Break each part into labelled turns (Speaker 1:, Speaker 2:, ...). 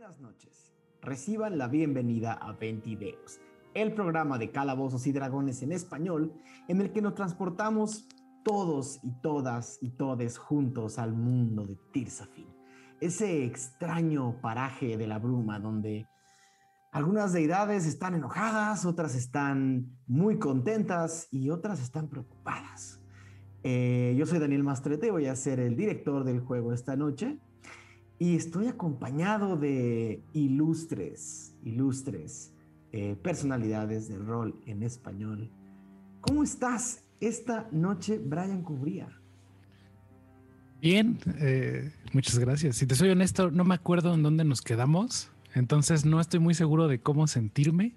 Speaker 1: Buenas noches. Reciban la bienvenida a Ventideos, el programa de calabozos y dragones en español, en el que nos transportamos todos y todas y todes juntos al mundo de Tirsafin, ese extraño paraje de la bruma donde algunas deidades están enojadas, otras están muy contentas y otras están preocupadas. Yo soy Daniel Mastrete, voy a ser el director del juego esta noche. Y estoy acompañado de ilustres personalidades de rol en español. ¿Cómo estás esta noche, Brian Cubría?
Speaker 2: Bien, muchas gracias. Si te soy honesto, no me acuerdo en dónde nos quedamos, entonces no estoy muy seguro de cómo sentirme.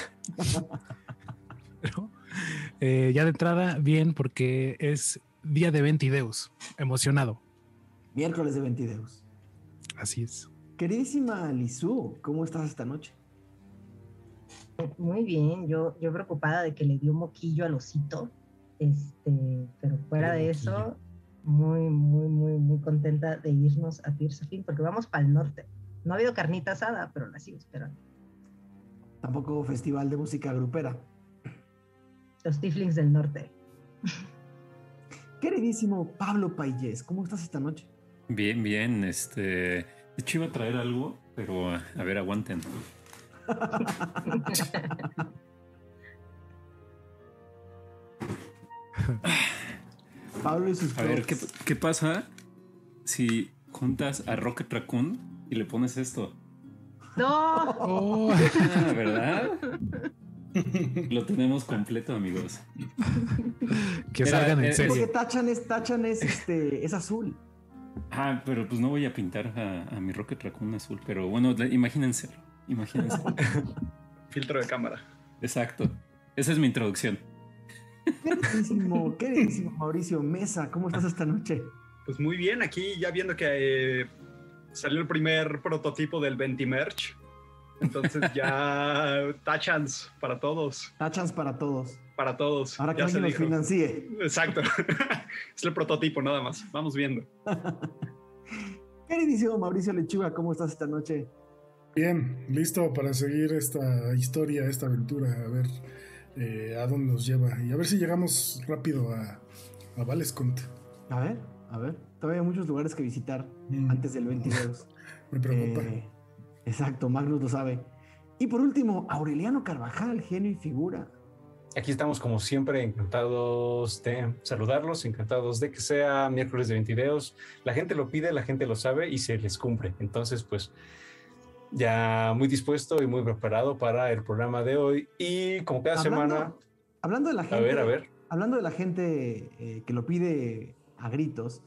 Speaker 2: Pero ya de entrada, bien, porque es día de Ventideus, emocionado.
Speaker 1: Miércoles de Ventideus.
Speaker 2: Así es.
Speaker 1: Queridísima Lizu, ¿cómo estás esta noche?
Speaker 3: Muy bien, yo preocupada de que le dio moquillo al osito, pero fuera de eso, muy contenta de irnos a Tirsafin, porque vamos para el norte. No ha habido carnita asada, pero la sigo esperando.
Speaker 1: Tampoco festival de música grupera.
Speaker 3: Los Tieflings del norte.
Speaker 1: Queridísimo Pablo Payés, ¿cómo estás esta noche?
Speaker 4: Bien. De hecho iba a traer algo, pero a ver, aguanten.
Speaker 1: Pablo y sus
Speaker 4: A ver, ¿qué pasa si juntas a Rocket Raccoon y le pones esto?
Speaker 3: ¡No!
Speaker 2: Oh.
Speaker 4: ¿Verdad? Lo tenemos completo, amigos.
Speaker 2: Que salgan en serio.
Speaker 1: Porque Tachan es azul.
Speaker 4: Pero pues no voy a pintar a mi Rocket Raccoon azul, pero bueno, imagínenselo.
Speaker 5: Filtro de cámara.
Speaker 4: Exacto. Esa es mi introducción.
Speaker 1: Queridísimo Mauricio Mesa, ¿cómo estás esta noche?
Speaker 5: Pues muy bien, aquí ya viendo que salió el primer prototipo del Ventimerch. Entonces ya Tachans para todos.
Speaker 1: Tachans para todos.
Speaker 5: Para todos.
Speaker 1: Ahora que
Speaker 5: ya
Speaker 1: alguien nos financie.
Speaker 5: Exacto. Es el prototipo nada más. Vamos viendo.
Speaker 1: Queridísimo Mauricio Lechuga, ¿cómo estás esta noche?
Speaker 6: Bien, listo para seguir esta historia, esta aventura, a ver a dónde nos lleva y a ver si llegamos rápido a Valescont.
Speaker 1: A ver, todavía hay muchos lugares que visitar antes del 22.
Speaker 6: Me preocupa.
Speaker 1: Exacto, Magnus lo sabe. Y por último, Aureliano Carvajal, genio y figura.
Speaker 7: Aquí estamos como siempre, encantados de saludarlos, encantados de que sea miércoles de Ventideos. La gente lo pide, la gente lo sabe y se les cumple. Entonces, pues, ya muy dispuesto y muy preparado para el programa de hoy. Y como cada semana...
Speaker 1: Hablando de la gente...
Speaker 7: A ver.
Speaker 1: Hablando de la gente que lo pide a gritos,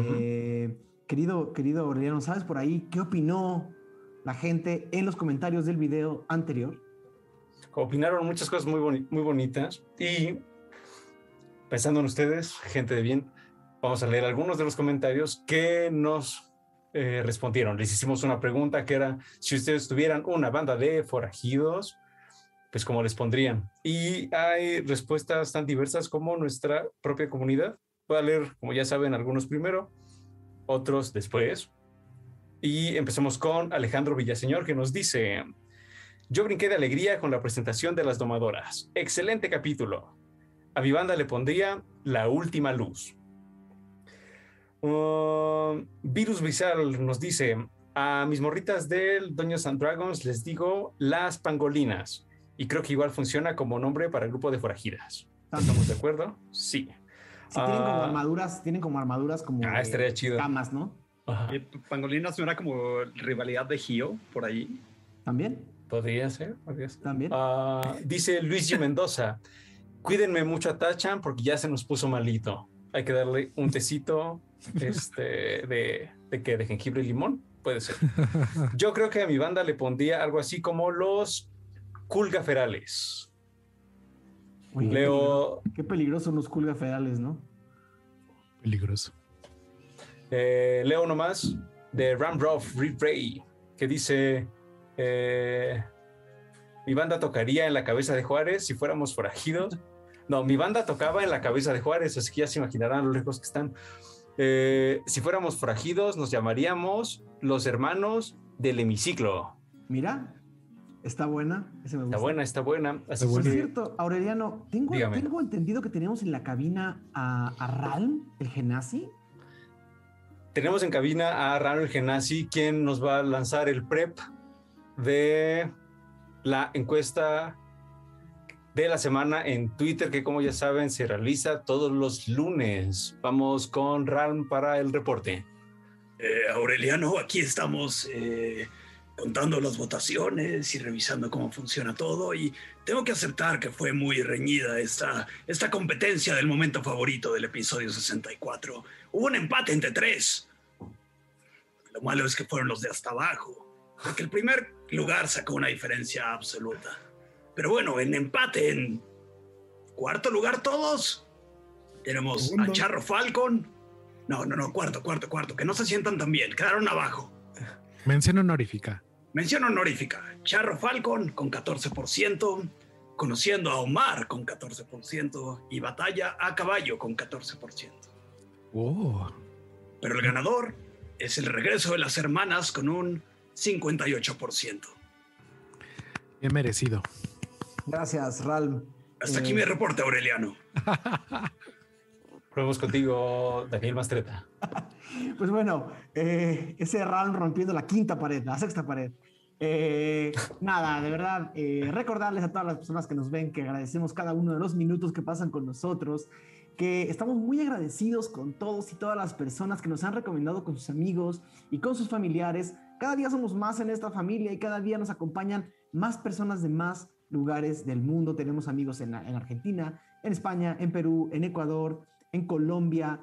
Speaker 1: querido Aureliano, ¿sabes por ahí qué opinó la gente en los comentarios del video anterior?
Speaker 7: Opinaron muchas cosas muy bonitas y pensando en ustedes, gente de bien, vamos a leer algunos de los comentarios que nos respondieron. Les hicimos una pregunta que era si ustedes tuvieran una banda de forajidos, pues cómo les pondrían. Y hay respuestas tan diversas como nuestra propia comunidad. Voy a leer, como ya saben, algunos primero, otros después. Y empecemos con Alejandro Villaseñor, que nos dice: yo brinqué de alegría con la presentación de las domadoras. Excelente capítulo. A mi banda le pondría La Última Luz. Virus Bizarre nos dice: a mis morritas del Dungeons and Dragons les digo Las Pangolinas. Y creo que igual funciona como nombre para el grupo de forajidas. ¿Estamos de acuerdo? Sí.
Speaker 1: Sí, tienen como armaduras como
Speaker 7: estaría chido.
Speaker 1: Camas, ¿no?
Speaker 5: Pangolinas no era como rivalidad de Gio por ahí.
Speaker 1: ¿También?
Speaker 7: Podría ser.
Speaker 1: También.
Speaker 7: Dice Luis G. Mendoza: cuídenme mucho a Tachan porque ya se nos puso malito. Hay que darle un tecito de jengibre y limón. Puede ser. Yo creo que a mi banda le pondría algo así como los Culgaferales.
Speaker 1: Oye,
Speaker 7: Leo.
Speaker 1: Qué peligrosos los Culgaferales, ¿no?
Speaker 2: Peligroso.
Speaker 7: Leo nomás de Ramroff Ray, que dice: mi banda tocaría en la cabeza de Juárez si fuéramos forajidos. No, mi banda tocaba en la cabeza de Juárez, así que ya se imaginarán lo lejos que están. Si fuéramos forajidos, nos llamaríamos Los Hermanos del hemiciclo.
Speaker 1: Mira, está buena. Ese me gusta.
Speaker 7: Está buena. Así
Speaker 1: Por
Speaker 7: que-
Speaker 1: cierto, Aureliano,
Speaker 7: Dígame.
Speaker 1: tengo entendido que tenemos en la cabina a Ralm, el Genasi.
Speaker 7: Tenemos en cabina a Rano el Genasi, quien nos va a lanzar el prep de la encuesta de la semana en Twitter, que como ya saben se realiza todos los lunes. Vamos con Ram para el reporte.
Speaker 8: Aureliano, aquí estamos contando las votaciones y revisando cómo funciona todo, y tengo que aceptar que fue muy reñida esta competencia del momento favorito del episodio 64. Hubo un empate entre 3. Lo malo es que fueron los de hasta abajo, porque el primer lugar sacó una diferencia absoluta. Pero bueno, en empate, en cuarto lugar todos, tenemos
Speaker 6: Segundo.
Speaker 8: a Charro Falcon. No, cuarto, que no se sientan tan bien, quedaron abajo.
Speaker 2: Mención honorífica.
Speaker 8: Mención honorífica, Charro Falcon con 14%, Conociendo a Omar con 14% y Batalla a Caballo con 14%.
Speaker 2: Oh.
Speaker 8: Pero el ganador es el regreso de las hermanas con un 58%.
Speaker 2: Bien merecido.
Speaker 1: Gracias, Ralm.
Speaker 8: Hasta aquí mi reporte, Aureliano.
Speaker 7: Probemos contigo, Daniel Mastreta.
Speaker 1: Pues bueno, ese Ralm rompiendo la quinta pared, la sexta pared. Nada, de verdad, recordarles a todas las personas que nos ven que agradecemos cada uno de los minutos que pasan con nosotros, que estamos muy agradecidos con todos y todas las personas que nos han recomendado con sus amigos y con sus familiares. Cada día somos más en esta familia y cada día nos acompañan más personas de más lugares del mundo. Tenemos amigos en Argentina, en España, en Perú, en Ecuador, en Colombia.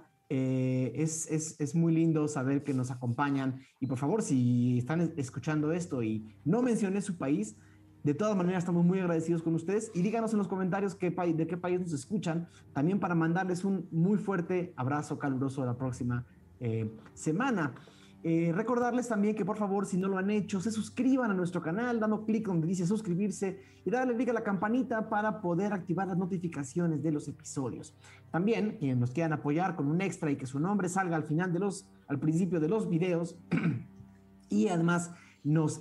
Speaker 1: Es muy lindo saber que nos acompañan, y por favor, si están escuchando esto y no mencioné su país, de todas maneras estamos muy agradecidos con ustedes, y díganos en los comentarios de qué país nos escuchan, también para mandarles un muy fuerte abrazo caluroso de la próxima semana. Recordarles también que por favor, si no lo han hecho, se suscriban a nuestro canal dando clic donde dice suscribirse y darle clic a la campanita para poder activar las notificaciones de los episodios. También, quienes nos quieran apoyar con un extra y que su nombre salga al principio de los videos y además nos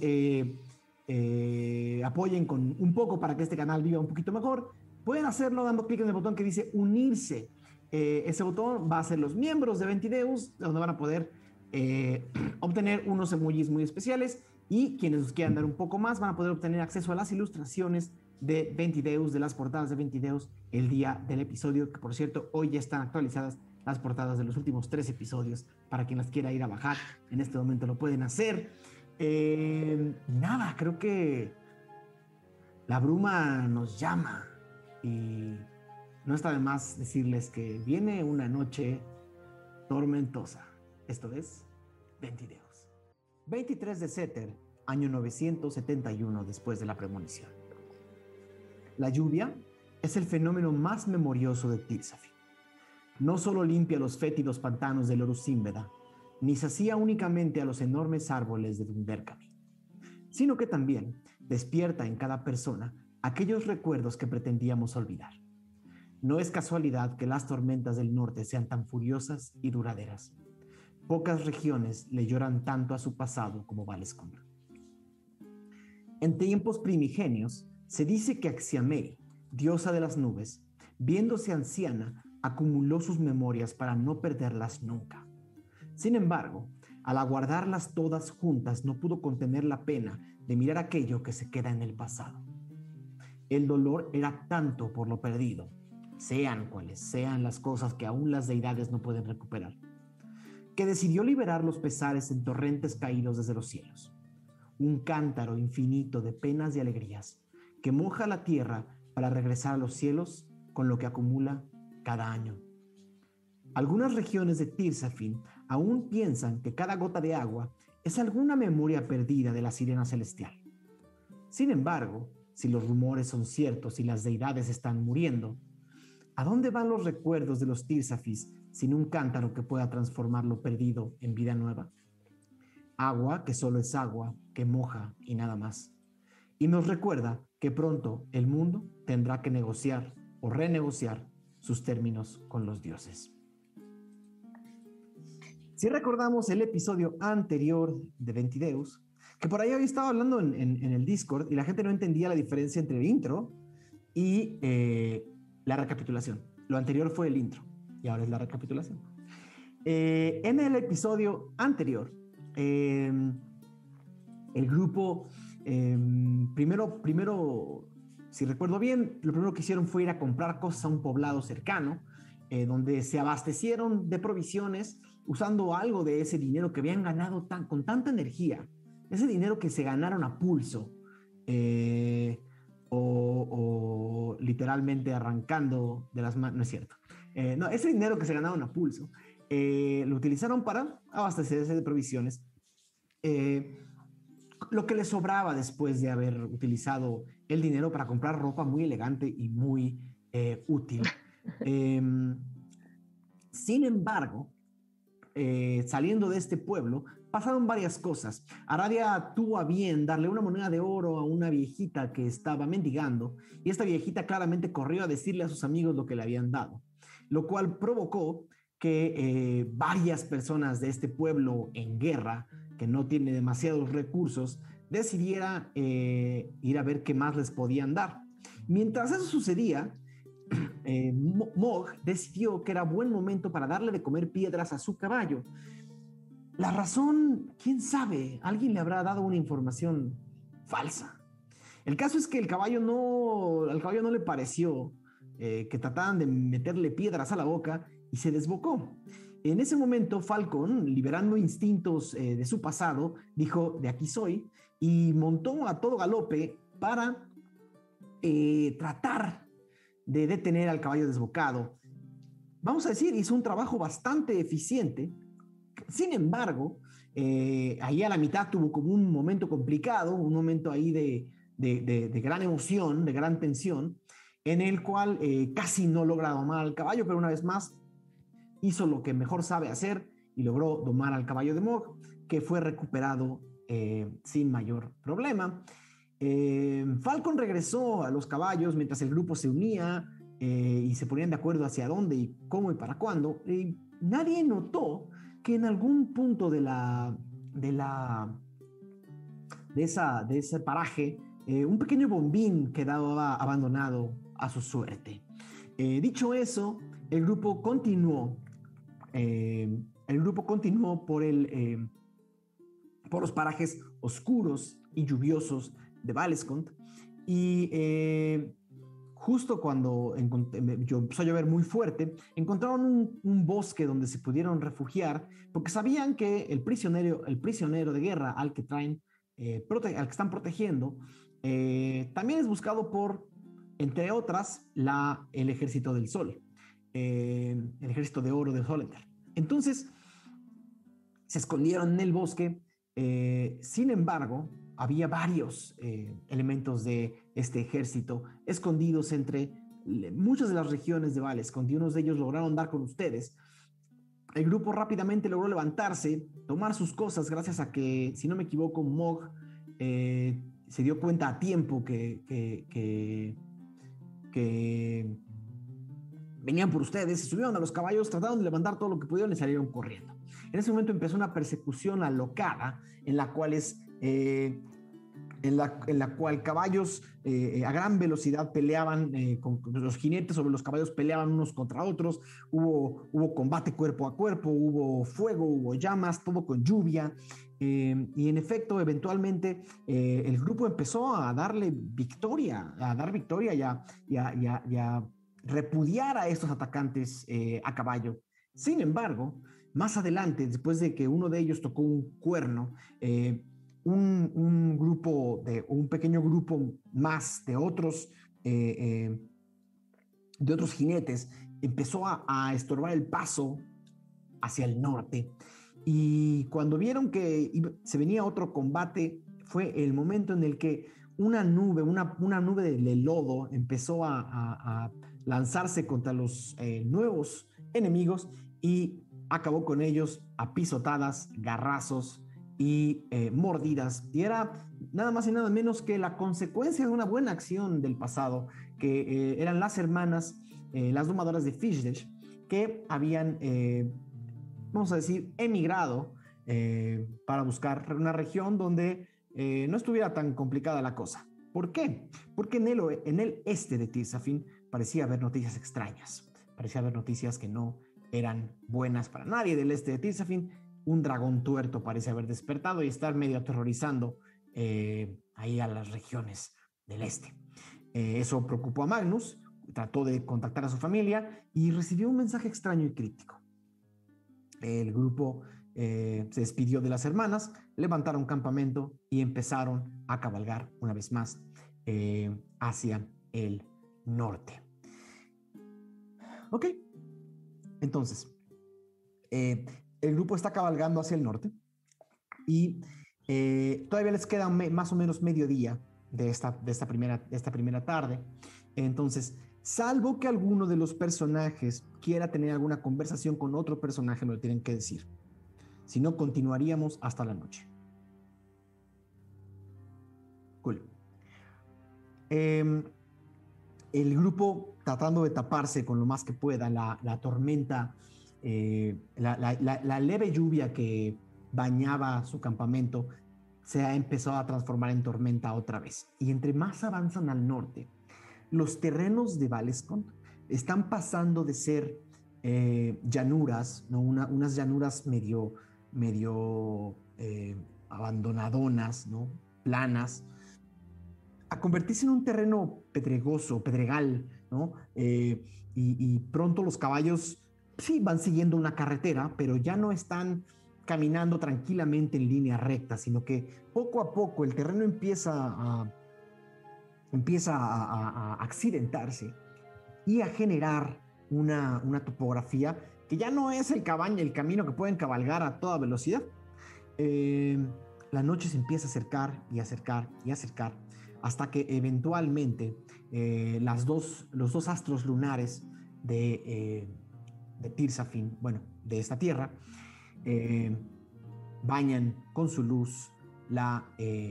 Speaker 1: apoyen con un poco para que este canal viva un poquito mejor, pueden hacerlo dando clic en el botón que dice unirse. Ese botón va a ser los miembros de Ventideus, donde van a poder obtener unos emojis muy especiales, y quienes nos quieran dar un poco más van a poder obtener acceso a las ilustraciones de Ventideus, de las portadas de Ventideus el día del episodio, que por cierto hoy ya están actualizadas las portadas de los últimos 3 episodios para quien las quiera ir a bajar. En este momento lo pueden hacer. Nada, creo que la bruma nos llama y no está de más decirles que viene una noche tormentosa. Esto es Ventideus. 23 de Seter, año 971 después de la premonición. La lluvia es el fenómeno más memorioso de Tirsafin. No solo limpia los fétidos pantanos del Orusímbeda, ni sacía únicamente a los enormes árboles de Dunderkami, sino que también despierta en cada persona aquellos recuerdos que pretendíamos olvidar. No es casualidad que las tormentas del norte sean tan furiosas y duraderas. Pocas regiones le lloran tanto a su pasado como Valescondra. En tiempos primigenios, se dice que Axiamei, diosa de las nubes, viéndose anciana, acumuló sus memorias para no perderlas nunca. Sin embargo, al aguardarlas todas juntas, no pudo contener la pena de mirar aquello que se queda en el pasado. El dolor era tanto por lo perdido, sean cuales sean las cosas que aún las deidades no pueden recuperar, que decidió liberar los pesares en torrentes caídos desde los cielos. Un cántaro infinito de penas y alegrías que moja la tierra para regresar a los cielos con lo que acumula cada año. Algunas regiones de Tirsafin aún piensan que cada gota de agua es alguna memoria perdida de la sirena celestial. Sin embargo, si los rumores son ciertos y las deidades están muriendo, ¿a dónde van los recuerdos de los Tirsafis sin un cántaro que pueda transformar lo perdido en vida nueva? Agua que solo es agua, que moja y nada más. Y nos recuerda que pronto el mundo tendrá que negociar o renegociar sus términos con los dioses. Si recordamos el episodio anterior de Ventideus, que por ahí había estado hablando en el Discord y la gente no entendía la diferencia entre el intro y la recapitulación. Lo anterior fue el intro y ahora es la recapitulación. En el episodio anterior, el grupo, primero, si recuerdo bien, lo primero que hicieron fue ir a comprar cosas a un poblado cercano, donde se abastecieron de provisiones usando algo de ese dinero que habían ganado con tanta energía, ese dinero que se ganaron a pulso, o literalmente arrancando de las manos, no es cierto. No, ese dinero que se ganaron a pulso, lo utilizaron para abastecerse de provisiones. Lo que les sobraba después de haber utilizado el dinero para comprar ropa muy elegante y muy útil. Sin embargo, saliendo de este pueblo, pasaron varias cosas. Aradia tuvo a bien darle una moneda de oro a una viejita que estaba mendigando, y esta viejita claramente corrió a decirle a sus amigos lo que le habían dado, lo cual provocó que varias personas de este pueblo en guerra, que no tiene demasiados recursos, decidiera ir a ver qué más les podían dar. Mientras eso sucedía, Mog decidió que era buen momento para darle de comer piedras a su caballo. La razón, quién sabe, alguien le habrá dado una información falsa. El caso es que al caballo no le pareció que trataban de meterle piedras a la boca y se desbocó. En ese momento, Falcon, liberando instintos de su pasado, dijo: de aquí soy, y montó a todo galope para tratar de detener al caballo desbocado. Vamos a decir, hizo un trabajo bastante eficiente. Sin embargo, ahí a la mitad tuvo como un momento complicado, un momento ahí de gran emoción, de gran tensión, en el cual casi no logra domar al caballo, pero una vez más hizo lo que mejor sabe hacer y logró domar al caballo de Mog, que fue recuperado sin mayor problema. Falcon regresó a los caballos mientras el grupo se unía y se ponían de acuerdo hacia dónde y cómo y para cuándo. Nadie notó que en algún punto de ese paraje un pequeño bombín quedaba abandonado a su suerte. Dicho eso, el grupo continuó por los parajes oscuros y lluviosos de Valescont, y justo cuando empezó a llover muy fuerte, encontraron un bosque donde se pudieron refugiar, porque sabían que el prisionero de guerra al que están protegiendo, también es buscado por, entre otras, el Ejército del Sol, el Ejército de Oro de Solenter. Entonces se escondieron en el bosque. Sin embargo, había varios elementos de este ejército escondidos entre muchas de las regiones de Valescont, y unos de ellos lograron dar con ustedes. El grupo rápidamente logró levantarse, tomar sus cosas, gracias a que, si no me equivoco, Mog se dio cuenta a tiempo que venían por ustedes, se subieron a los caballos, trataron de levantar todo lo que pudieron y salieron corriendo. En ese momento empezó una persecución alocada en la cual caballos a gran velocidad peleaban, con los jinetes sobre los caballos peleaban unos contra otros. Hubo combate cuerpo a cuerpo, hubo fuego, hubo llamas, todo con lluvia. Y en efecto, eventualmente el grupo empezó a dar victoria y a repudiar a estos atacantes a caballo. Sin embargo, más adelante, después de que uno de ellos tocó un cuerno, un pequeño grupo más de otros jinetes empezó a estorbar el paso hacia el norte. Y cuando vieron que se venía otro combate, fue el momento en el que una nube de lodo empezó a lanzarse contra los nuevos enemigos y acabó con ellos a pisotadas, garrazos y mordidas. Y era nada más y nada menos que la consecuencia de una buena acción del pasado, que eran las hermanas, las domadoras de Fishdesh, que habían, vamos a decir, emigrado para buscar una región donde no estuviera tan complicada la cosa. ¿Por qué? Porque en el este de Tirsafin parecía haber noticias extrañas. Parecía haber noticias que no eran buenas para nadie del este de Tirsafin. Un dragón tuerto parece haber despertado y estar medio aterrorizando ahí a las regiones del este. Eso preocupó a Magnus, trató de contactar a su familia y recibió un mensaje extraño y críptico. El grupo se despidió de las hermanas, levantaron campamento y empezaron a cabalgar una vez más hacia el norte. Ok, entonces el grupo está cabalgando hacia el norte y todavía les queda más o menos mediodía de esta primera tarde. Entonces, salvo que alguno de los personajes quiera tener alguna conversación con otro personaje, me lo tienen que decir. Si no, continuaríamos hasta la noche. Cool. El grupo, tratando de taparse con lo más que pueda la tormenta, la leve lluvia que bañaba su campamento, se ha empezado a transformar en tormenta otra vez. Y entre más avanzan al norte, los terrenos de Valescont están pasando de ser llanuras, ¿no? Unas llanuras medio abandonadonas, ¿no? Planas, a convertirse en un terreno pedregal, ¿no? Y pronto los caballos sí van siguiendo una carretera, pero ya no están caminando tranquilamente en línea recta, sino que poco a poco el terreno empieza a accidentarse y a generar una topografía que ya no es el camino que pueden cabalgar a toda velocidad. La noche se empieza a acercar y acercar y acercar hasta que eventualmente los dos astros lunares de Tirsafin, bueno, de esta tierra, bañan con su luz las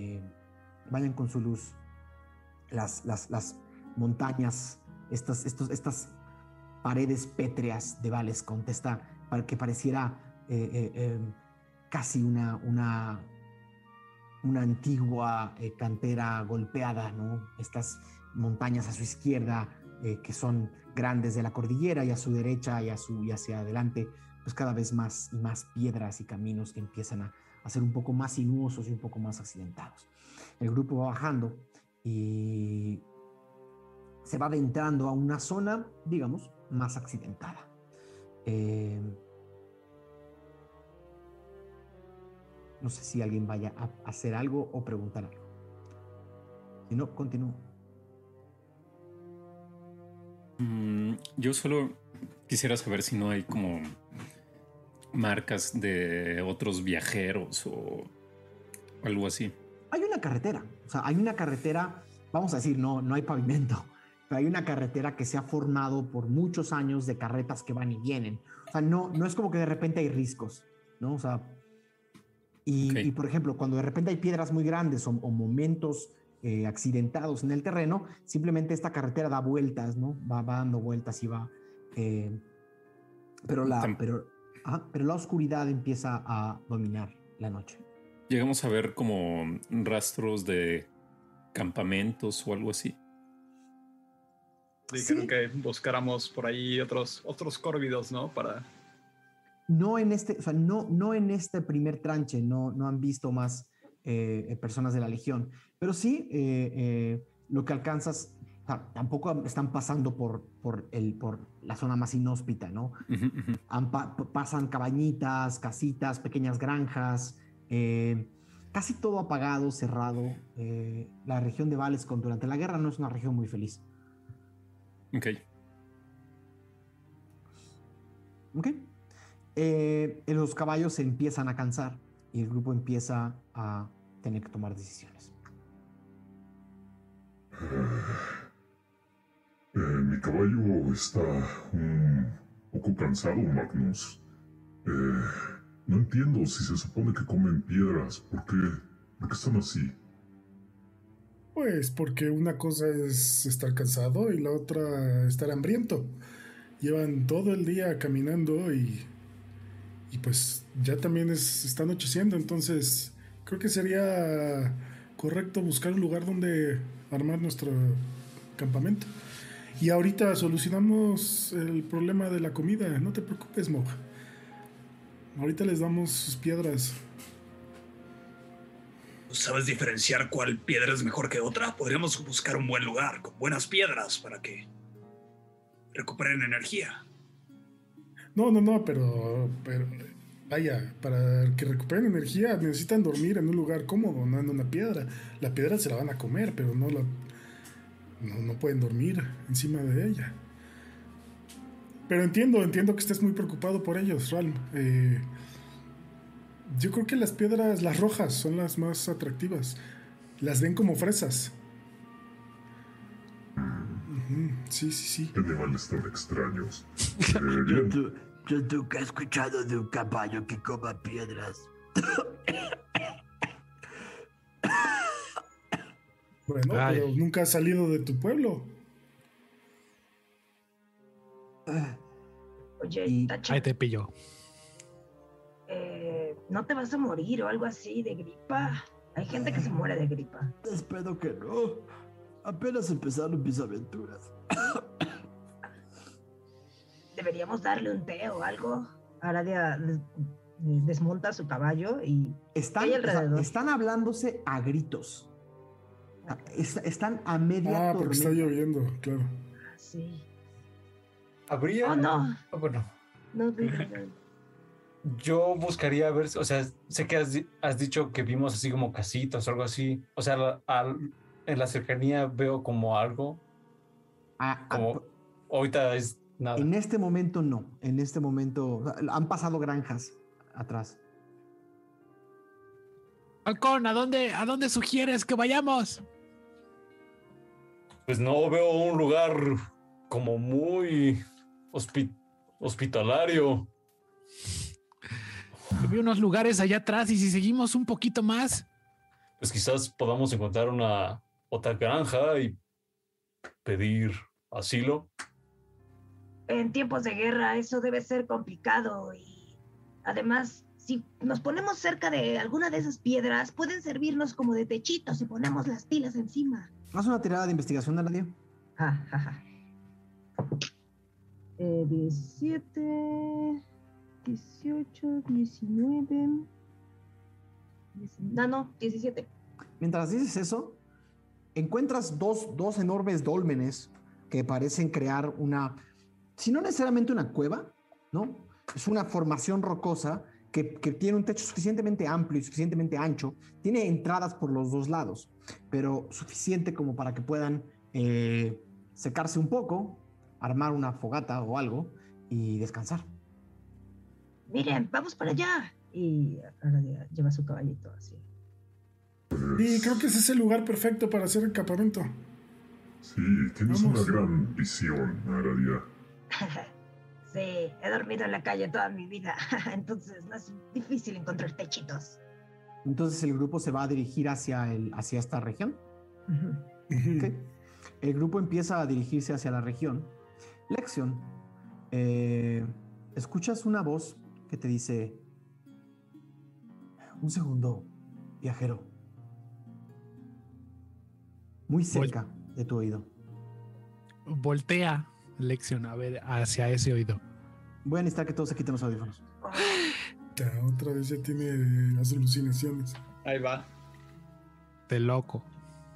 Speaker 1: montañas, estas paredes pétreas de Valescont, que pareciera casi una antigua cantera golpeada, ¿no? Estas montañas a su izquierda, que son grandes de la cordillera, y a su derecha y hacia adelante, pues cada vez más y más piedras y caminos que empiezan a ser un poco más sinuosos y un poco más accidentados. El grupo va bajando y se va adentrando a una zona, digamos, más accidentada. No sé si alguien vaya a hacer algo o preguntar algo. Si no, continúo.
Speaker 4: Yo solo quisiera saber si no hay como marcas de otros viajeros o algo así.
Speaker 1: Hay una carretera, vamos a decir, no hay pavimento, pero hay una carretera que se ha formado por muchos años de carretas que van y vienen. O sea, no es como que de repente hay riscos, ¿no? O sea, y por ejemplo, cuando de repente hay piedras muy grandes o momentos accidentados en el terreno, simplemente esta carretera da vueltas, ¿no? Va dando vueltas y va... pero la oscuridad empieza a dominar la noche.
Speaker 4: Llegamos a ver como rastros de campamentos o algo así.
Speaker 5: Dijeron que buscáramos por ahí otros córvidos, ¿no?
Speaker 1: No en este primer tranche, no han visto más personas de la Legión, pero sí lo que alcanzas, o sea, tampoco están pasando por la zona más inhóspita, ¿no? Pasan cabañitas, casitas, pequeñas granjas, casi todo apagado, cerrado. La región de Valescont durante la guerra no es una región muy feliz.
Speaker 4: Ok.
Speaker 1: Los caballos se empiezan a cansar y el grupo empieza a tener que tomar decisiones.
Speaker 9: Mi caballo está un poco cansado, Magnus. No entiendo si se supone que comen piedras. ¿Por qué están así?
Speaker 6: Pues porque una cosa es estar cansado y la otra estar hambriento. Llevan todo el día caminando y pues ya también está anocheciendo, entonces creo que sería correcto, buscar un lugar donde armar nuestro campamento. Y ahorita solucionamos el problema de la comida. No te preocupes, Mog. Ahorita les damos sus piedras.
Speaker 8: ¿Sabes diferenciar cuál piedra es mejor que otra? Podríamos buscar un buen lugar con buenas piedras para que recuperen energía.
Speaker 6: No, pero vaya, para que recuperen energía necesitan dormir en un lugar cómodo, no en una piedra. La piedra se la van a comer, pero no pueden dormir encima de ella. Pero entiendo que estés muy preocupado por ellos, Ralm. Yo creo que las piedras, las rojas, son las más atractivas. Las ven como fresas. Sí.
Speaker 9: Qué animales tan extraños.
Speaker 10: Yo nunca he escuchado de un caballo que coma piedras.
Speaker 6: Bueno,
Speaker 2: Ay.
Speaker 6: pero nunca has salido de tu pueblo.
Speaker 3: Oye, Tacha,
Speaker 2: Ahí te pilló.
Speaker 3: ¿no te vas a morir o algo así de gripa? Hay gente que se muere de gripa.
Speaker 10: Espero que no. Apenas empezaron mis aventuras.
Speaker 3: Deberíamos darle un té o algo. Aradia desmonta su caballo y
Speaker 1: Están,
Speaker 3: hay alrededor.
Speaker 1: están hablándose a gritos. Están a media
Speaker 6: Porque está
Speaker 1: tormenta.
Speaker 6: lloviendo, claro.
Speaker 3: Sí.
Speaker 7: Habría...
Speaker 3: Oh, no.
Speaker 7: Bueno,
Speaker 3: No,
Speaker 7: yo buscaría ver, o sea, sé que has dicho que vimos así como casitas o algo así. O sea, en la cercanía veo como algo. Como ahorita es nada.
Speaker 1: En este momento no. En este momento han pasado granjas atrás.
Speaker 2: Halcón, ¿a dónde sugieres que vayamos?
Speaker 7: Pues no veo un lugar como muy hospitalario.
Speaker 2: Vi unos lugares allá atrás y si seguimos un poquito más.
Speaker 7: Pues quizás podamos encontrar otra granja y pedir asilo.
Speaker 3: En tiempos de guerra eso debe ser complicado y además si nos ponemos cerca de alguna de esas piedras pueden servirnos como de techitos si ponemos las pilas encima.
Speaker 1: Haz una tirada de investigación, Aradia.
Speaker 3: 17, 18, 19. No, 17.
Speaker 1: Mientras dices eso, encuentras dos enormes dólmenes que parecen crear una, si no necesariamente una cueva, ¿no? Es una formación rocosa que tiene un techo suficientemente amplio y suficientemente ancho. Tiene entradas por los dos lados, pero suficiente como para que puedan secarse un poco, armar una fogata o algo y descansar.
Speaker 3: Miren, vamos para allá. Y ahora lleva su caballito así.
Speaker 6: Y creo que ese es el lugar perfecto para hacer el campamento.
Speaker 9: Sí, tienes
Speaker 6: Vamos.
Speaker 9: una gran visión, Aradia.
Speaker 3: Sí, he dormido en la calle toda mi vida, entonces no es difícil encontrar techitos.
Speaker 1: Entonces el grupo se va a dirigir hacia esta región. Okay. El grupo empieza a dirigirse hacia la región. Lexion, escuchas una voz que te dice: un segundo, viajero. Muy cerca de tu oído.
Speaker 2: Voltea, Lexion, a ver hacia ese oído.
Speaker 1: Voy a necesitar que todos se quiten los audífonos.
Speaker 6: Otra vez ya tiene las alucinaciones.
Speaker 5: Ahí va.
Speaker 2: De loco.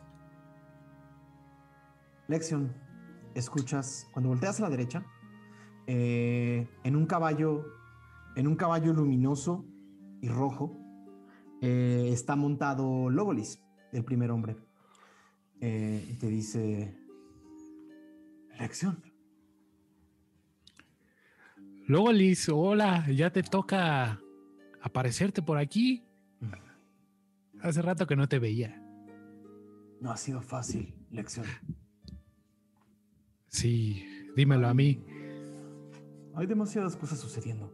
Speaker 1: Lexion, escuchas, cuando volteas a la derecha, en un caballo luminoso y rojo, está montado Logolis, el primer hombre. Y te dice: Lexion.
Speaker 2: Logolis, hola, ya te toca aparecerte por aquí. Hace rato que no te veía.
Speaker 1: No ha sido fácil, Lexion.
Speaker 2: Sí, dímelo a mí.
Speaker 1: Hay demasiadas cosas sucediendo.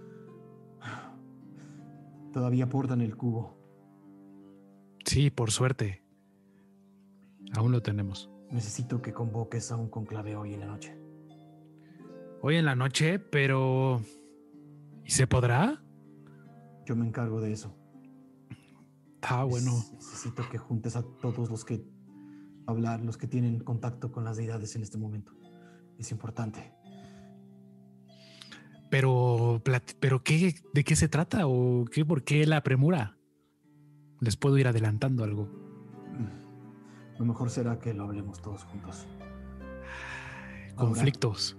Speaker 1: Todavía portan el cubo.
Speaker 2: Sí, por suerte. Aún lo tenemos.
Speaker 1: Necesito que convoques a un conclave hoy en la noche.
Speaker 2: Hoy en la noche, pero... ¿Y se podrá?
Speaker 1: Yo me encargo de eso.
Speaker 2: Bueno.
Speaker 1: Necesito que juntes a todos los que tienen contacto con las deidades en este momento. Es importante.
Speaker 2: Pero ¿de qué se trata? ¿O por qué la premura? Les puedo ir adelantando algo.
Speaker 1: Lo mejor será que lo hablemos todos juntos.
Speaker 2: Conflictos.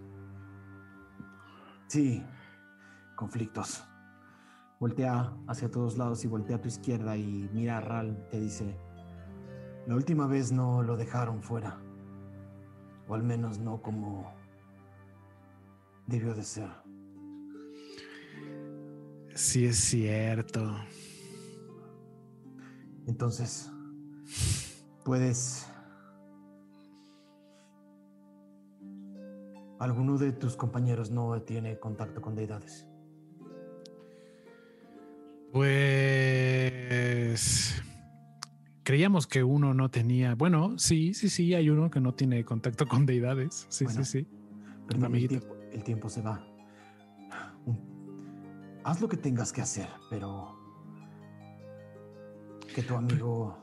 Speaker 1: Sí, conflictos. Voltea hacia todos lados y voltea a tu izquierda y mira a Ral. Te dice: la última vez no lo dejaron fuera. O al menos no como debió de ser.
Speaker 2: Sí, es cierto.
Speaker 1: Entonces, puedes... ¿Alguno de tus compañeros no tiene contacto con deidades?
Speaker 2: Pues... creíamos que uno no tenía... Bueno, sí, hay uno que no tiene contacto con deidades. Sí.
Speaker 1: Pero el tiempo se va. Haz lo que tengas que hacer, pero que tu amigo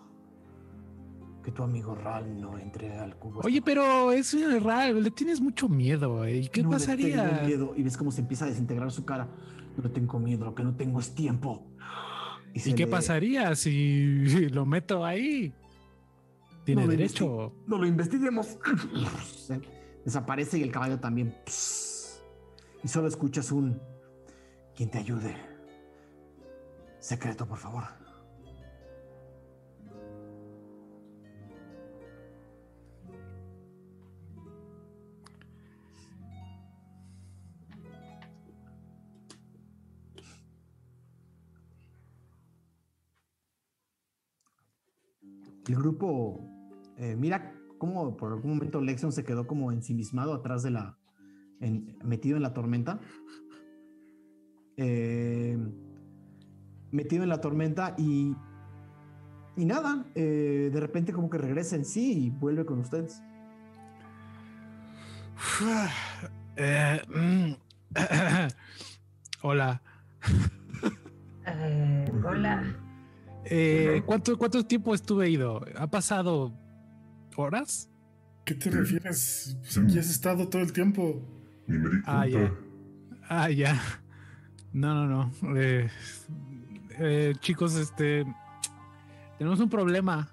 Speaker 1: Ral no entre al cubo.
Speaker 2: Oye, pero es Ral, le tienes mucho miedo, ¿eh? ¿Y qué pasaría?
Speaker 1: No le tengo miedo. Y ves cómo se empieza a desintegrar su cara. No le tengo miedo, lo que no tengo es tiempo.
Speaker 2: ¿Y qué pasaría si lo meto ahí? Tiene derecho.
Speaker 1: No lo investiguemos. Desaparece y el caballo también. Y solo escuchas un... quien te ayude. Secreto, por favor. El grupo mira cómo por algún momento Lexion se quedó como ensimismado atrás de metido en la tormenta. Metido en la tormenta y nada, de repente como que regresa en sí y vuelve con ustedes.
Speaker 2: Hola.
Speaker 3: Hola.
Speaker 2: ¿Cuánto tiempo estuve ido? ¿Ha pasado horas?
Speaker 6: ¿Qué te refieres? Pues aquí has estado todo el tiempo.
Speaker 9: Ni me di cuenta.
Speaker 2: Ya. No. Chicos, tenemos un problema.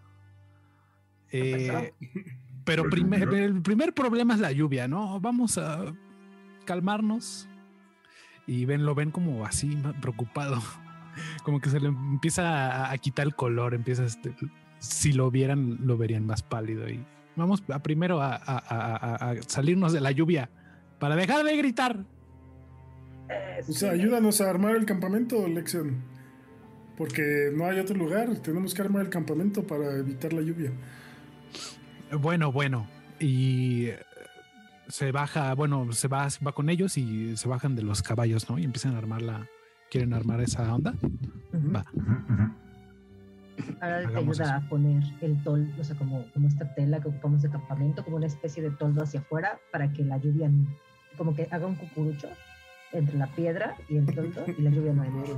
Speaker 2: Pero el primer problema es la lluvia, ¿no? Vamos a calmarnos. Y lo ven como así, preocupado. Como que se le empieza a quitar el color. Si lo vieran, lo verían más pálido. Y vamos primero a salirnos de la lluvia para dejar de gritar.
Speaker 6: O sea, ayúdanos a armar el campamento, Lexion. Porque no hay otro lugar. Tenemos que armar el campamento para evitar la lluvia.
Speaker 2: Bueno. Y se baja, va con ellos y se bajan de los caballos, ¿no? Y empiezan a ¿quieren armar esa onda? Va.
Speaker 3: Ahora te ayuda a poner el toldo, o sea, como esta tela que ocupamos de campamento, como una especie de toldo hacia afuera para que la lluvia como que haga un cucurucho entre la piedra y el toldo y la lluvia no entre.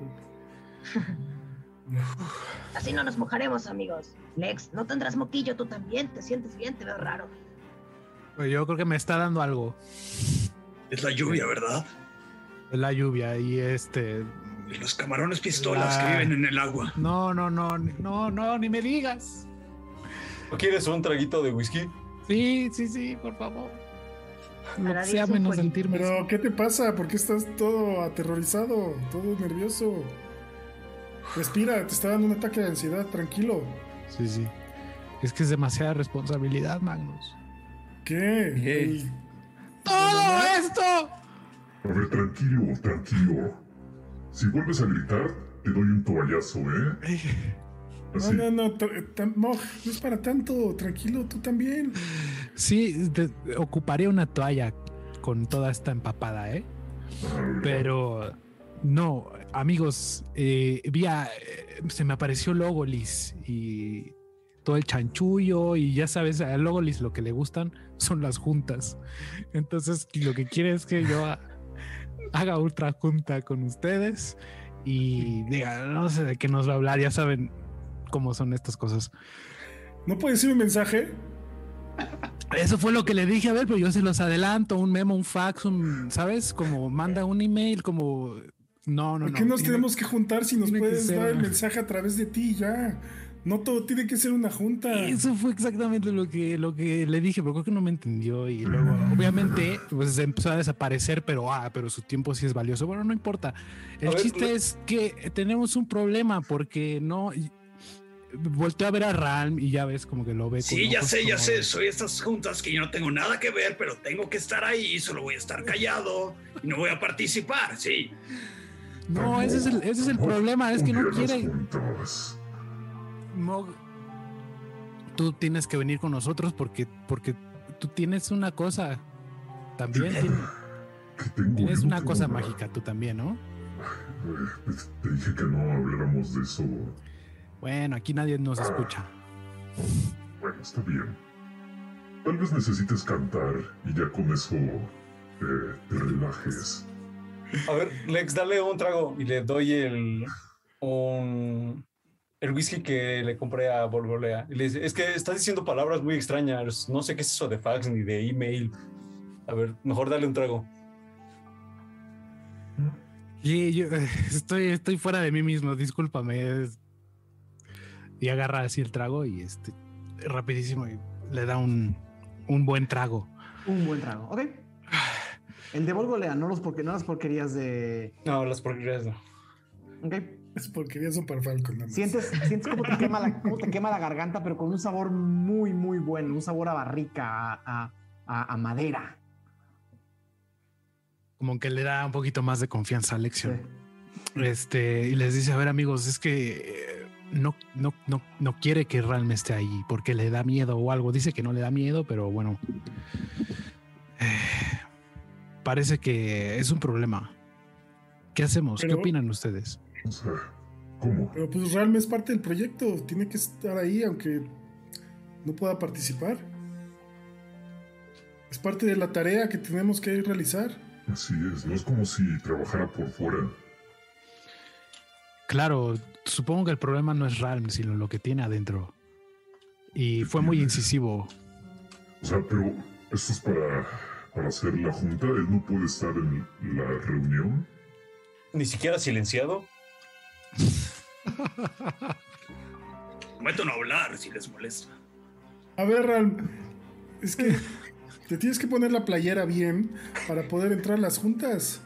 Speaker 3: Así no nos mojaremos, amigos. Lex, ¿no tendrás moquillo tú también? ¿Te sientes bien? Te veo raro.
Speaker 2: Pues yo creo que me está dando algo.
Speaker 8: Es la lluvia, ¿verdad?
Speaker 2: Es la lluvia y
Speaker 8: Y los camarones pistolas que viven en el agua.
Speaker 2: No, ni me digas.
Speaker 7: ¿No quieres un traguito de whisky?
Speaker 2: Sí, por favor. Lo que sea menos sentirme.
Speaker 6: Pero, ¿qué te pasa? ¿Por qué estás todo aterrorizado? Todo nervioso. Respira, te está dando un ataque de ansiedad, tranquilo.
Speaker 2: Sí. Es que es demasiada responsabilidad, Magnus.
Speaker 6: ¿Qué?
Speaker 2: ¡Todo esto!
Speaker 9: A ver, tranquilo. Si vuelves a gritar, te doy un toallazo, ¿eh? Así.
Speaker 6: No es para tanto. Tranquilo, tú también.
Speaker 2: Sí, ocuparía una toalla con toda esta empapada, ¿eh? Pero no, amigos, se me apareció Logolis y todo el chanchullo y ya sabes, a Logolis lo que le gustan son las juntas. Entonces lo que quiere es que yo haga otra junta con ustedes y diga, no sé de qué nos va a hablar, ya saben, cómo son estas cosas.
Speaker 6: ¿No puede ser un mensaje?
Speaker 2: Eso fue lo que le dije, a ver, pero yo se los adelanto, un memo, un fax, ¿sabes? Como manda un email, como... No.
Speaker 6: ¿Por qué nos tenemos que juntar si nos puedes dar el mensaje a través de ti ya? No todo tiene que ser una junta.
Speaker 2: Eso fue exactamente lo que le dije, pero creo que no me entendió y luego obviamente pues empezó a desaparecer, pero su tiempo sí es valioso. Bueno, no importa. El chiste es que tenemos un problema porque no volteé a ver a Ralm y ya ves como que lo ve.
Speaker 8: Sí, ya sé. Soy estas juntas que yo no tengo nada que ver, pero tengo que estar ahí. Solo voy a estar callado y no voy a participar. Sí.
Speaker 2: No, ese es el problema. Es que no quiere. Mog, tú tienes que venir con nosotros porque tú tienes una cosa también. Tienes una cosa mágica tú también, ¿no?
Speaker 9: Te dije que no habláramos de eso.
Speaker 2: Bueno, aquí nadie nos escucha.
Speaker 9: Bueno, está bien. Tal vez necesites cantar y ya con eso te relajes.
Speaker 7: A ver, Lex, dale un trago y le doy el whisky que le compré a Borgolea. Y le dice, es que estás diciendo palabras muy extrañas. No sé qué es eso de fax ni de email. A ver, mejor dale un trago.
Speaker 2: Y yo estoy fuera de mí mismo, discúlpame. Y agarra así el trago y rapidísimo y le da un buen trago.
Speaker 1: Un buen trago, ok. El de Borgolea, no las porquerías de...
Speaker 7: No, las porquerías no.
Speaker 1: Ok.
Speaker 6: Las porquerías son para Falcon.
Speaker 1: Sientes cómo te quema la garganta, pero con un sabor muy, muy bueno. Un sabor a barrica, a madera.
Speaker 2: Como que le da un poquito más de confianza a Alexion.
Speaker 1: Sí.
Speaker 2: Y les dice, a ver amigos, es que no quiere que Ralm esté ahí porque le da miedo o algo. Dice que no le da miedo, pero bueno. Parece que es un problema. ¿Qué hacemos? ¿Qué opinan ustedes?
Speaker 9: O sea, ¿cómo?
Speaker 6: Pero pues Ralm es parte del proyecto. Tiene que estar ahí aunque no pueda participar. Es parte de la tarea que tenemos que realizar.
Speaker 9: Así es, no es como si trabajara por fuera.
Speaker 2: Claro, supongo que el problema no es Ralm, sino lo que tiene adentro. Y fue muy incisivo.
Speaker 9: O sea, pero esto es para hacer la junta. Él no puede estar en la reunión.
Speaker 7: Ni siquiera silenciado.
Speaker 8: Prometo no hablar si les molesta.
Speaker 6: A ver, Ralm, es que te tienes que poner la playera bien para poder entrar a las juntas.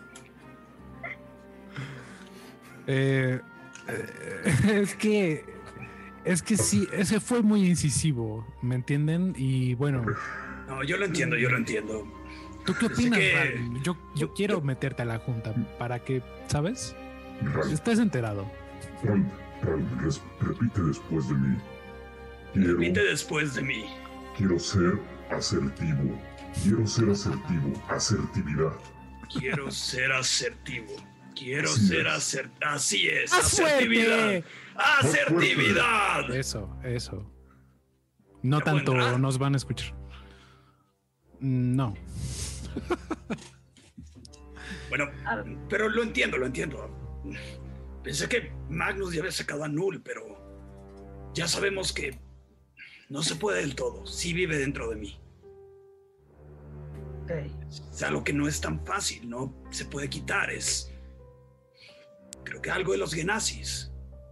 Speaker 2: Es que sí, ese fue muy incisivo, ¿me entienden? Y bueno.
Speaker 8: No, yo lo entiendo.
Speaker 2: ¿Tú qué opinas, Ralm? Yo quiero meterte a la junta para que, ¿sabes? Estés enterado.
Speaker 9: Ralm, repite después de mí.
Speaker 8: Repite después de mí.
Speaker 9: Quiero ser asertivo. Asertividad.
Speaker 8: Quiero ser asertivo. Así es.
Speaker 2: ¡Asertividad!
Speaker 8: ¡Asertividad!
Speaker 2: Eso. No tanto nos van a escuchar. No.
Speaker 8: Bueno, pero lo entiendo. Pensé que Magnus ya había sacado a Null, pero ya sabemos que no se puede del todo. Sí vive dentro de mí.
Speaker 3: Okay.
Speaker 8: Es algo que no es tan fácil, no se puede quitar. Creo que algo de los Genazis.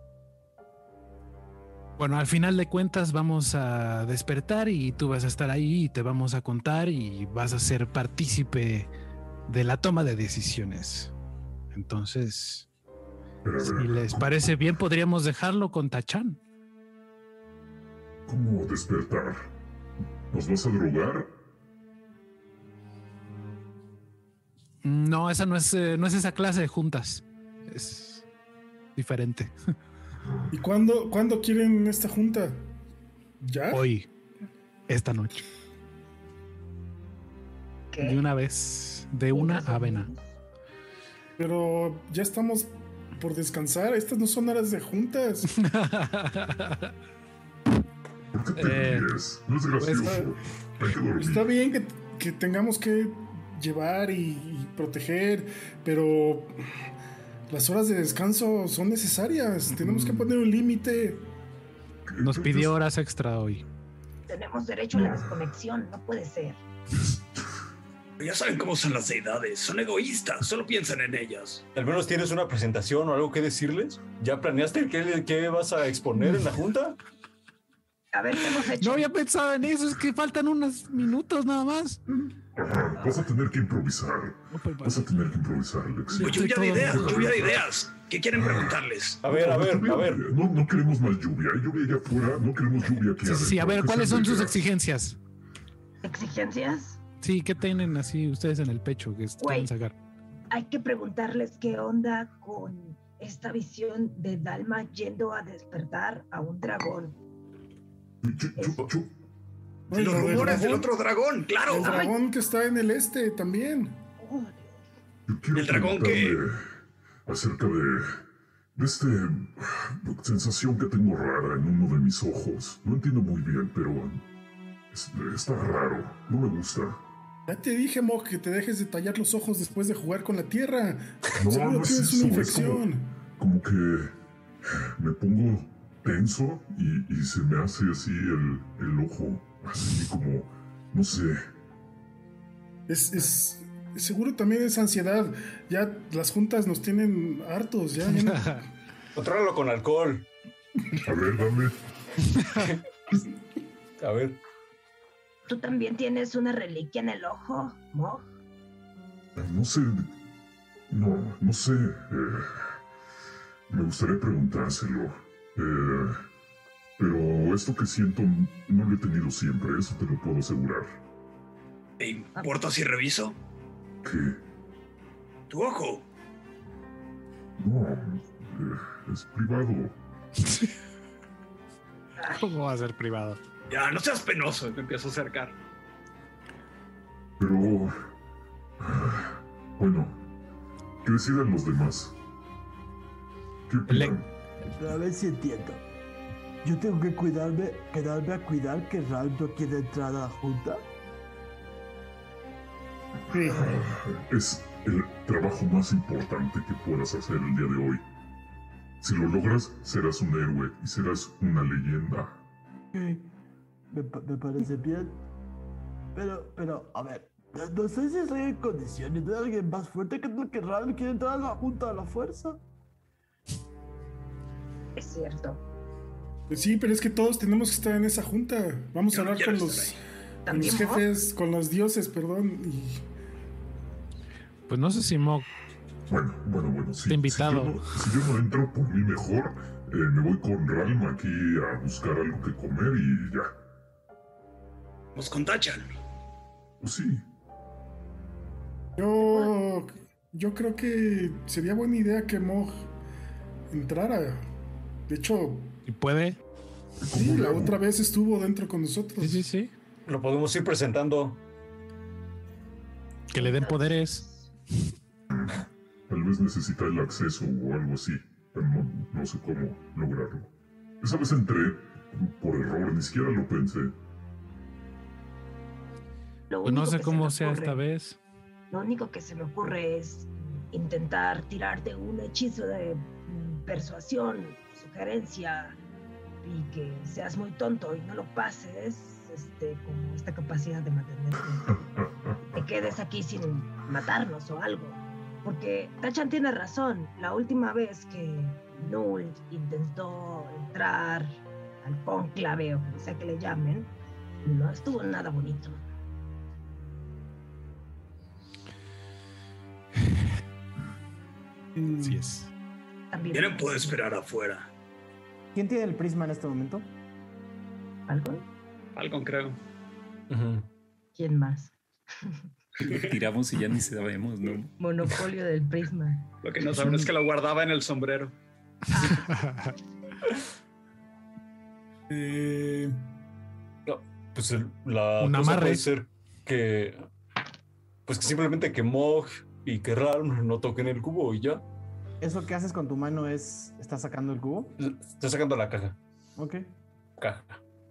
Speaker 2: Bueno, al final de cuentas vamos a despertar y tú vas a estar ahí y te vamos a contar y vas a ser partícipe de la toma de decisiones. Entonces, si les parece bien, podríamos dejarlo con Tachan.
Speaker 9: ¿Cómo despertar? ¿Nos vas a drogar?
Speaker 2: No, esa no es esa clase de juntas. Es diferente.
Speaker 6: ¿Y cuándo quieren esta junta? ¿Ya?
Speaker 2: Hoy, esta noche.
Speaker 3: ¿Qué?
Speaker 2: De una vez, de una avena.
Speaker 6: Pero ya estamos por descansar. Estas no son horas de juntas.
Speaker 9: ¿Por qué te ríes? No es gracioso. Hay que dormir.
Speaker 6: Está bien que tengamos que llevar y proteger, pero las horas de descanso son necesarias. Tenemos que poner un límite.
Speaker 2: Nos pidió horas extra hoy.
Speaker 3: Tenemos derecho a la desconexión, no puede ser.
Speaker 8: Ya saben cómo son las deidades, son egoístas, solo piensan en ellas.
Speaker 7: ¿Al menos tienes una presentación o algo que decirles? ¿Ya planeaste qué vas a exponer en la junta?
Speaker 3: A ver, ¿qué hemos hecho?
Speaker 2: No había pensado en eso, es que faltan unos minutos nada más.
Speaker 9: Vas a tener que improvisar. Vas a tener que improvisar, Alex.
Speaker 8: Pues lluvia de ideas. ¿Qué quieren preguntarles?
Speaker 7: A ver.
Speaker 9: No queremos más lluvia. Hay lluvia allá afuera. No queremos lluvia aquí.
Speaker 2: Sí, a ver, ¿cuáles son sus exigencias?
Speaker 3: ¿Exigencias?
Speaker 2: Sí, ¿qué tienen así ustedes en el pecho que quieren sacar?
Speaker 3: Hay que preguntarles qué onda con esta visión de Dalma yendo a despertar a un dragón.
Speaker 8: Los rumores del otro dragón, claro.
Speaker 6: El dragón que está en el este también.
Speaker 9: Yo quiero
Speaker 8: el dragón que...
Speaker 9: acerca de esta sensación que tengo rara en uno de mis ojos. No entiendo muy bien, pero está raro. No me gusta.
Speaker 6: Ya te dije, Mog, que te dejes de tallar los ojos después de jugar con la tierra.
Speaker 9: No,
Speaker 6: seguro
Speaker 9: no es
Speaker 6: tienes
Speaker 9: eso,
Speaker 6: una infección.
Speaker 9: Como que me pongo tenso y se me hace así el ojo. Así como, no sé.
Speaker 6: Seguro también es ansiedad. Ya las juntas nos tienen hartos. Ya no...
Speaker 7: Contrólalo con alcohol.
Speaker 9: A ver, dame.
Speaker 7: A ver.
Speaker 3: ¿Tú también tienes una reliquia en el ojo, Mog?
Speaker 9: No sé. No sé. Me gustaría preguntárselo. Pero esto que siento no lo he tenido siempre. Eso te lo puedo asegurar.
Speaker 8: ¿Te importa si reviso?
Speaker 9: ¿Qué?
Speaker 8: Tu ojo.
Speaker 9: No. Es privado.
Speaker 2: ¿Cómo va a ser privado?
Speaker 5: Ya, no seas penoso. Me empiezo a acercar.
Speaker 9: Pero... bueno. Que decidan los demás. ¿Qué opinan?
Speaker 10: A ver si entiendo. Yo tengo que quedarme a cuidar que Ralph no quiere entrar a la junta.
Speaker 6: Sí.
Speaker 9: Es el trabajo más importante que puedas hacer el día de hoy. Si lo logras, serás un héroe y serás una leyenda.
Speaker 10: Okay. Me parece bien. Pero, a ver, no sé si estoy en condiciones de alguien más fuerte que Ralph quiere entrar a la junta a la fuerza.
Speaker 3: Es cierto.
Speaker 6: Pues sí, pero es que todos tenemos que estar en esa junta. Vamos a hablar con los jefes, con los dioses, perdón.
Speaker 2: Pues no sé si Mog...
Speaker 9: Bueno.
Speaker 2: Te invitado.
Speaker 9: Si yo no entro por mí mejor, me voy con Ralm aquí a buscar algo que comer y ya.
Speaker 8: Nos contachan.
Speaker 9: Pues sí.
Speaker 6: Yo creo que sería buena idea que Mog entrara. De hecho...
Speaker 2: ¿Y puede?
Speaker 6: Sí, la otra vez estuvo dentro con nosotros.
Speaker 2: Sí.
Speaker 7: Lo podemos ir presentando.
Speaker 2: Que le den poderes.
Speaker 9: Tal vez necesita el acceso o algo así. Pero no sé cómo lograrlo. Esa vez entré por error, ni siquiera lo pensé.
Speaker 2: Pues no sé cómo sea esta vez.
Speaker 3: Lo único que se me ocurre es intentar tirarte un hechizo de persuasión, sugerencia, y que seas muy tonto y no lo pases, con esta capacidad de mantenerte, te quedes aquí sin matarnos o algo. Porque Tachan tiene razón. La última vez que Null intentó entrar al cónclave o como sea que le llamen, no estuvo nada bonito.
Speaker 2: Sí es.
Speaker 8: Miren, puede esperar afuera.
Speaker 1: ¿Quién tiene el prisma en este momento?
Speaker 3: ¿Falcon?
Speaker 5: Falcon, creo.
Speaker 3: ¿Quién más?
Speaker 4: Lo tiramos y ya ni sabemos, ¿no?
Speaker 3: Monopolio del prisma.
Speaker 5: Lo que no saben es que lo guardaba en el sombrero.
Speaker 7: No, pues la
Speaker 2: Un
Speaker 7: cosa
Speaker 2: amarre.
Speaker 7: puede ser que... Pues que simplemente que Mog y que Ralm no toquen el cubo y ya.
Speaker 1: ¿Eso que haces con tu mano es... ¿Estás sacando el cubo?
Speaker 7: Está sacando la caja.
Speaker 1: Ok.
Speaker 7: Caja.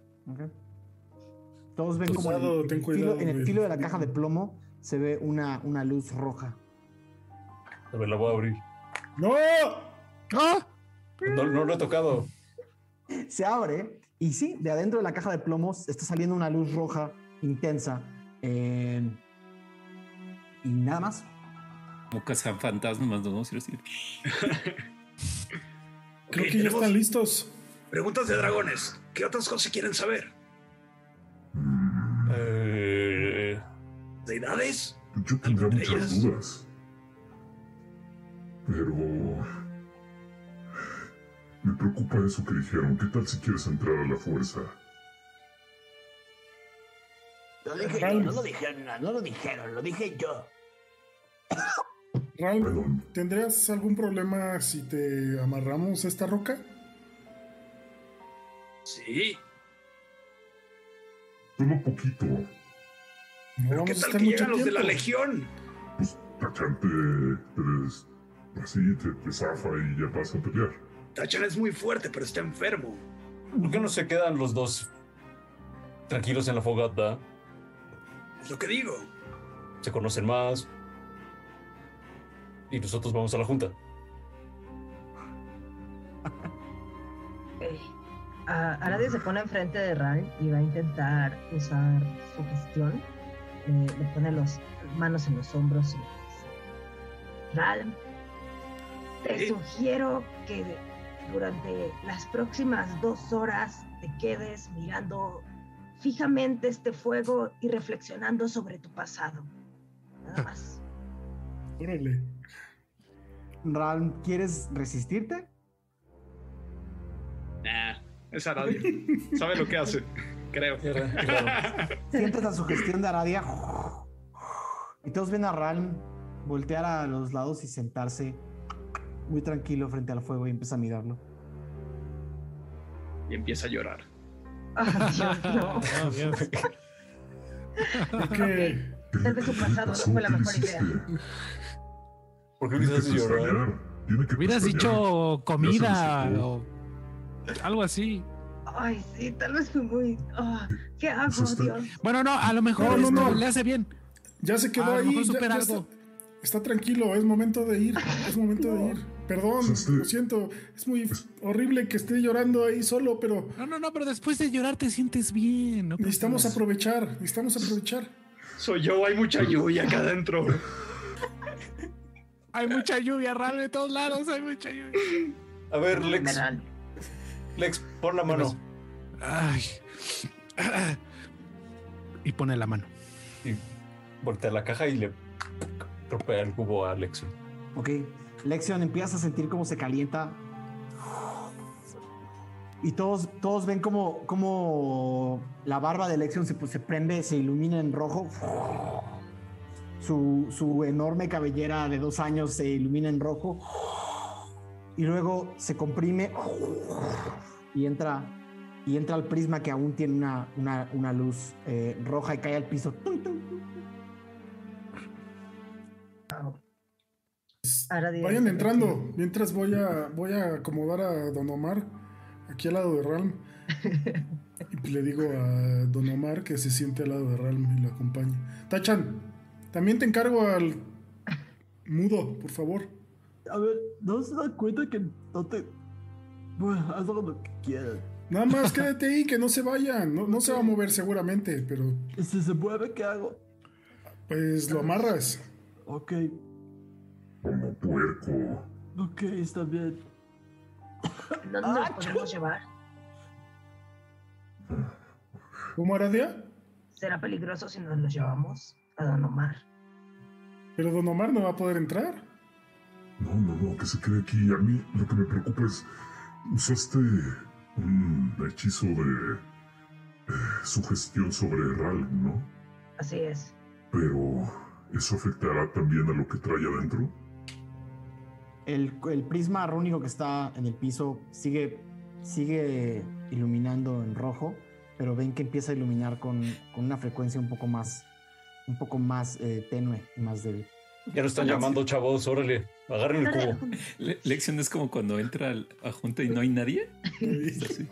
Speaker 1: Todos ven como en el filo de la caja de plomo se ve una luz roja.
Speaker 7: A ver, la voy a abrir.
Speaker 6: ¡No!
Speaker 2: ¡Ah!
Speaker 7: No lo he tocado.
Speaker 1: Se abre Y sí, de adentro de la caja de plomos está saliendo una luz roja intensa. Y nada más.
Speaker 4: Como cazafantasmas, ¿no? Sí, sí.
Speaker 6: Creo que ya están listos.
Speaker 8: Preguntas de dragones. ¿Qué otras cosas quieren saber? ¿Deidades?
Speaker 9: Yo tendría
Speaker 8: ¿Alguna de
Speaker 9: muchas
Speaker 8: ellas?
Speaker 9: dudas. Pero... me preocupa eso que dijeron. ¿Qué tal si quieres entrar a la fuerza?
Speaker 10: Lo dije yo, no lo dijeron, no lo dijeron, lo dije yo.
Speaker 6: Ral,
Speaker 9: Perdón.
Speaker 6: ¿tendrías algún problema si te amarramos a esta roca?
Speaker 8: Sí.
Speaker 9: Solo poquito.
Speaker 6: No
Speaker 8: ¿Pero
Speaker 6: vamos
Speaker 8: qué
Speaker 6: a
Speaker 8: tal
Speaker 6: estar
Speaker 8: que
Speaker 6: mucho
Speaker 8: llegan los de la
Speaker 6: tiempo.
Speaker 8: Legión?
Speaker 9: Pues Tachan te zafa y ya vas a pelear.
Speaker 8: Tachan es muy fuerte, pero está enfermo.
Speaker 7: ¿Por qué no se quedan los dos tranquilos en la fogata?
Speaker 8: Es lo que digo.
Speaker 7: Se conocen más. Y nosotros vamos a la junta.
Speaker 3: Aradia se pone enfrente de Ral y va a intentar usar su gestión. Le pone las manos en los hombros y le dice: Ral, te sugiero que durante las próximas 2 horas te quedes mirando fijamente este fuego y reflexionando sobre tu pasado. Nada más.
Speaker 6: Órale.
Speaker 1: Ral, ¿quieres resistirte?
Speaker 5: Nah, es Aradia. Sabe lo que hace, creo.
Speaker 1: Sientes la sugestión de Aradia y todos ven a Ral voltear a los lados y sentarse muy tranquilo frente al fuego y empieza a mirarlo.
Speaker 5: Y empieza a llorar.
Speaker 3: Oh, Dios, no.
Speaker 6: Porque
Speaker 3: Tal vez su pasado no fue la mejor idea.
Speaker 7: ¿Por qué
Speaker 9: Tiene que
Speaker 7: hubieras llorar?
Speaker 9: pestañear. Tiene que
Speaker 2: Hubieras
Speaker 9: pestañear.
Speaker 2: dicho comida
Speaker 9: Ya se
Speaker 2: o algo así.
Speaker 3: Ay, sí, tal vez fue muy... ¿Qué hago,
Speaker 9: Eso está-
Speaker 3: Dios?
Speaker 2: Bueno, no, a lo mejor
Speaker 6: No.
Speaker 2: le hace bien.
Speaker 6: ya se quedó
Speaker 2: A lo
Speaker 6: ahí.
Speaker 2: mejor
Speaker 6: ya
Speaker 2: supera
Speaker 6: está,
Speaker 2: algo.
Speaker 6: está tranquilo, es momento de ir. Es momento de ir. Perdón,
Speaker 9: Sí.
Speaker 6: lo siento. Es muy horrible que esté llorando ahí solo, pero
Speaker 2: No, pero después de llorar te sientes bien. No
Speaker 6: necesitamos
Speaker 2: preocupes.
Speaker 6: aprovechar.
Speaker 5: Soy yo, hay mucha lluvia acá adentro.
Speaker 2: Hay mucha lluvia, Ral, de todos lados hay mucha lluvia.
Speaker 7: A ver, Lex.
Speaker 3: Ral.
Speaker 7: Lex, pon la mano.
Speaker 2: Ay. Y pone la mano.
Speaker 7: Y voltea la caja y le tropea el cubo a Lex.
Speaker 1: Ok, Lexion, empiezas a sentir cómo se calienta. Y todos ven como la barba de Lexion se prende, se ilumina en rojo. Su enorme cabellera de 2 años se ilumina en rojo. Y luego se comprime y entra al prisma que aún tiene una luz roja y cae al piso. ¡Tum, tum!
Speaker 3: Aradia
Speaker 6: Vayan
Speaker 3: dice
Speaker 6: entrando. Mientras voy a acomodar a Don Omar aquí al lado de Ralm. Y le digo a Don Omar que se siente al lado de Ralm y lo acompañe. Tachan, también te encargo al mudo, por favor.
Speaker 10: A ver, ¿no se dan cuenta que no te... Bueno, haz lo que quieras.
Speaker 6: Nada más quédate ahí, que no se vayan. No se va a mover seguramente, pero
Speaker 10: ¿Y si se mueve, qué hago?
Speaker 6: pues lo amarras.
Speaker 10: Ok,
Speaker 9: Como puerco.
Speaker 10: ok, está bien.
Speaker 3: ¿Dónde nos podemos llevar?
Speaker 6: ¿Cómo, Aradia?
Speaker 3: ¿Será peligroso si nos los llevamos a Don Omar?
Speaker 6: Pero Don Omar no va a poder entrar.
Speaker 9: No, que se quede aquí. A mí lo que me preocupa es... usaste un hechizo de sugestión sobre Ral, ¿no?
Speaker 3: Así es.
Speaker 9: Pero... ¿eso afectará también a lo que trae adentro?
Speaker 1: El prisma rúnico que está en el piso sigue iluminando en rojo, pero ven que empieza a iluminar con una frecuencia un poco más tenue y más débil.
Speaker 7: Ya lo están llamando, chavos. Órale, agarren el cubo.
Speaker 4: Lexion es como cuando entra a junta y no hay nadie. Es así.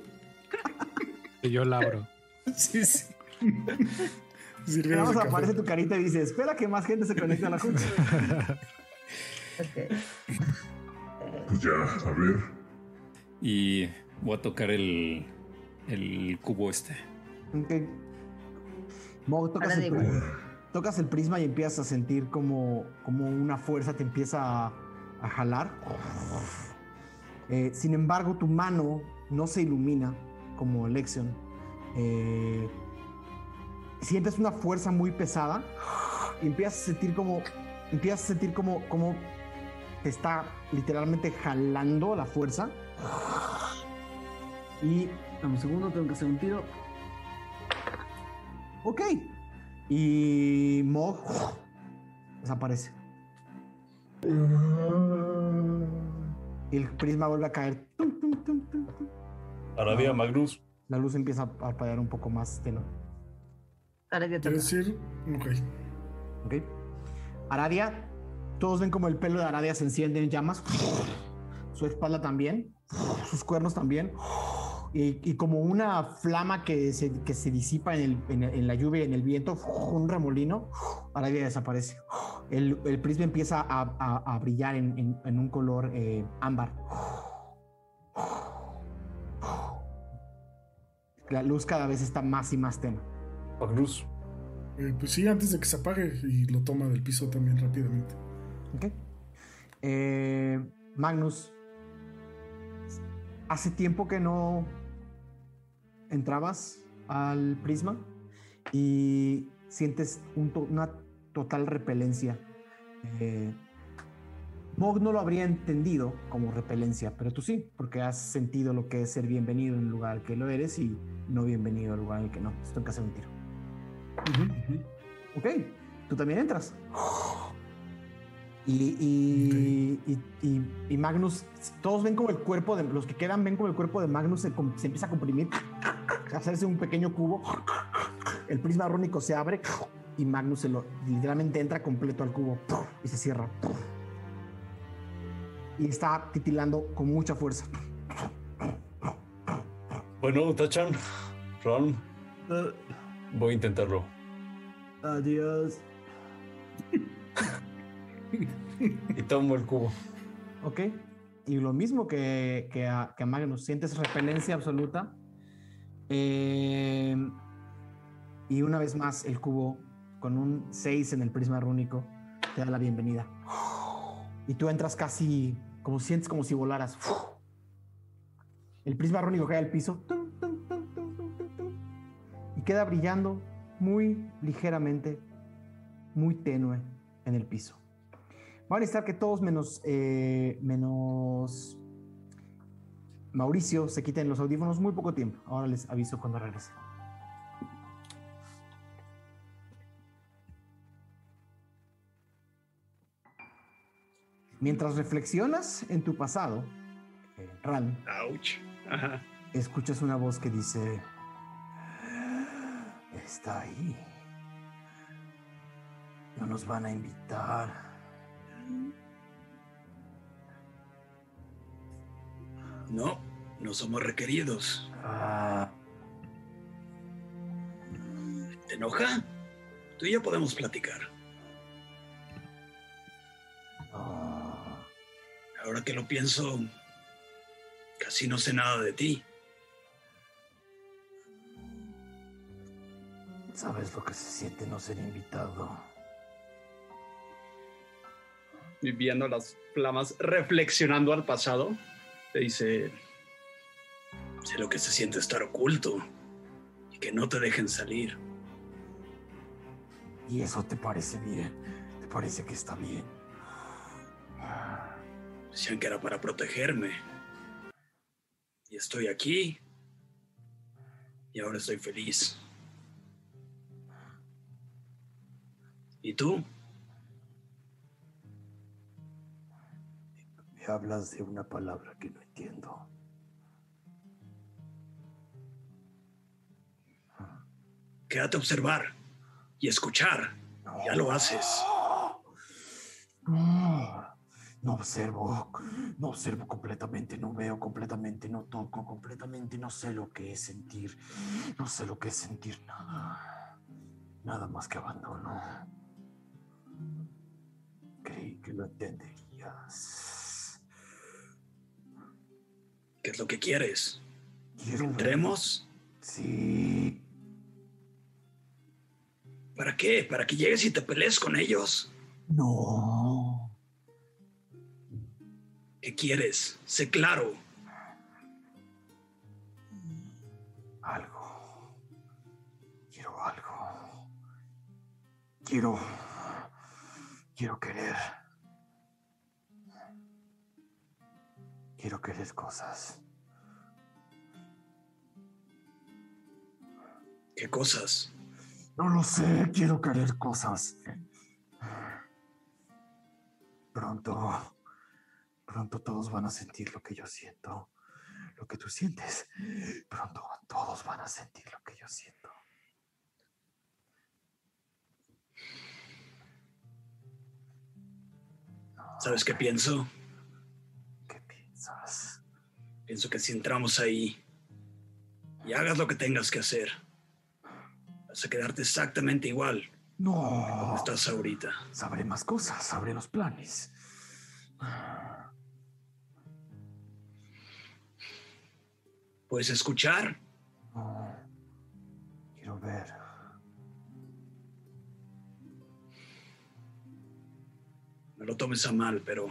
Speaker 2: Y yo la abro.
Speaker 4: Sí.
Speaker 6: Sirviendo
Speaker 1: Vamos,
Speaker 6: de café.
Speaker 1: aparece tu carita y dice, espera que más gente se conecte a la junta.
Speaker 3: Ok.
Speaker 9: Pues ya, a ver.
Speaker 4: Y voy a tocar el el cubo este.
Speaker 1: Ok. Mog, tocas el prisma y empiezas a sentir como una fuerza te empieza a jalar. Sin embargo, tu mano no se ilumina como Lexion. Sientes una fuerza muy pesada y empiezas a sentir como te está literalmente jalando la fuerza. Y dame un segundo, tengo que hacer un tiro. Ok. Y Mog desaparece. Y el prisma vuelve a caer.
Speaker 7: Aradia, Magnus.
Speaker 1: La luz empieza a parpadear un poco más tenue.
Speaker 3: Aradia
Speaker 6: Quiero
Speaker 3: toca.
Speaker 6: decir,
Speaker 1: Ok. Aradia, todos ven como el pelo de Aradia se enciende en llamas. Su espalda también. Sus cuernos también. Y como una flama que se disipa en la lluvia y en el viento, un remolino, Aradia desaparece. El prisma empieza a brillar en un color ámbar. La luz cada vez está más y más tenue.
Speaker 7: Magnus.
Speaker 6: pues sí, antes de que se apague y lo toma del piso también rápidamente.
Speaker 1: Ok. Magnus, hace tiempo que no entrabas al prisma y sientes una total repelencia. Mog no lo habría entendido como repelencia, pero tú sí, porque has sentido lo que es ser bienvenido en el lugar que lo eres y no bienvenido al lugar en el que no. Esto tengo que hacer un tiro. Ok, tú también entras. Y Magnus, todos ven como el cuerpo de los que quedan, ven como el cuerpo de Magnus se empieza a comprimir, a hacerse un pequeño cubo. El prisma rúnico se abre y Magnus literalmente entra completo al cubo y se cierra. Y está titilando con mucha fuerza.
Speaker 7: Bueno, Tachan, Ron, voy a intentarlo.
Speaker 10: Adiós.
Speaker 7: Y tomo el cubo.
Speaker 1: Ok. Y lo mismo que a Magnus, sientes repelencia absoluta. Y una vez más el cubo con un 6 en el prisma rúnico te da la bienvenida. Y tú entras casi como sientes como si volaras. El prisma rúnico cae al piso y queda brillando muy ligeramente, muy tenue en el piso. Van a necesitar que todos menos Mauricio se quiten los audífonos muy poco tiempo. Ahora les aviso cuando regrese. Mientras reflexionas en tu pasado, Ran,
Speaker 5: Ouch. Ajá.
Speaker 1: escuchas una voz que dice: está ahí. No nos van a invitar.
Speaker 8: No, no somos requeridos. ¿Te enoja? Tú y yo podemos platicar. Ahora que lo pienso, casi no sé nada de ti.
Speaker 10: ¿Sabes lo que se siente no ser invitado?
Speaker 5: Y viendo las flamas, reflexionando al pasado, te dice:
Speaker 8: sé lo que se siente estar oculto y que no te dejen salir.
Speaker 10: ¿Y eso te parece bien? ¿Te parece que está bien?
Speaker 8: Decían que era para protegerme. Y estoy aquí. Y ahora estoy feliz. ¿Y tú?
Speaker 10: Me hablas de una palabra que no entiendo.
Speaker 8: Quédate a observar y escuchar. Ya lo haces.
Speaker 10: No observo completamente, no veo completamente, no toco completamente, no sé lo que es sentir, no sé lo que es sentir nada más que abandono. Creí que lo entenderías.
Speaker 8: ¿Qué es lo que quieres?
Speaker 10: Quiero
Speaker 8: ¿Entremos?
Speaker 10: Sí.
Speaker 8: ¿Para qué? ¿Para que llegues y te pelees con ellos?
Speaker 10: No.
Speaker 8: ¿Qué quieres? Sé claro.
Speaker 10: Algo. Quiero algo. Quiero querer. Quiero querer cosas.
Speaker 8: ¿Qué cosas?
Speaker 10: No lo sé, quiero querer cosas. Pronto todos van a sentir lo que yo siento, lo que tú sientes. Pronto todos van a sentir lo que yo siento.
Speaker 8: ¿Sabes qué pienso?
Speaker 10: ¿Qué piensas?
Speaker 8: Pienso que si entramos ahí y hagas lo que tengas que hacer, vas a quedarte exactamente igual como
Speaker 10: No.
Speaker 8: estás ahorita.
Speaker 10: Sabré más cosas, sabré los planes.
Speaker 8: ¿Puedes escuchar?
Speaker 10: No. Quiero ver.
Speaker 8: No lo tomes a mal, pero...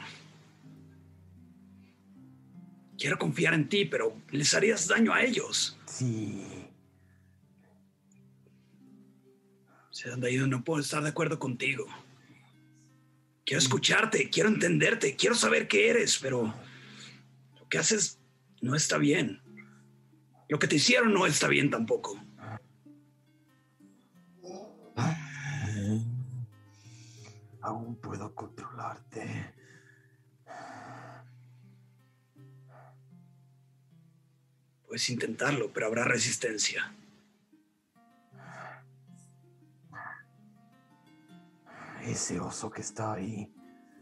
Speaker 8: Quiero confiar en ti, pero les harías daño a ellos.
Speaker 10: Sí.
Speaker 8: Se han ido, no puedo estar de acuerdo contigo. Quiero escucharte, quiero entenderte, quiero saber qué eres, pero lo que haces no está bien. Lo que te hicieron no está bien tampoco.
Speaker 10: Aún puedo controlarte.
Speaker 8: Puedes intentarlo, pero habrá resistencia.
Speaker 10: Ese oso que está ahí.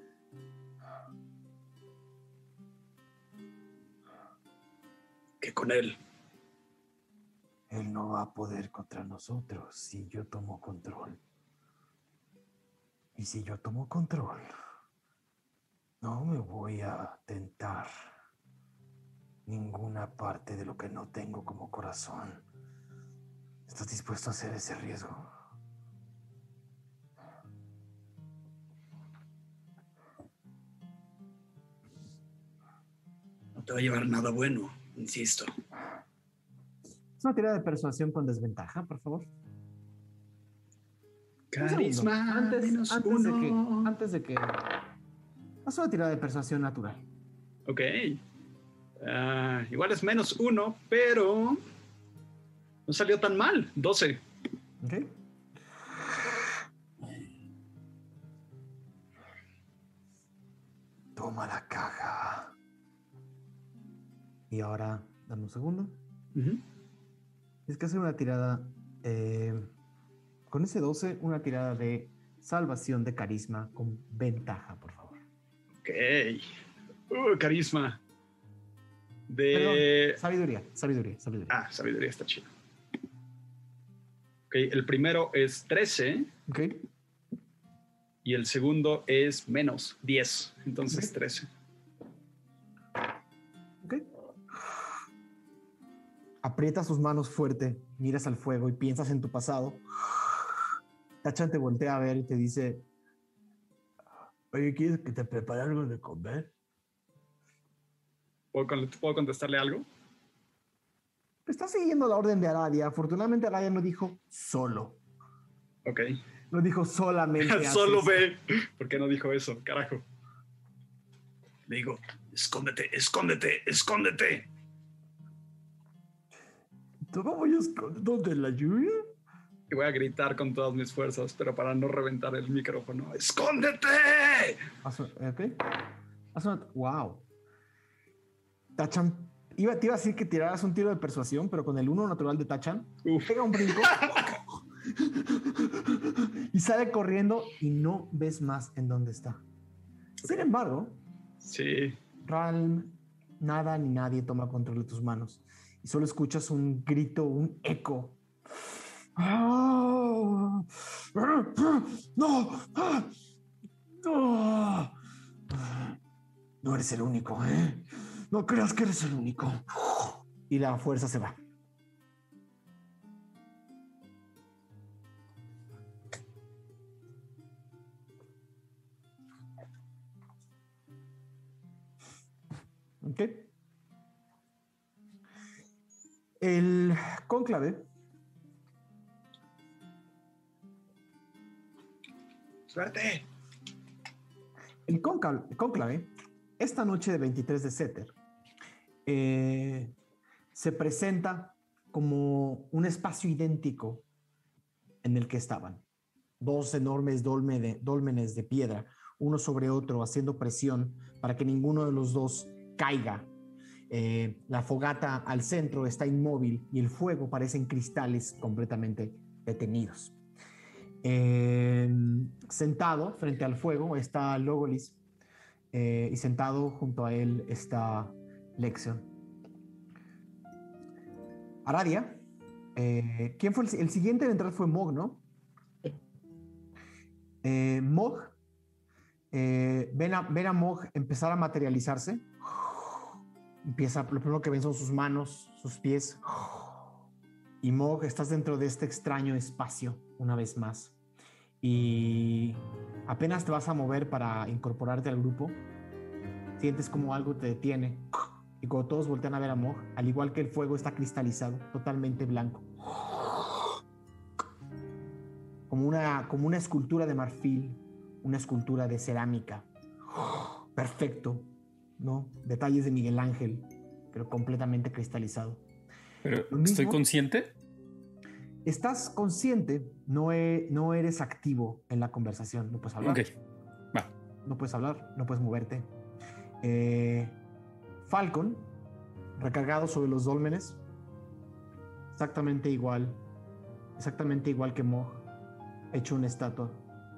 Speaker 8: ¿Qué con él?
Speaker 10: Él no va a poder contra nosotros si yo tomo control. Y si yo tomo control, no me voy a tentar ninguna parte de lo que no tengo como corazón. ¿Estás dispuesto a hacer ese riesgo?
Speaker 8: No te va a llevar nada bueno, insisto.
Speaker 1: Es una tirada de persuasión con desventaja, por favor.
Speaker 5: Carisma.
Speaker 1: Antes de que. Haz una tirada de persuasión natural.
Speaker 5: Ok. Igual es -1, pero no salió tan mal. 12.
Speaker 1: Ok.
Speaker 10: Toma la caja.
Speaker 1: Y ahora, dame un segundo.
Speaker 5: Uh-huh.
Speaker 1: Es que hacer una tirada. Con ese 12, una tirada de salvación de carisma con ventaja, por favor.
Speaker 5: Ok. Carisma.
Speaker 1: Perdón, sabiduría.
Speaker 5: Ah, sabiduría está chido. Ok, el primero es 13.
Speaker 1: Ok.
Speaker 5: Y el segundo es -10. Entonces
Speaker 1: Ok.
Speaker 5: 13.
Speaker 1: Ok. Aprietas sus manos fuerte, miras al fuego y piensas en tu pasado. Tachan te voltea a ver y te dice:
Speaker 10: Oye, ¿quieres que te prepare algo de comer?
Speaker 5: ¿Puedo contestarle algo?
Speaker 1: estás siguiendo la orden de Aradia. Afortunadamente Aradia no dijo solo.
Speaker 5: Ok.
Speaker 1: No dijo solamente.
Speaker 5: Solo
Speaker 1: haces.
Speaker 5: ve. ¿Por qué no dijo eso? Carajo.
Speaker 8: Le digo, escóndete, escóndete, escóndete.
Speaker 10: ¿Cómo voy a escondernos de la lluvia?
Speaker 5: Y voy a gritar con todas mis fuerzas, pero para no reventar el micrófono. ¡Escóndete!
Speaker 1: Wow. Tachan. Te iba a decir que tiraras un tiro de persuasión, pero con el 1 natural de Tachan, pega un brinco y sale corriendo y no ves más en dónde está. Sin embargo,
Speaker 5: sí.
Speaker 1: Ralm, nada ni nadie toma control de tus manos y solo escuchas un grito, un eco. ¡No! ¡No! No eres el único, ¿eh? No creas que eres el único. Y la fuerza se va. Ok. El cónclave.
Speaker 5: ¡Suerte!
Speaker 1: El cónclave, esta noche de 23 de Seter, se presenta como un espacio idéntico en el que estaban. Dos enormes dólmenes de piedra, uno sobre otro, haciendo presión para que ninguno de los dos caiga. La fogata al centro está inmóvil y el fuego parecen cristales completamente detenidos. Sentado frente al fuego está Logolis y sentado junto a él está Lexion. Aradia, ¿quién fue el siguiente en entrar? Fue Mog, ¿no? Mog, ven a Mog empezar a materializarse. Empieza, lo primero que ven son sus manos, sus pies. Y Mog, estás dentro de este extraño espacio una vez más. Y apenas te vas a mover para incorporarte al grupo, sientes como algo te detiene. Y cuando todos voltean a ver a Mog, al igual que el fuego está cristalizado, totalmente blanco. Como una escultura de marfil, una escultura de cerámica. Perfecto, ¿no? Detalles de Miguel Ángel, pero completamente cristalizado.
Speaker 4: Pero, ¿estoy consciente?
Speaker 1: Estás consciente, no eres activo en la conversación, no puedes hablar.
Speaker 4: Ok, va.
Speaker 1: No puedes hablar, no puedes moverte. Falcon, recargado sobre los dólmenes, exactamente igual que Mog, hecho una estatua.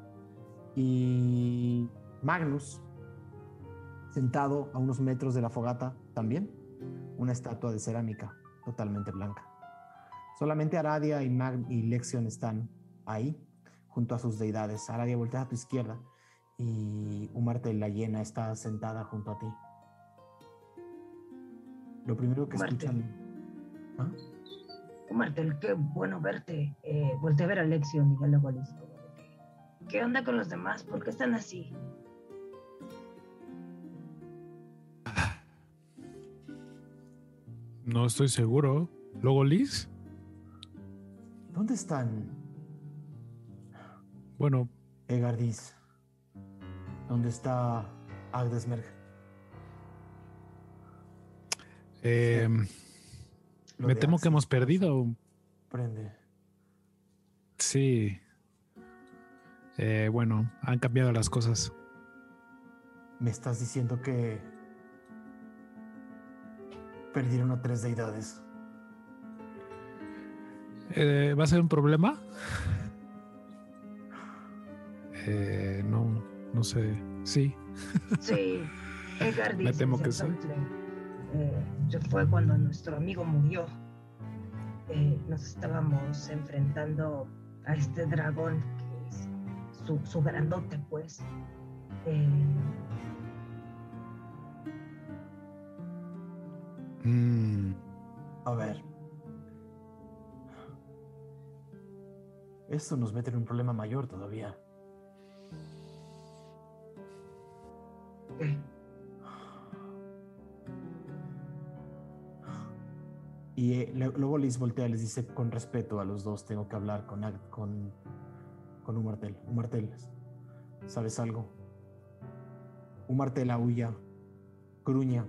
Speaker 1: Y Magnus, sentado a unos metros de la fogata, también una estatua de cerámica totalmente blanca. Solamente Aradia y Lexion están ahí, junto a sus deidades. Aradia, voltea a tu izquierda y Umarte la Hiena está sentada junto a ti. Lo primero que escuchan... ¿Ah?
Speaker 3: Umarte, qué bueno verte. Volteé a ver a Lexion y a Logolis. ¿Qué onda con los demás? ¿Por qué están así?
Speaker 2: No estoy seguro. ¿Logolis?
Speaker 1: ¿Dónde están?
Speaker 2: Bueno.
Speaker 1: Egardis. ¿Dónde está Agdesmerg?
Speaker 2: Me temo que hemos perdido.
Speaker 1: Prende.
Speaker 2: Sí. Bueno, han cambiado las cosas.
Speaker 1: ¿Me estás diciendo que perdieron a 3 deidades?
Speaker 2: ¿Va a ser un problema? No sé. Sí.
Speaker 3: Sí, Egardis.
Speaker 2: Me temo que sí.
Speaker 3: Fue cuando nuestro amigo murió. Nos estábamos enfrentando a este dragón que es su grandote, pues.
Speaker 1: A ver. Esto nos mete en un problema mayor todavía. Y luego les voltea, les dice con respeto a los dos, tengo que hablar con Umartel. Umartel, ¿sabes algo? Umartel aúlla, gruña.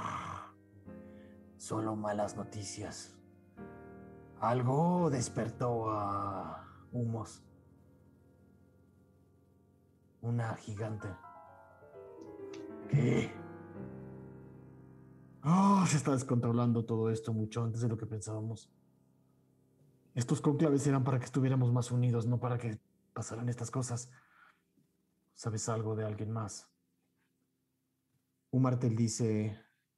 Speaker 1: Solo malas noticias. Algo despertó a Humos. Una gigante. ¿Qué? Se está descontrolando todo esto mucho antes de lo que pensábamos. Estos cónclaves eran para que estuviéramos más unidos, no para que pasaran estas cosas. ¿Sabes algo de alguien más? Umartel dice...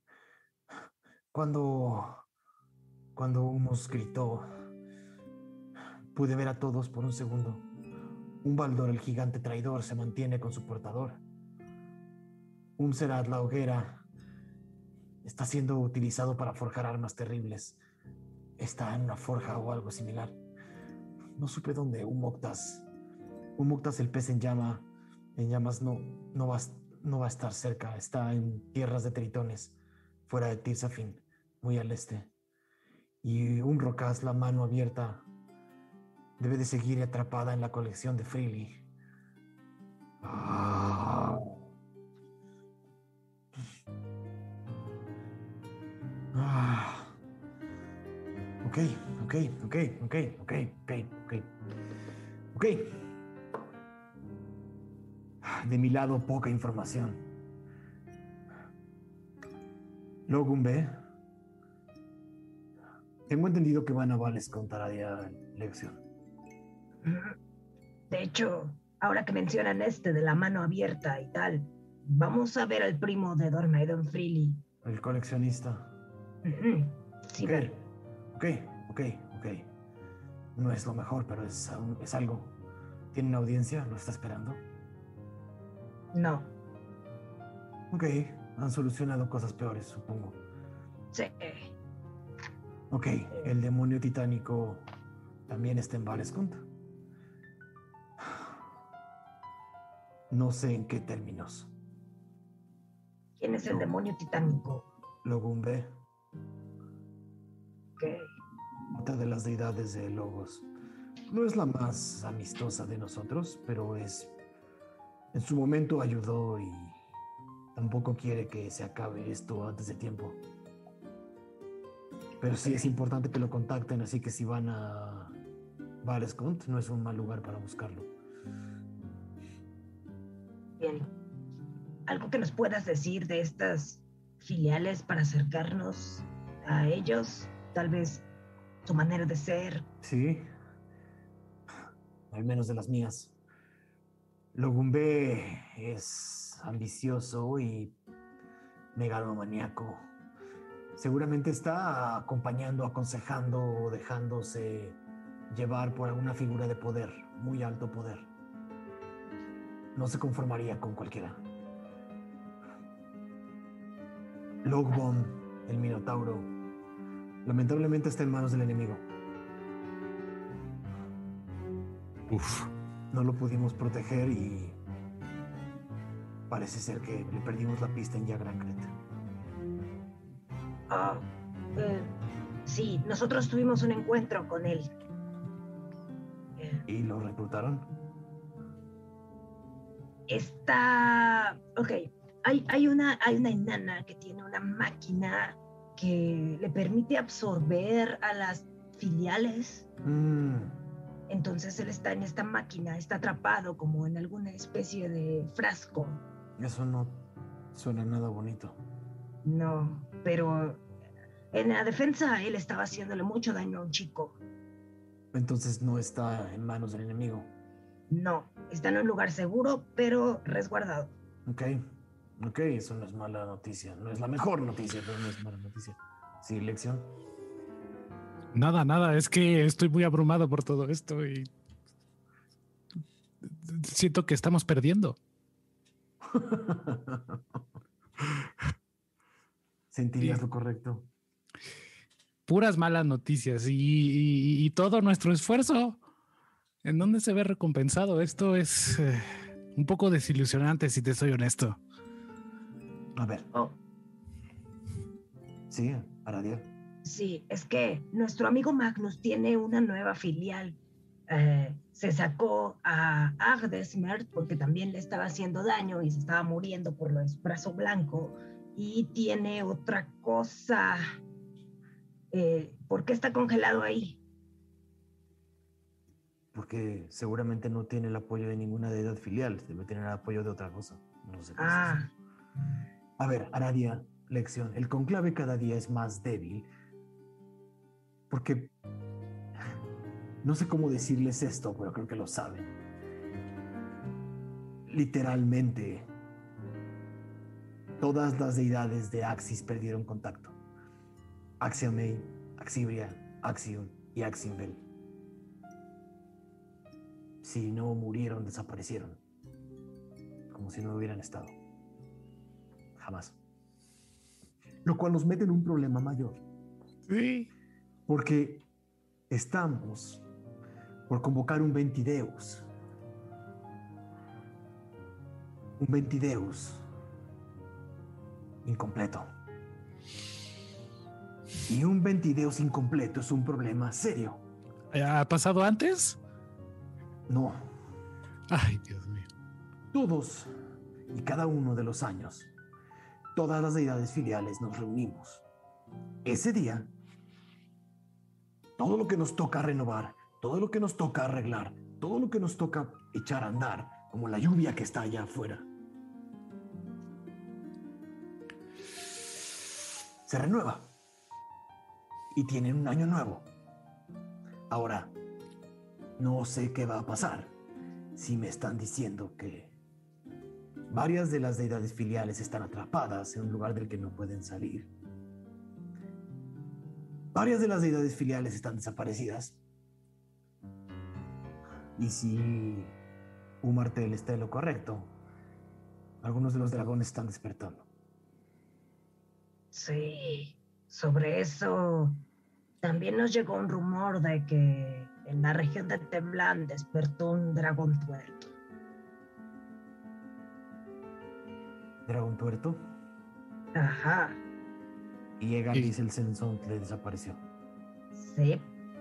Speaker 1: Cuando Humos gritó, pude ver a todos por un segundo. Un Baldor, el gigante traidor, se mantiene con su portador. Umserat, la hoguera, está siendo utilizado para forjar armas terribles. Está en una forja o algo similar. No supe dónde. Umoktas, el pez en llamas, no va a estar cerca. Está en tierras de tritones.
Speaker 10: fuera de Tirsafin, muy al este. Y un Rocas, la mano abierta, debe de seguir atrapada en la colección de Freely. Ah. Ah. Ok. De mi lado, poca información. Logumbe. Tengo entendido que van a Vales con Taradia lección.
Speaker 3: De hecho, ahora que mencionan de la mano abierta y tal, vamos a ver al primo de Dormaidon Freely.
Speaker 10: El coleccionista.
Speaker 3: Sí,
Speaker 10: Ok. No es lo mejor, pero es algo. ¿Tiene una audiencia? ¿Lo está esperando?
Speaker 3: No.
Speaker 10: Ok, han solucionado cosas peores, supongo.
Speaker 3: Sí.
Speaker 10: Ok, el demonio titánico también está en Valescund. No sé en qué términos.
Speaker 3: ¿Quién es el demonio titánico?
Speaker 10: Logumbe.
Speaker 3: Ok.
Speaker 10: Otra de las deidades de Logos. No es la más amistosa de nosotros, pero en su momento ayudó y tampoco quiere que se acabe esto antes de tiempo. Pero sí es importante que lo contacten, así que si van a Valescund, no es un mal lugar para buscarlo.
Speaker 3: Bien. ¿Algo que nos puedas decir de estas filiales para acercarnos a ellos? Tal vez su manera de ser.
Speaker 10: Sí. Al menos de las mías. Logumbe es ambicioso y megalomaníaco. Seguramente está acompañando, aconsejando o dejándose llevar por alguna figura de poder, muy alto poder. No se conformaría con cualquiera. Logbom, el Minotauro, lamentablemente está en manos del enemigo. No lo pudimos proteger y parece ser que le perdimos la pista en Yagrancret.
Speaker 3: Sí, nosotros tuvimos un encuentro con él.
Speaker 10: ¿Y lo reclutaron?
Speaker 3: Ok, hay una enana que tiene una máquina que le permite absorber a las filiales. Entonces él está en esta máquina, está atrapado como en alguna especie de frasco.
Speaker 10: Eso no suena nada bonito.
Speaker 3: No, pero en la defensa él estaba haciéndole mucho daño a un chico.
Speaker 10: Entonces no está en manos del enemigo.
Speaker 3: No, está en un lugar seguro, pero resguardado.
Speaker 10: Ok, eso no es mala noticia. No es la mejor noticia, pero no es mala noticia. Sí, lección.
Speaker 2: Nada, es que estoy muy abrumado por todo esto y siento que estamos perdiendo.
Speaker 10: Sentirías lo correcto.
Speaker 2: Puras malas noticias y todo nuestro esfuerzo. ¿En dónde se ve recompensado? Esto es un poco desilusionante, si te soy honesto.
Speaker 10: A ver. Sí, Aradia.
Speaker 3: Sí, es que nuestro amigo Magnus tiene una nueva filial. Se sacó a Agdesmert porque también le estaba haciendo daño y se estaba muriendo por el brazo blanco. Y tiene otra cosa. ¿Por qué está congelado ahí?
Speaker 10: Porque seguramente no tiene el apoyo de ninguna deidad filial. Debe tener el apoyo de otra cosa. No sé qué es eso. A ver, Aradia, lección. El conclave cada día es más débil. Porque no sé cómo decirles esto, pero creo que lo saben. Literalmente, todas las deidades de Axis perdieron contacto. Axiomei, Axibria, Axion y Aximbel. Si no murieron, desaparecieron. Como si no hubieran estado. Jamás. Lo cual nos mete en un problema mayor.
Speaker 2: Sí.
Speaker 10: Porque estamos por convocar un Ventideus. Un Ventideus incompleto. Y un Ventideus incompleto es un problema serio.
Speaker 2: ¿Ha pasado antes?
Speaker 10: No.
Speaker 2: Ay, Dios mío.
Speaker 10: Todos y cada uno de los años, todas las deidades filiales nos reunimos. Ese día, todo lo que nos toca renovar, todo lo que nos toca arreglar, todo lo que nos toca echar a andar, como la lluvia que está allá afuera, se renueva. Y tienen un año nuevo. Ahora, no sé qué va a pasar si me están diciendo que varias de las deidades filiales están atrapadas en un lugar del que no pueden salir. Varias de las deidades filiales están desaparecidas. Y si Umartel está en lo correcto, algunos de los dragones están despertando.
Speaker 3: Sí, sobre eso también nos llegó un rumor de que en la región de Temblán despertó un dragón tuerto.
Speaker 10: ¿Dragón tuerto?
Speaker 3: Ajá,
Speaker 10: Y Egardis el Sensontle desapareció.
Speaker 3: sí.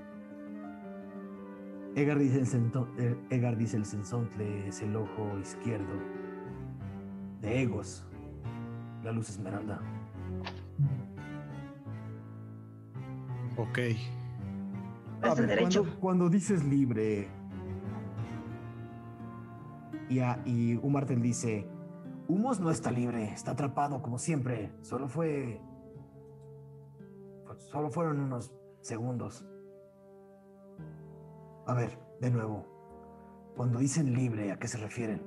Speaker 10: Egardis el Sensontle es el ojo izquierdo de Egos, la luz esmeralda.
Speaker 2: Ok.
Speaker 3: Es el derecho.
Speaker 10: Cuando dices libre, y Umartel dice, Humos no está libre, está atrapado como siempre. Solo fueron unos segundos. A ver, de nuevo. Cuando dicen libre, ¿a qué se refieren?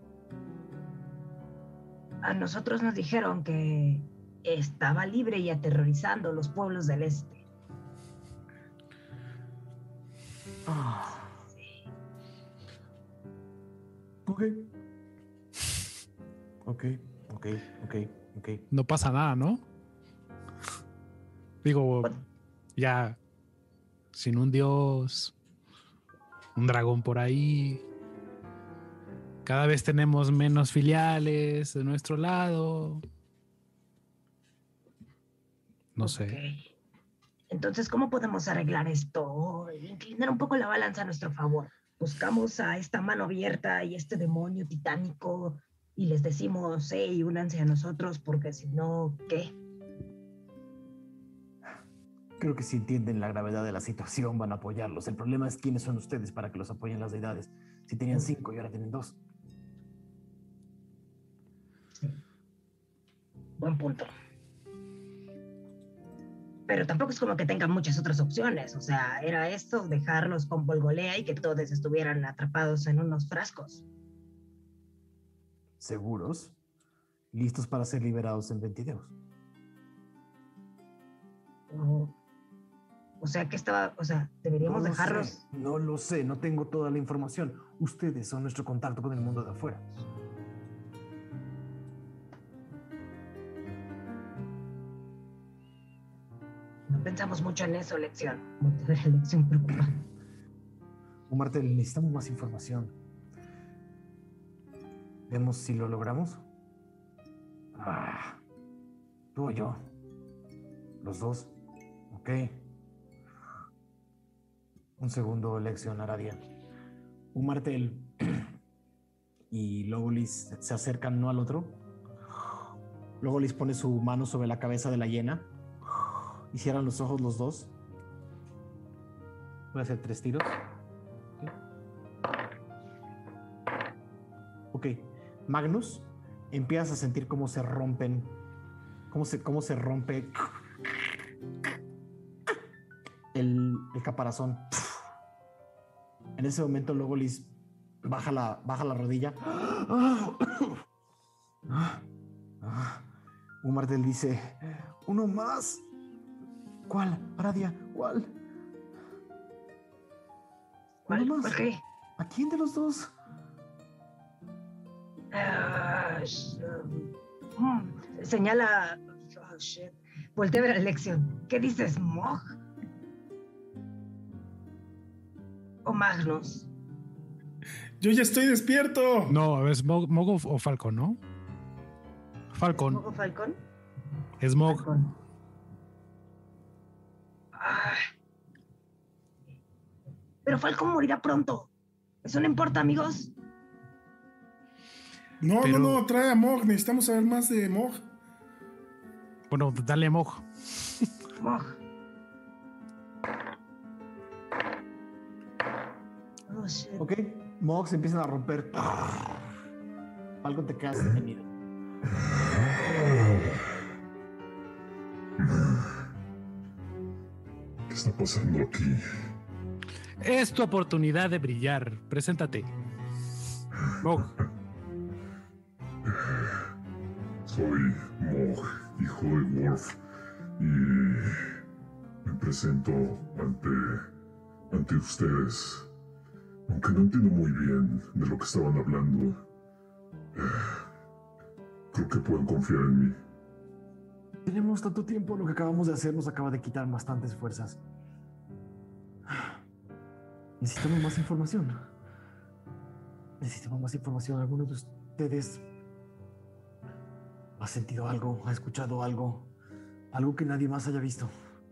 Speaker 3: A nosotros nos dijeron que estaba libre y aterrorizando los pueblos del este. Sí.
Speaker 10: Ok.
Speaker 2: No pasa nada, ¿no? Digo, ya sin un dios, un dragón por ahí. Cada vez tenemos menos filiales de nuestro lado. No sé.
Speaker 3: Entonces, ¿cómo podemos arreglar esto? Inclinar un poco la balanza a nuestro favor. Buscamos a esta mano abierta y este demonio titánico y les decimos, hey, únanse a nosotros porque si no, ¿qué?
Speaker 10: Creo que si entienden la gravedad de la situación van a apoyarlos. El problema es quiénes son ustedes para que los apoyen las deidades. Si tenían 5 y ahora tienen 2.
Speaker 3: Sí. Buen punto. Pero tampoco es como que tengan muchas otras opciones. O sea, era esto, dejarlos con Volgolea y que todos estuvieran atrapados en unos frascos.
Speaker 10: ¿Seguros? ¿Listos para ser liberados en 22?
Speaker 3: O sea, que estaba, o sea, deberíamos dejarlos.
Speaker 10: No lo sé, no tengo toda la información. Ustedes son nuestro contacto con el mundo de afuera.
Speaker 3: No pensamos mucho en eso, Lección. Lección preocupante.
Speaker 10: Umartel, necesitamos más información. ¿Vemos si lo logramos? Tú o yo. Los dos. Ok. Un segundo, Lección Aradia. Umartel y Logolis se acercan uno al otro. Logolis pone su mano sobre la cabeza de la hiena y cierran los ojos los dos. Voy a hacer 3 tiros. Ok. Magnus, empiezas a sentir cómo se rompen, cómo se rompe el caparazón. En ese momento Logolis baja la rodilla. Umartel dice, uno más. ¿Cuál? Aradia, ¿cuál?
Speaker 3: ¿Cuál?
Speaker 10: ¿Uno más?
Speaker 3: ¿Por qué?
Speaker 10: ¿A quién de los dos?
Speaker 3: Señala. Oh, shit. Voltea a ver a Lección. ¿Qué dices, Mog? ¿O Magnus?
Speaker 6: Yo ya estoy despierto.
Speaker 2: No, a ver, ¿es Mog o Falcon, no? Falcon.
Speaker 3: ¿Mog o Falcon?
Speaker 2: Es Mog.
Speaker 3: Falcon. Pero Falcon morirá pronto. Eso no importa, amigos.
Speaker 6: No, trae a Mog. Necesitamos saber más de Mog.
Speaker 2: Bueno, dale a Mog.
Speaker 3: Mog. Oh, shit.
Speaker 1: Ok, Mog se empiezan a romper. Falcon, te quedas detenido.
Speaker 9: ¿Qué está pasando aquí?
Speaker 2: Es tu oportunidad de brillar. Preséntate. Mog.
Speaker 9: Soy Mog, hijo de Worf, y me presento ante ustedes. Aunque no entiendo muy bien de lo que estaban hablando, creo que pueden confiar en mí.
Speaker 1: Tenemos tanto tiempo, lo que acabamos de hacer nos acaba de quitar bastantes fuerzas. Necesitamos más información. ¿Alguno de ustedes ha sentido algo? ¿Ha escuchado algo? Algo que nadie más haya visto.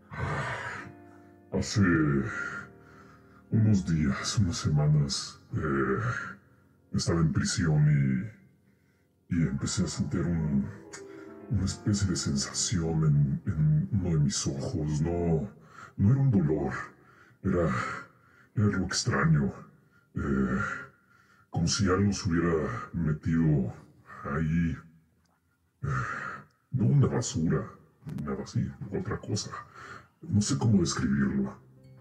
Speaker 9: Hace unos días, unas semanas, estaba en prisión y empecé a sentir una especie de sensación en uno de mis ojos. No era un dolor, era algo extraño. Como si algo se hubiera metido ahí. No una basura, nada así, otra cosa. No sé cómo describirlo.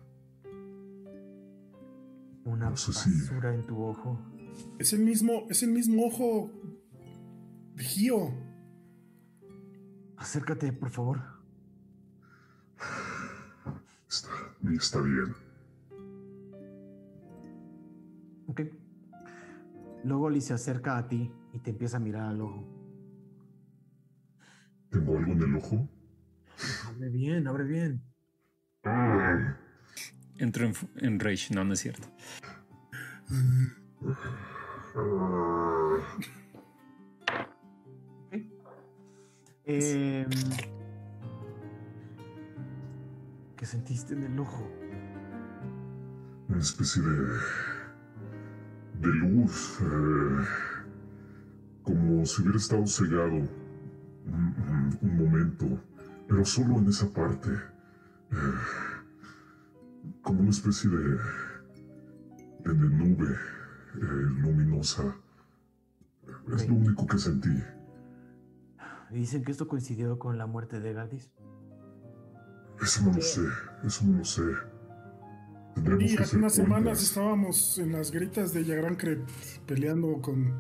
Speaker 1: Una basura en tu ojo.
Speaker 6: Es el mismo ojo de Gio.
Speaker 1: Acércate, por favor.
Speaker 9: Está bien.
Speaker 1: Ok. Logolis se acerca a ti y te empieza a mirar al ojo.
Speaker 9: ¿Tengo algo en el ojo?
Speaker 1: Abre bien.
Speaker 4: Entro en rage, no es cierto.
Speaker 1: ¿Qué sentiste en el ojo?
Speaker 9: Una especie de luz, como si hubiera estado cegado un momento, pero solo en esa parte, como una especie de nube luminosa. Es lo único que sentí.
Speaker 1: Dicen que esto coincidió con la muerte de Gadis.
Speaker 9: Eso no lo sé.
Speaker 6: Y hace unas semanas estábamos en las grietas de Yagrancret peleando con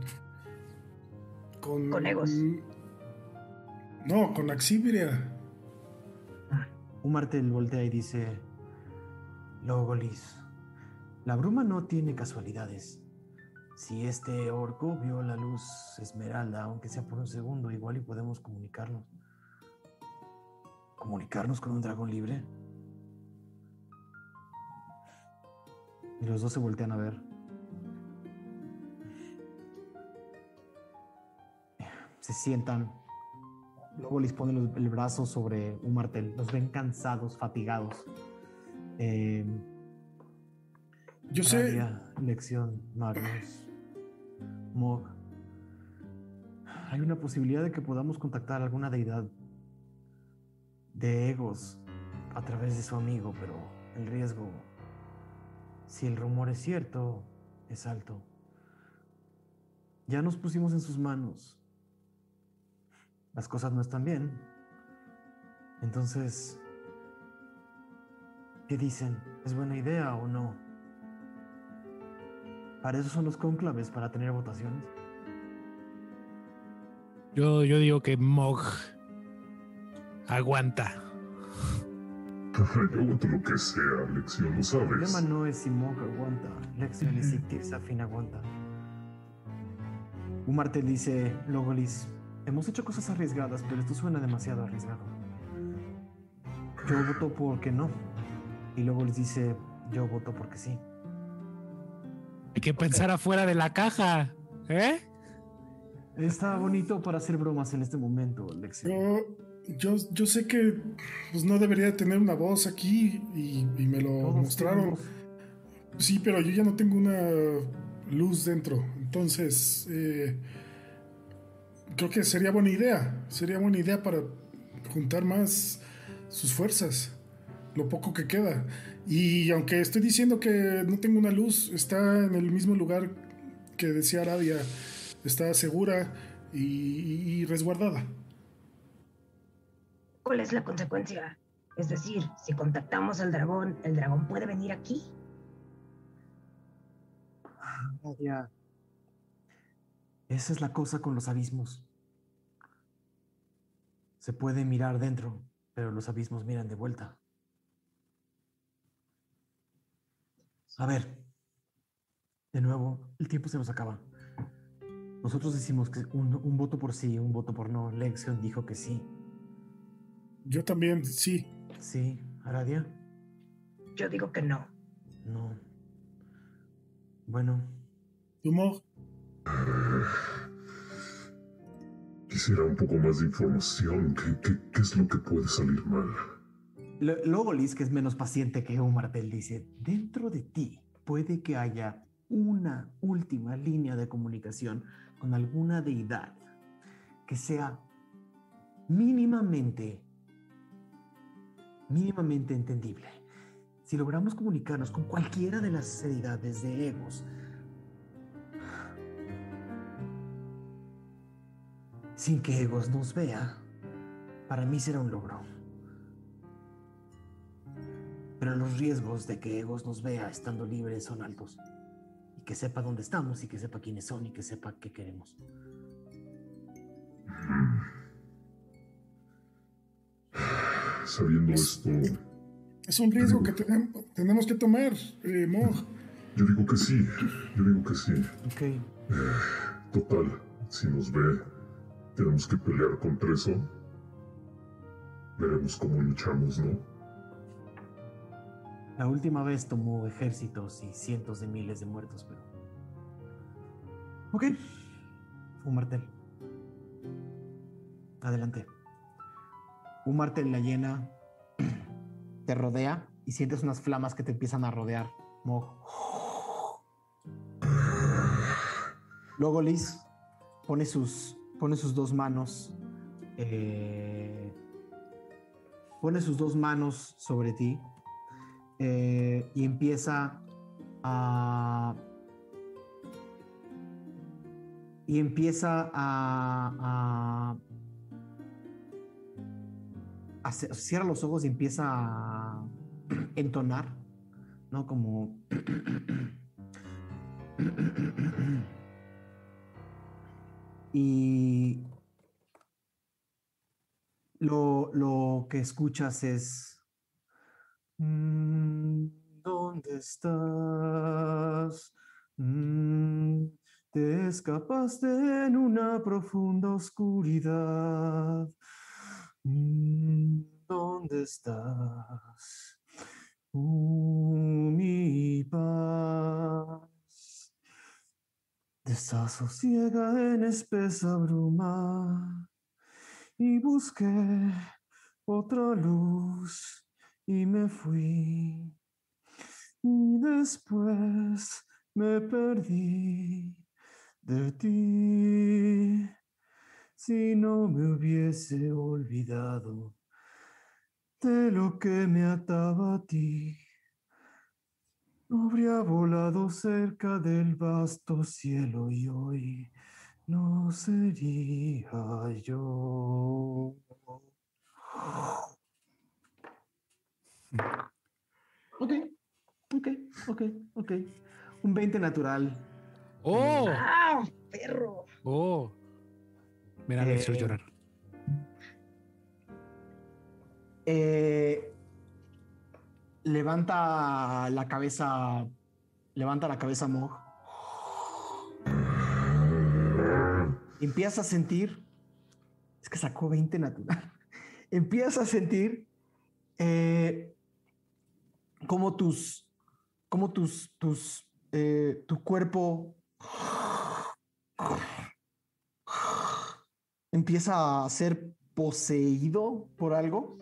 Speaker 3: Egos.
Speaker 6: No, con Axibiria.
Speaker 1: Umartel voltea y dice: Logolis, la bruma no tiene casualidades. Si este orco vio la luz esmeralda, aunque sea por un segundo, igual y podemos comunicarnos. ¿Comunicarnos con un dragón libre? Y los dos se voltean a ver. Se sientan. Luego les ponen el brazo sobre un martel. Los ven cansados, fatigados.
Speaker 6: Yo sé.
Speaker 1: Lección, Magnus. Mog. Hay una posibilidad de que podamos contactar a alguna deidad de Egos a través de su amigo, pero el riesgo, si el rumor es cierto, es alto. Ya nos pusimos en sus manos. Las cosas no están bien. Entonces, ¿qué dicen? ¿Es buena idea o no? Para eso son los cónclaves, para tener votaciones.
Speaker 2: Yo digo que Mog aguanta.
Speaker 9: Yo aguanto lo que sea, Lección, lo sabes.
Speaker 1: El problema no es si Mog aguanta, Lección es si Tirsafin aguanta. Umartel dice: Logolis, hemos hecho cosas arriesgadas, pero esto suena demasiado arriesgado. Yo voto porque no. Y Logolis dice: yo voto porque sí.
Speaker 2: Hay que pensar afuera de la caja, ¿eh?
Speaker 1: Está bonito para hacer bromas en este momento, Lección.
Speaker 6: Yo sé que pues, no debería tener una voz aquí y me lo
Speaker 1: Todos
Speaker 6: mostraron.
Speaker 1: tenemos.
Speaker 6: Sí, pero yo ya no tengo una luz dentro. Entonces, creo que sería buena idea. Sería buena idea para juntar más sus fuerzas. Lo poco que queda. Y aunque estoy diciendo que no tengo una luz, está en el mismo lugar que decía Aradia. Está segura y resguardada.
Speaker 3: ¿Cuál es la consecuencia? Es decir, si contactamos al dragón, ¿el dragón puede venir aquí?
Speaker 1: Nadia, esa es la cosa con los abismos. Se puede mirar dentro, pero los abismos miran de vuelta. A ver, de nuevo, el tiempo se nos acaba. Nosotros decimos que un voto por sí, un voto por no. Lexion dijo que sí.
Speaker 6: Yo también, sí.
Speaker 1: Sí, Aradia.
Speaker 3: Yo digo que no.
Speaker 1: No. Bueno.
Speaker 6: ¿Humor?
Speaker 9: Quisiera un poco más de información. ¿Qué es lo que puede salir mal?
Speaker 1: Luego Liz, que es menos paciente que Martel, dice, dentro de ti puede que haya una última línea de comunicación con alguna deidad que sea mínimamente entendible. Si logramos comunicarnos con cualquiera de las deidades de Egos, sin que Egos nos vea, para mí será un logro. Pero los riesgos de que Egos nos vea estando libres son altos. Y que sepa dónde estamos, y que sepa quiénes son, y que sepa qué queremos.
Speaker 9: Sabiendo esto...
Speaker 6: Es un riesgo que tenemos que tomar, Mog.
Speaker 9: Yo digo que sí.
Speaker 1: Ok.
Speaker 9: Total, si nos ve, tenemos que pelear contra eso. Veremos cómo luchamos, ¿no?
Speaker 1: La última vez tomó ejércitos y cientos de miles de muertos, pero... Ok. Un martel. Adelante. Un martel la llena, te rodea y sientes unas flamas que te empiezan a rodear. Mog. Luego Liz pone sus dos manos. Pone sus dos manos sobre ti. Y empieza a cierra los ojos y empieza a entonar, ¿no? Como y lo que escuchas es ¿dónde estás? Te escapaste en una profunda oscuridad. ¿Dónde estás? Mi paz. Desasosiega en espesa bruma y busqué otra luz y me fui. Y después me perdí de ti. Si no me hubiese olvidado de lo que me ataba a ti, no habría volado cerca del vasto cielo y hoy no sería yo. Ok. Un 20 natural.
Speaker 2: ¡Oh!
Speaker 3: ¡Ah, perro!
Speaker 2: ¡Oh! Mira a Alexio llorar.
Speaker 1: Levanta la cabeza Mog. Empieza a sentir, es que sacó 20 natural. Empieza a sentir como tu cuerpo empieza a ser poseído por algo.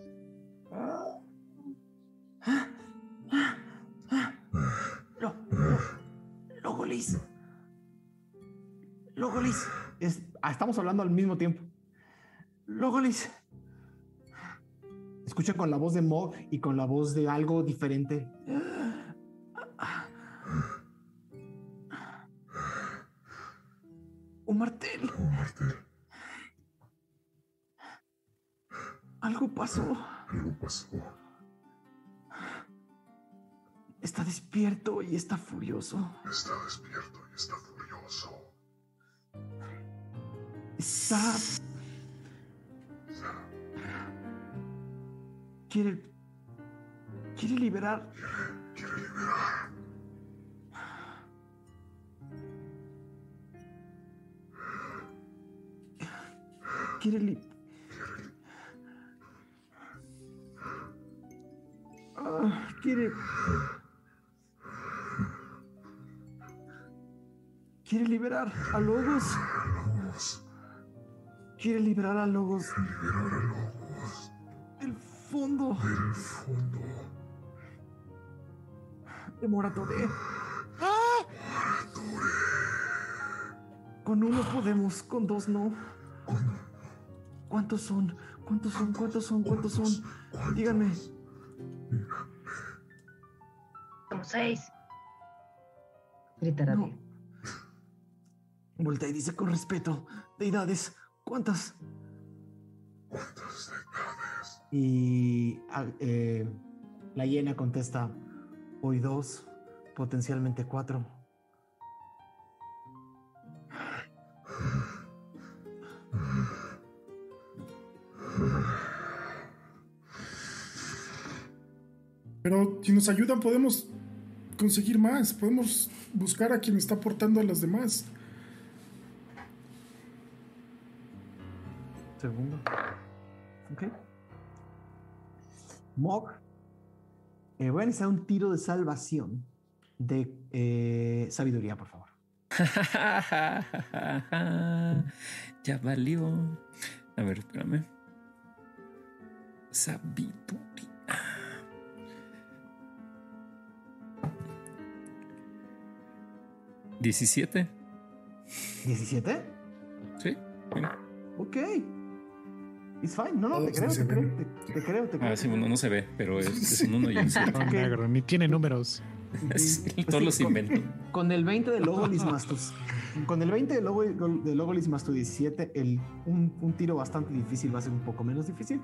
Speaker 1: Logolis. Logolis. Estamos hablando al mismo tiempo. Logolis. Escucha con la voz de Mog y con la voz de algo diferente. Un martel. Algo pasó. Está despierto y está furioso. Quiere liberar. Quiere liberar a Logos. Quiere liberar a Logos. Del fondo. De Moratore. Con uno podemos, con dos no. ¿Cuántos son? Díganme.
Speaker 3: Somos 6. Gritará bien.
Speaker 1: Voltea y dice con respeto: deidades, ¿cuántas? Y la hiena contesta: hoy 2, potencialmente 4.
Speaker 6: Pero si nos ayudan podemos conseguir más, podemos buscar a quien está aportando a las demás.
Speaker 1: Segundo. Ok. Mog. Voy a necesitar un tiro de salvación de sabiduría, por favor.
Speaker 4: Ya valió. A ver, espérame. Sabiduría. 17.
Speaker 1: ¿17?
Speaker 4: Sí.
Speaker 1: Ok. It's fine. No, te creo.
Speaker 4: Ah, sí, bueno, no se ve, pero es un 1 y un 7.
Speaker 2: Okay. Negro, ni tiene números.
Speaker 4: Todos los invento.
Speaker 1: Con el 20 de Logolis más tus. Con el 20 de Logolis más tu 17, un tiro bastante difícil va a ser un poco menos difícil.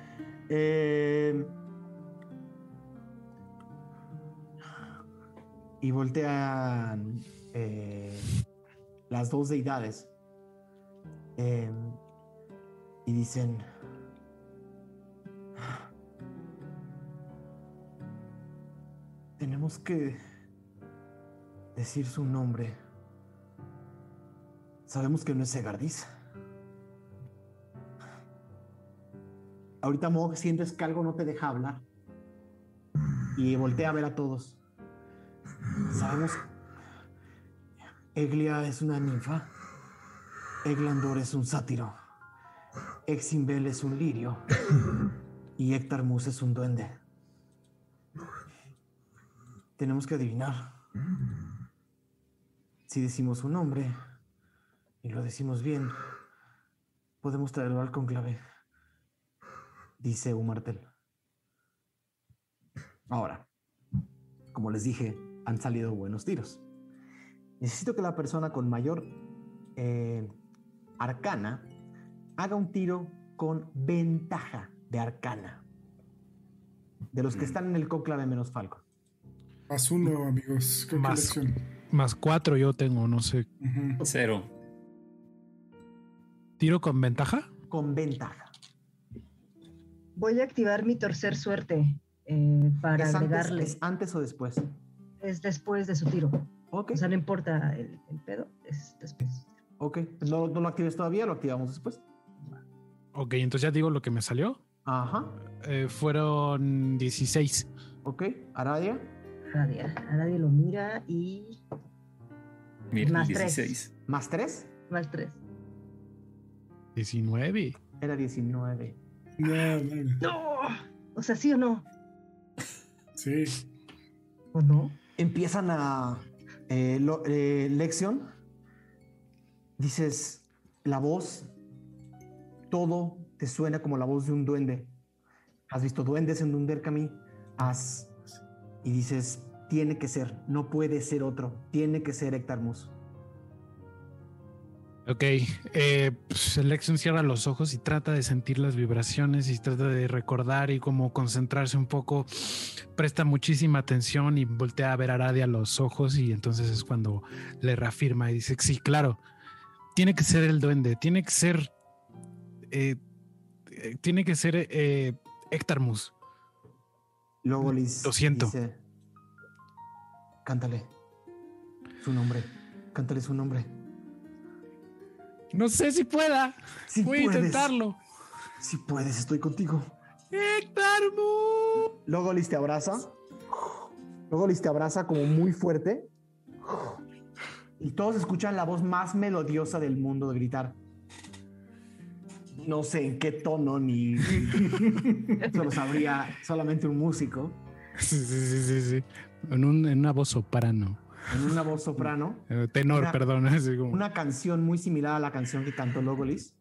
Speaker 1: Y voltean las dos deidades y dicen: tenemos que decir su nombre. Sabemos que no es Segardis. Ahorita, Mog, sientes que algo no te deja hablar y voltea a ver a todos. Sabemos Eglia es una ninfa, Eglandor es un sátiro, Eximbel es un lirio y Ectarmus es un duende. Tenemos que adivinar. Si decimos un nombre y lo decimos bien, podemos traerlo al cónclave, dice Umartel. Ahora, como les dije, han salido buenos tiros. Necesito que la persona con mayor arcana haga un tiro con ventaja de arcana. De los que están en el cónclave menos Falcon.
Speaker 6: +1, amigos.
Speaker 2: +4 yo tengo, no sé.
Speaker 4: 0.
Speaker 2: ¿Tiro con ventaja?
Speaker 1: Con ventaja.
Speaker 3: Voy a activar mi tercer suerte para agregarle.
Speaker 1: ¿Es antes o después?
Speaker 3: Es después de su tiro.
Speaker 1: Ok.
Speaker 3: O sea, no importa el pedo, es después.
Speaker 1: Ok. No lo actives todavía, lo activamos después.
Speaker 2: Ok, entonces ya digo lo que me salió.
Speaker 1: Ajá.
Speaker 2: Fueron 16.
Speaker 1: Ok. Aradia.
Speaker 3: Aradia lo mira y...
Speaker 4: Mira,
Speaker 3: más
Speaker 4: 16.
Speaker 1: ¿Más 3?
Speaker 3: Más 3.
Speaker 2: 19.
Speaker 1: Era 19.
Speaker 3: No. O sea, ¿sí o no?
Speaker 6: Sí.
Speaker 3: ¿O no?
Speaker 1: Empiezan a... Lexion, dices, la voz, todo te suena como la voz de un duende. Has visto duendes en Dunderkami, y dices, tiene que ser, no puede ser otro, tiene que ser Ektarmus.
Speaker 2: Ok, pues Lexion cierra los ojos y trata de sentir las vibraciones y trata de recordar y como concentrarse un poco. Presta muchísima atención y voltea a ver a Aradia a los ojos y entonces es cuando le reafirma y dice, sí, claro, tiene que ser el duende, tiene que ser Ektarmus.
Speaker 1: Logolis
Speaker 2: Lo siento.
Speaker 1: dice, cántale su nombre, cántale su nombre.
Speaker 2: No sé si pueda.
Speaker 1: Sí
Speaker 2: Voy a
Speaker 1: puedes.
Speaker 2: intentarlo.
Speaker 1: Si puedes, estoy contigo.
Speaker 2: ¡Ektarmus!
Speaker 1: Logolis te abraza. Logolis te abraza como muy fuerte. Y todos escuchan la voz más melodiosa del mundo de gritar. No sé en qué tono ni... Eso lo sabría solamente un músico.
Speaker 2: Sí. En una voz soprano.
Speaker 1: En una voz soprano.
Speaker 2: Tenor, perdón. Así como...
Speaker 1: Una canción muy similar a la canción que cantó Logolis.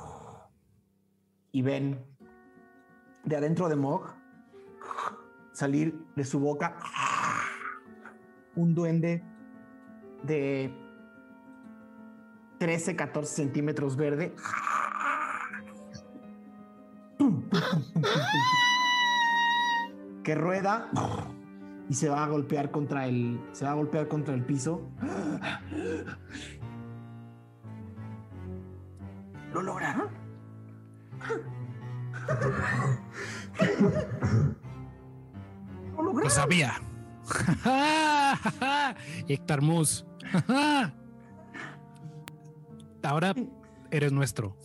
Speaker 1: Y ven de adentro de Mog salir de su boca un duende de 13, 14 centímetros verde. Que rueda y se va a golpear contra el piso. ¿Lo lograron? ¿Lo lograron?
Speaker 2: Lo sabía. Ektarmus. Ahora eres nuestro.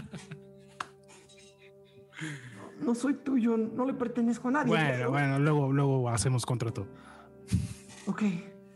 Speaker 1: No soy tuyo, no le pertenezco a nadie.
Speaker 2: Bueno, luego hacemos contrato.
Speaker 1: Ok.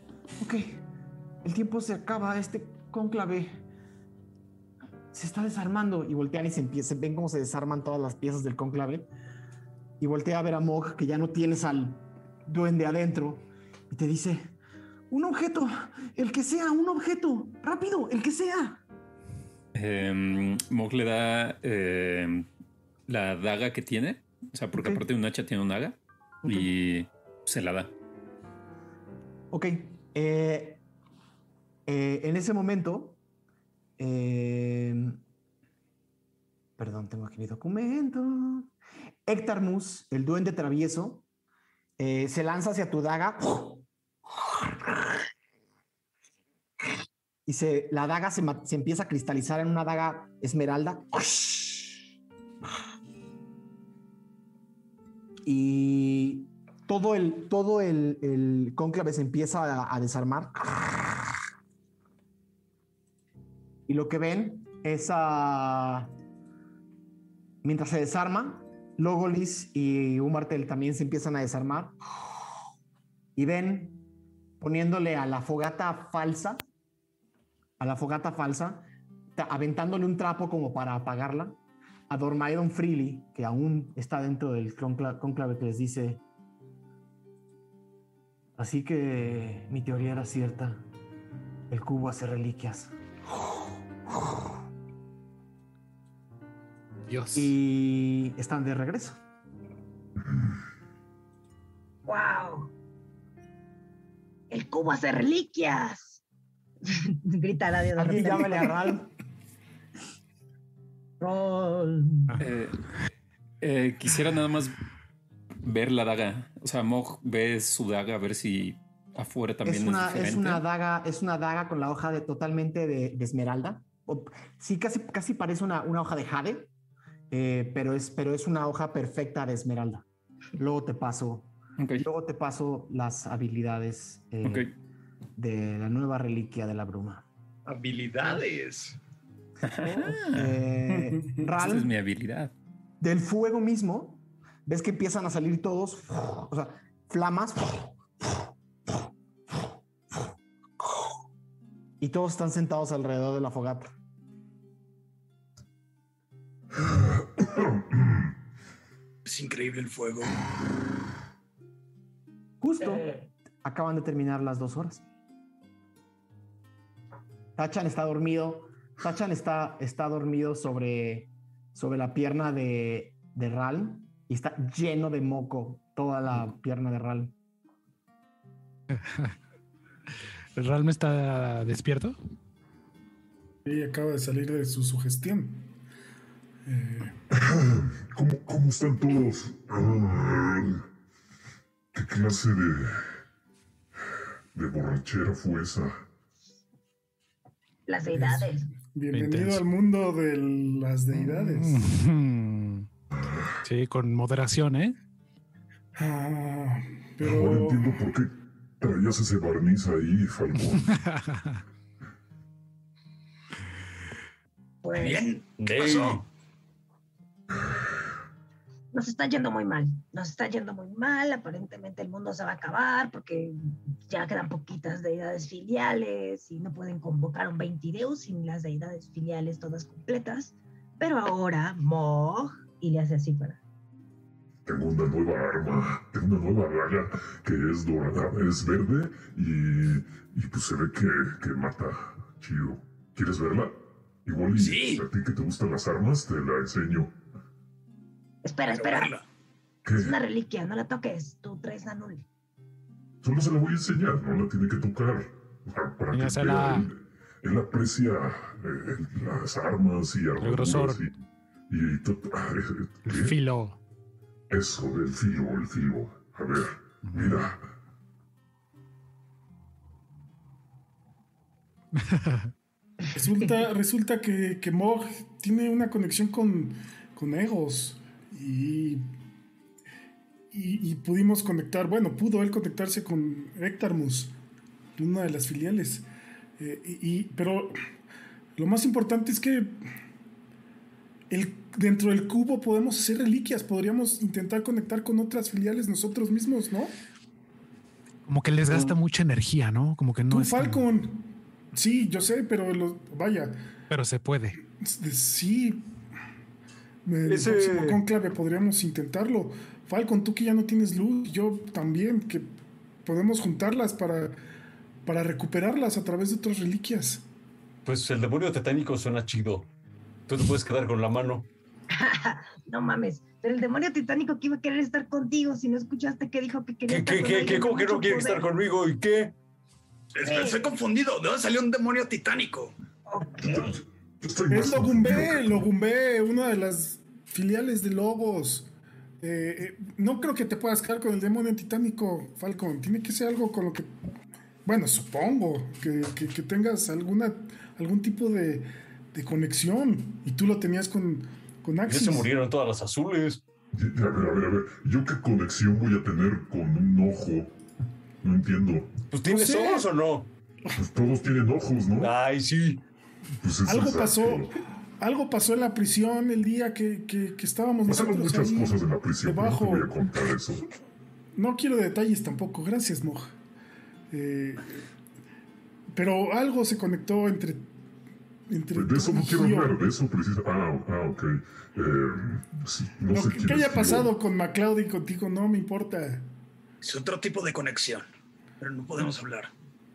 Speaker 1: El tiempo se acaba, este cónclave se está desarmando. Y voltean y ven cómo se desarman todas las piezas del cónclave. Y voltea a ver a Mog, que ya no tienes al duende adentro. Y te dice, un objeto, el que sea, un objeto, rápido, el que sea.
Speaker 4: Mog le da la daga que tiene. O sea, porque aparte de un hacha tiene un daga. Y se la da.
Speaker 1: Ok. En ese momento... perdón, tengo aquí mi documento. Ektarmus, el duende travieso, se lanza hacia tu daga. Y la daga se empieza a cristalizar en una daga esmeralda. Y todo el cónclave se empieza a desarmar. Y lo que ven es mientras se desarma, Logolis y Umartel también se empiezan a desarmar. Y ven, poniéndole a la fogata falsa, aventándole un trapo como para apagarla, a Dormaidon Freely, que aún está dentro del cónclave, que les dice: así que mi teoría era cierta, el cubo hace reliquias.
Speaker 2: Dios.
Speaker 1: Y están de regreso.
Speaker 3: ¡Wow! ¡El cubo hace reliquias! Grita nadie.
Speaker 1: Alguien llámale a Ral.
Speaker 4: Quisiera nada más ver la daga. O sea, Mog ve su daga a ver si afuera también es diferente.
Speaker 1: Es una daga con la hoja totalmente de esmeralda. Sí, casi parece una hoja de jade, pero es una hoja perfecta de esmeralda. Luego te paso las habilidades de la nueva reliquia de la bruma.
Speaker 5: Habilidades.
Speaker 4: Esa es mi habilidad.
Speaker 1: Del fuego mismo, ves que empiezan a salir todos, o sea, flamas, y todos están sentados alrededor de la fogata.
Speaker 8: Es increíble el fuego.
Speaker 1: Justo acaban de terminar las 2 horas. Tachan está dormido. Tachan está dormido sobre la pierna de Ral y está lleno de moco toda la pierna de Ral.
Speaker 2: ¿Ral me está despierto?
Speaker 6: Sí, acaba de salir de su sugestión.
Speaker 9: ¿Cómo están todos? ¿Qué clase de borrachera fue esa?
Speaker 3: Las deidades.
Speaker 6: Bienvenido al mundo de las deidades.
Speaker 2: Sí, con moderación, ¿eh?
Speaker 6: Pero...
Speaker 9: Ahora entiendo por qué traías ese barniz ahí, Falcón.
Speaker 3: Pues,
Speaker 8: Bien, ¿qué pasó?
Speaker 3: nos está yendo muy mal. Nos está yendo muy mal. Aparentemente el mundo se va a acabar porque ya quedan poquitas deidades filiales y no pueden convocar un 20 Deus sin las deidades filiales todas completas. Pero ahora, Mog, y le hace así para...
Speaker 9: Tengo una nueva arma, tengo una nueva daga que es dorada, es verde y pues se ve que mata chido. ¿Quieres verla? Igual y
Speaker 8: Sí.
Speaker 9: a ti que te gustan las armas, te la enseño.
Speaker 3: Espera.
Speaker 9: ¿Qué?
Speaker 3: Es una reliquia, no la toques. Tú traes Nanul.
Speaker 9: Solo se la voy a enseñar, no la tiene que tocar. Para que
Speaker 2: Enséñasela.
Speaker 9: vea. Él aprecia las armas y
Speaker 2: El grosor.
Speaker 9: ¿qué?
Speaker 2: Filo.
Speaker 9: Eso, el filo. A ver, mira.
Speaker 6: Resulta que Mog tiene una conexión con Egos y pudimos conectar, pudo él conectarse con Ectarmus, una de las filiales. Pero lo más importante es que dentro del cubo podemos hacer reliquias, podríamos intentar conectar con otras filiales nosotros mismos, ¿no?
Speaker 2: Como que les gasta mucha energía, ¿no? Como que no
Speaker 6: Tú,
Speaker 2: es tan-
Speaker 6: Falcon. Sí, yo sé, pero vaya.
Speaker 2: Pero se puede.
Speaker 6: Sí. En el próximo cónclave podríamos intentarlo. Falcon, tú que ya no tienes luz, yo también, que podemos juntarlas para recuperarlas a través de otras reliquias.
Speaker 7: Pues el demonio tetánico suena chido. Tú te puedes quedar con la mano.
Speaker 3: No mames. Pero el demonio titánico que iba a querer estar contigo, si no escuchaste que dijo que quería estar con
Speaker 7: ¿Qué?
Speaker 3: alguien
Speaker 7: ¿Cómo
Speaker 3: de
Speaker 7: que no
Speaker 3: mucho
Speaker 7: quiere
Speaker 3: poder?
Speaker 7: estar conmigo? ¿Y qué?
Speaker 8: Estoy confundido. ¿De dónde salió un demonio titánico?
Speaker 6: Es Logumbe, una de las filiales de Logos. No creo que te puedas quedar con el demonio titánico, Falcon. Tiene que ser algo con lo que... Bueno, supongo que tengas algún tipo de conexión. Y tú lo tenías con
Speaker 7: Ya
Speaker 6: Axis.
Speaker 7: se murieron todas las azules.
Speaker 9: A ver. ¿Yo qué conexión voy a tener con un ojo? No entiendo.
Speaker 7: Pues ¿tienes
Speaker 6: No sé.
Speaker 7: ojos o no?
Speaker 9: Pues todos tienen ojos, ¿no?
Speaker 7: Ay, sí.
Speaker 9: Pues es
Speaker 6: Algo pasó en la prisión el día que estábamos
Speaker 9: Pasaron
Speaker 6: nosotros
Speaker 9: muchas
Speaker 6: ahí
Speaker 9: cosas en la prisión, pero no
Speaker 6: debajo.
Speaker 9: te voy a contar eso.
Speaker 6: No quiero detalles tampoco, gracias, Moj. Pero algo se conectó entre
Speaker 9: De eso no quiero hablar, de eso precisamente. Ok. Sí, no sé
Speaker 6: que
Speaker 9: quién
Speaker 6: haya
Speaker 9: es
Speaker 6: pasado con MacLeod y contigo no me importa.
Speaker 8: Es otro tipo de conexión. Pero no podemos hablar.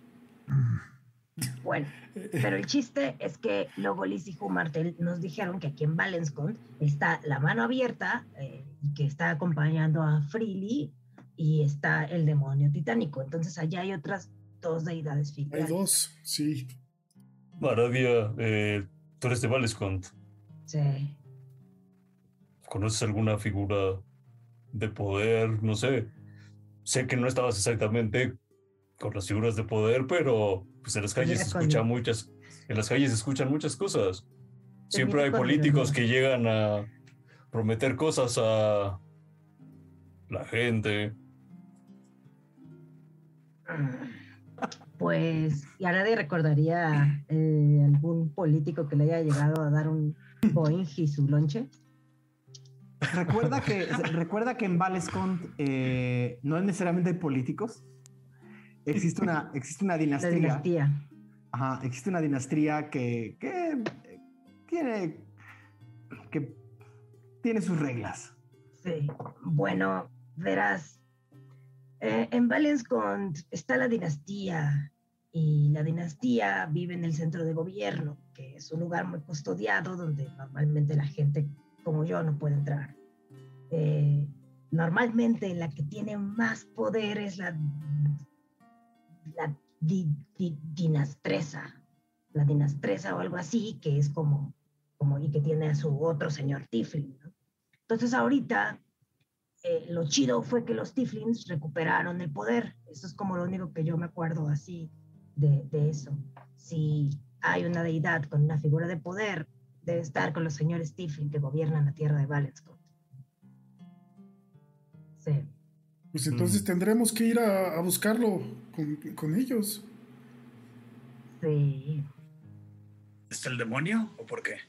Speaker 3: Bueno, pero el chiste es que Logolis y Humartel nos dijeron que aquí en Valenscont está la mano abierta y que está acompañando a Freely y está el demonio titánico. Entonces allá hay otras 2 deidades
Speaker 6: Hay
Speaker 3: filiales.
Speaker 6: 2, sí.
Speaker 7: Maradia, tú eres de Valescont.
Speaker 3: Sí.
Speaker 7: ¿Conoces alguna figura de poder? No sé. Sé que no estabas exactamente con las figuras de poder, pero pues en las calles se escuchan muchas cosas. Siempre hay políticos que llegan a prometer cosas a la gente.
Speaker 3: Pues, ¿y a nadie recordaría algún político que le haya llegado a dar un Boeing y su lonche?
Speaker 1: Recuerda que en Valescont no necesariamente hay políticos. Existe una dinastía.
Speaker 3: La dinastía.
Speaker 1: Ajá, existe una dinastía que tiene sus reglas.
Speaker 3: Sí, bueno, verás, en Valenscont está la dinastía y la dinastía vive en el centro de gobierno, que es un lugar muy custodiado donde normalmente la gente como yo no puede entrar. Normalmente la que tiene más poder es la dinastresa, la dinastresa o algo así, que es como y que tiene a su otro señor Tiflin, ¿no? Entonces ahorita lo chido fue que los Tiflins recuperaron el poder. Eso es como lo único que yo me acuerdo así de eso. Si hay una deidad con una figura de poder, debe estar con los señores Tiflin que gobiernan la tierra de Valenscott. Sí.
Speaker 6: Pues entonces tendremos que ir a buscarlo con ellos.
Speaker 3: Sí.
Speaker 8: ¿Está el demonio o por qué?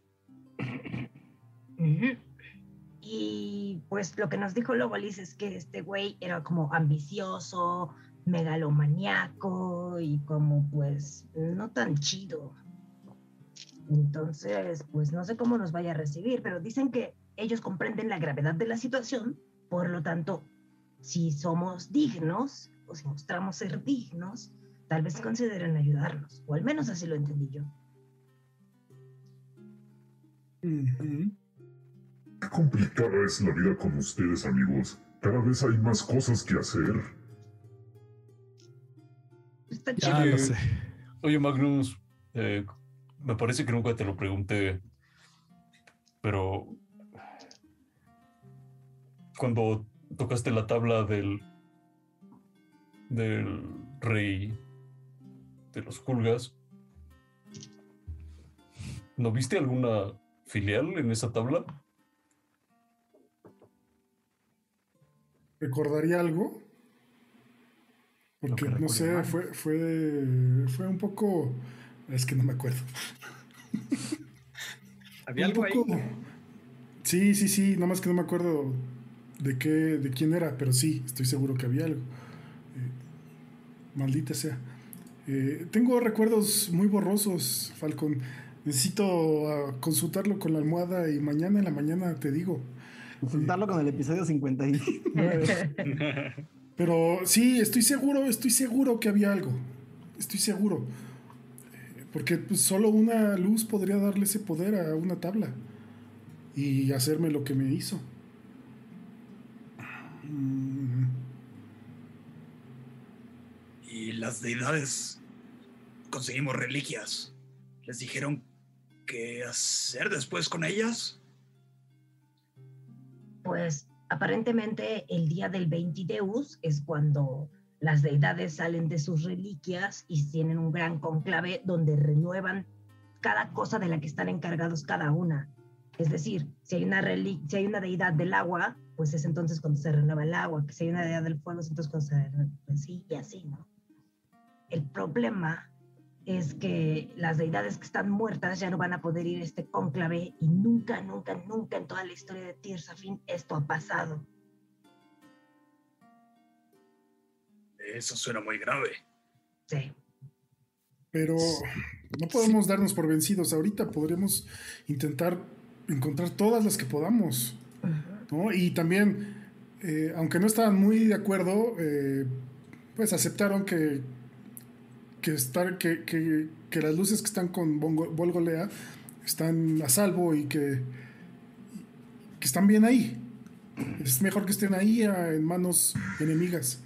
Speaker 3: Uh-huh. Y pues lo que nos dijo Lobolis es que este güey era como ambicioso, megalomaníaco y como pues no tan chido. Entonces, pues no sé cómo nos vaya a recibir, pero dicen que ellos comprenden la gravedad de la situación, por lo tanto, si somos dignos o si mostramos ser dignos, tal vez consideren ayudarnos, o al menos así lo entendí yo.
Speaker 9: Qué complicada es la vida con ustedes, amigos. Cada vez hay más cosas que hacer.
Speaker 3: Está
Speaker 2: Ya
Speaker 3: chido.
Speaker 2: lo sé.
Speaker 7: Oye, Magnus, me parece que nunca te lo pregunté, pero cuando tocaste la tabla del rey de los Kulgas, ¿no viste alguna filial en esa tabla?
Speaker 6: ¿Recordaría algo? Porque no sé, fue un poco... Es que no me acuerdo.
Speaker 5: ¿Había
Speaker 6: un
Speaker 5: algo
Speaker 6: poco...
Speaker 5: ahí?
Speaker 6: Sí, nada más que no me acuerdo de quién era, pero sí, estoy seguro que había algo. Maldita sea. Tengo recuerdos muy borrosos, Falcon. Necesito consultarlo con la almohada y mañana en la mañana te digo.
Speaker 1: Consultarlo con el episodio 59.
Speaker 6: Pero sí, estoy seguro que había algo. Estoy seguro. Porque pues, solo una luz podría darle ese poder a una tabla y hacerme lo que me hizo.
Speaker 8: Y las deidades conseguimos reliquias. ¿Les dijeron qué hacer después con ellas?
Speaker 3: Pues aparentemente el día del 20 Deus es cuando las deidades salen de sus reliquias y tienen un gran conclave donde renuevan cada cosa de la que están encargados cada una. Es decir, si hay una deidad del agua, pues es entonces cuando se renueva el agua, que si hay una deidad del fuego, es entonces cuando se renueva, pues sí, y así, ¿no? El problema es que las deidades que están muertas ya no van a poder ir a este cónclave y nunca en toda la historia de Tirsafin esto ha pasado.
Speaker 8: Eso suena muy grave.
Speaker 3: Sí.
Speaker 6: Pero no podemos darnos por vencidos. Ahorita podremos intentar encontrar todas las que podamos, ¿no? Y también, aunque no estaban muy de acuerdo, pues aceptaron que las luces que están con Volgolea están a salvo y que están bien ahí. Es mejor que estén ahí en manos enemigas.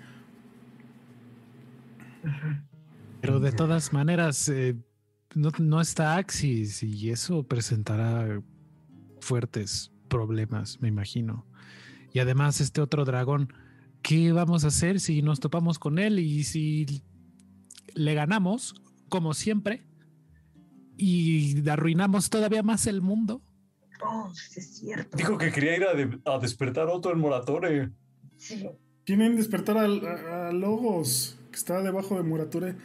Speaker 2: Pero de todas maneras, no está Axis y eso presentará fuertes problemas, me imagino. Y además este otro dragón, ¿qué vamos a hacer si nos topamos con él y si le ganamos, como siempre, y arruinamos todavía más el mundo?
Speaker 3: Oh, sí es cierto.
Speaker 7: Dijo que quería ir a despertar a Otto el Moratore.
Speaker 3: Sí.
Speaker 6: Tienen despertar a Logos, que está debajo de Moratore.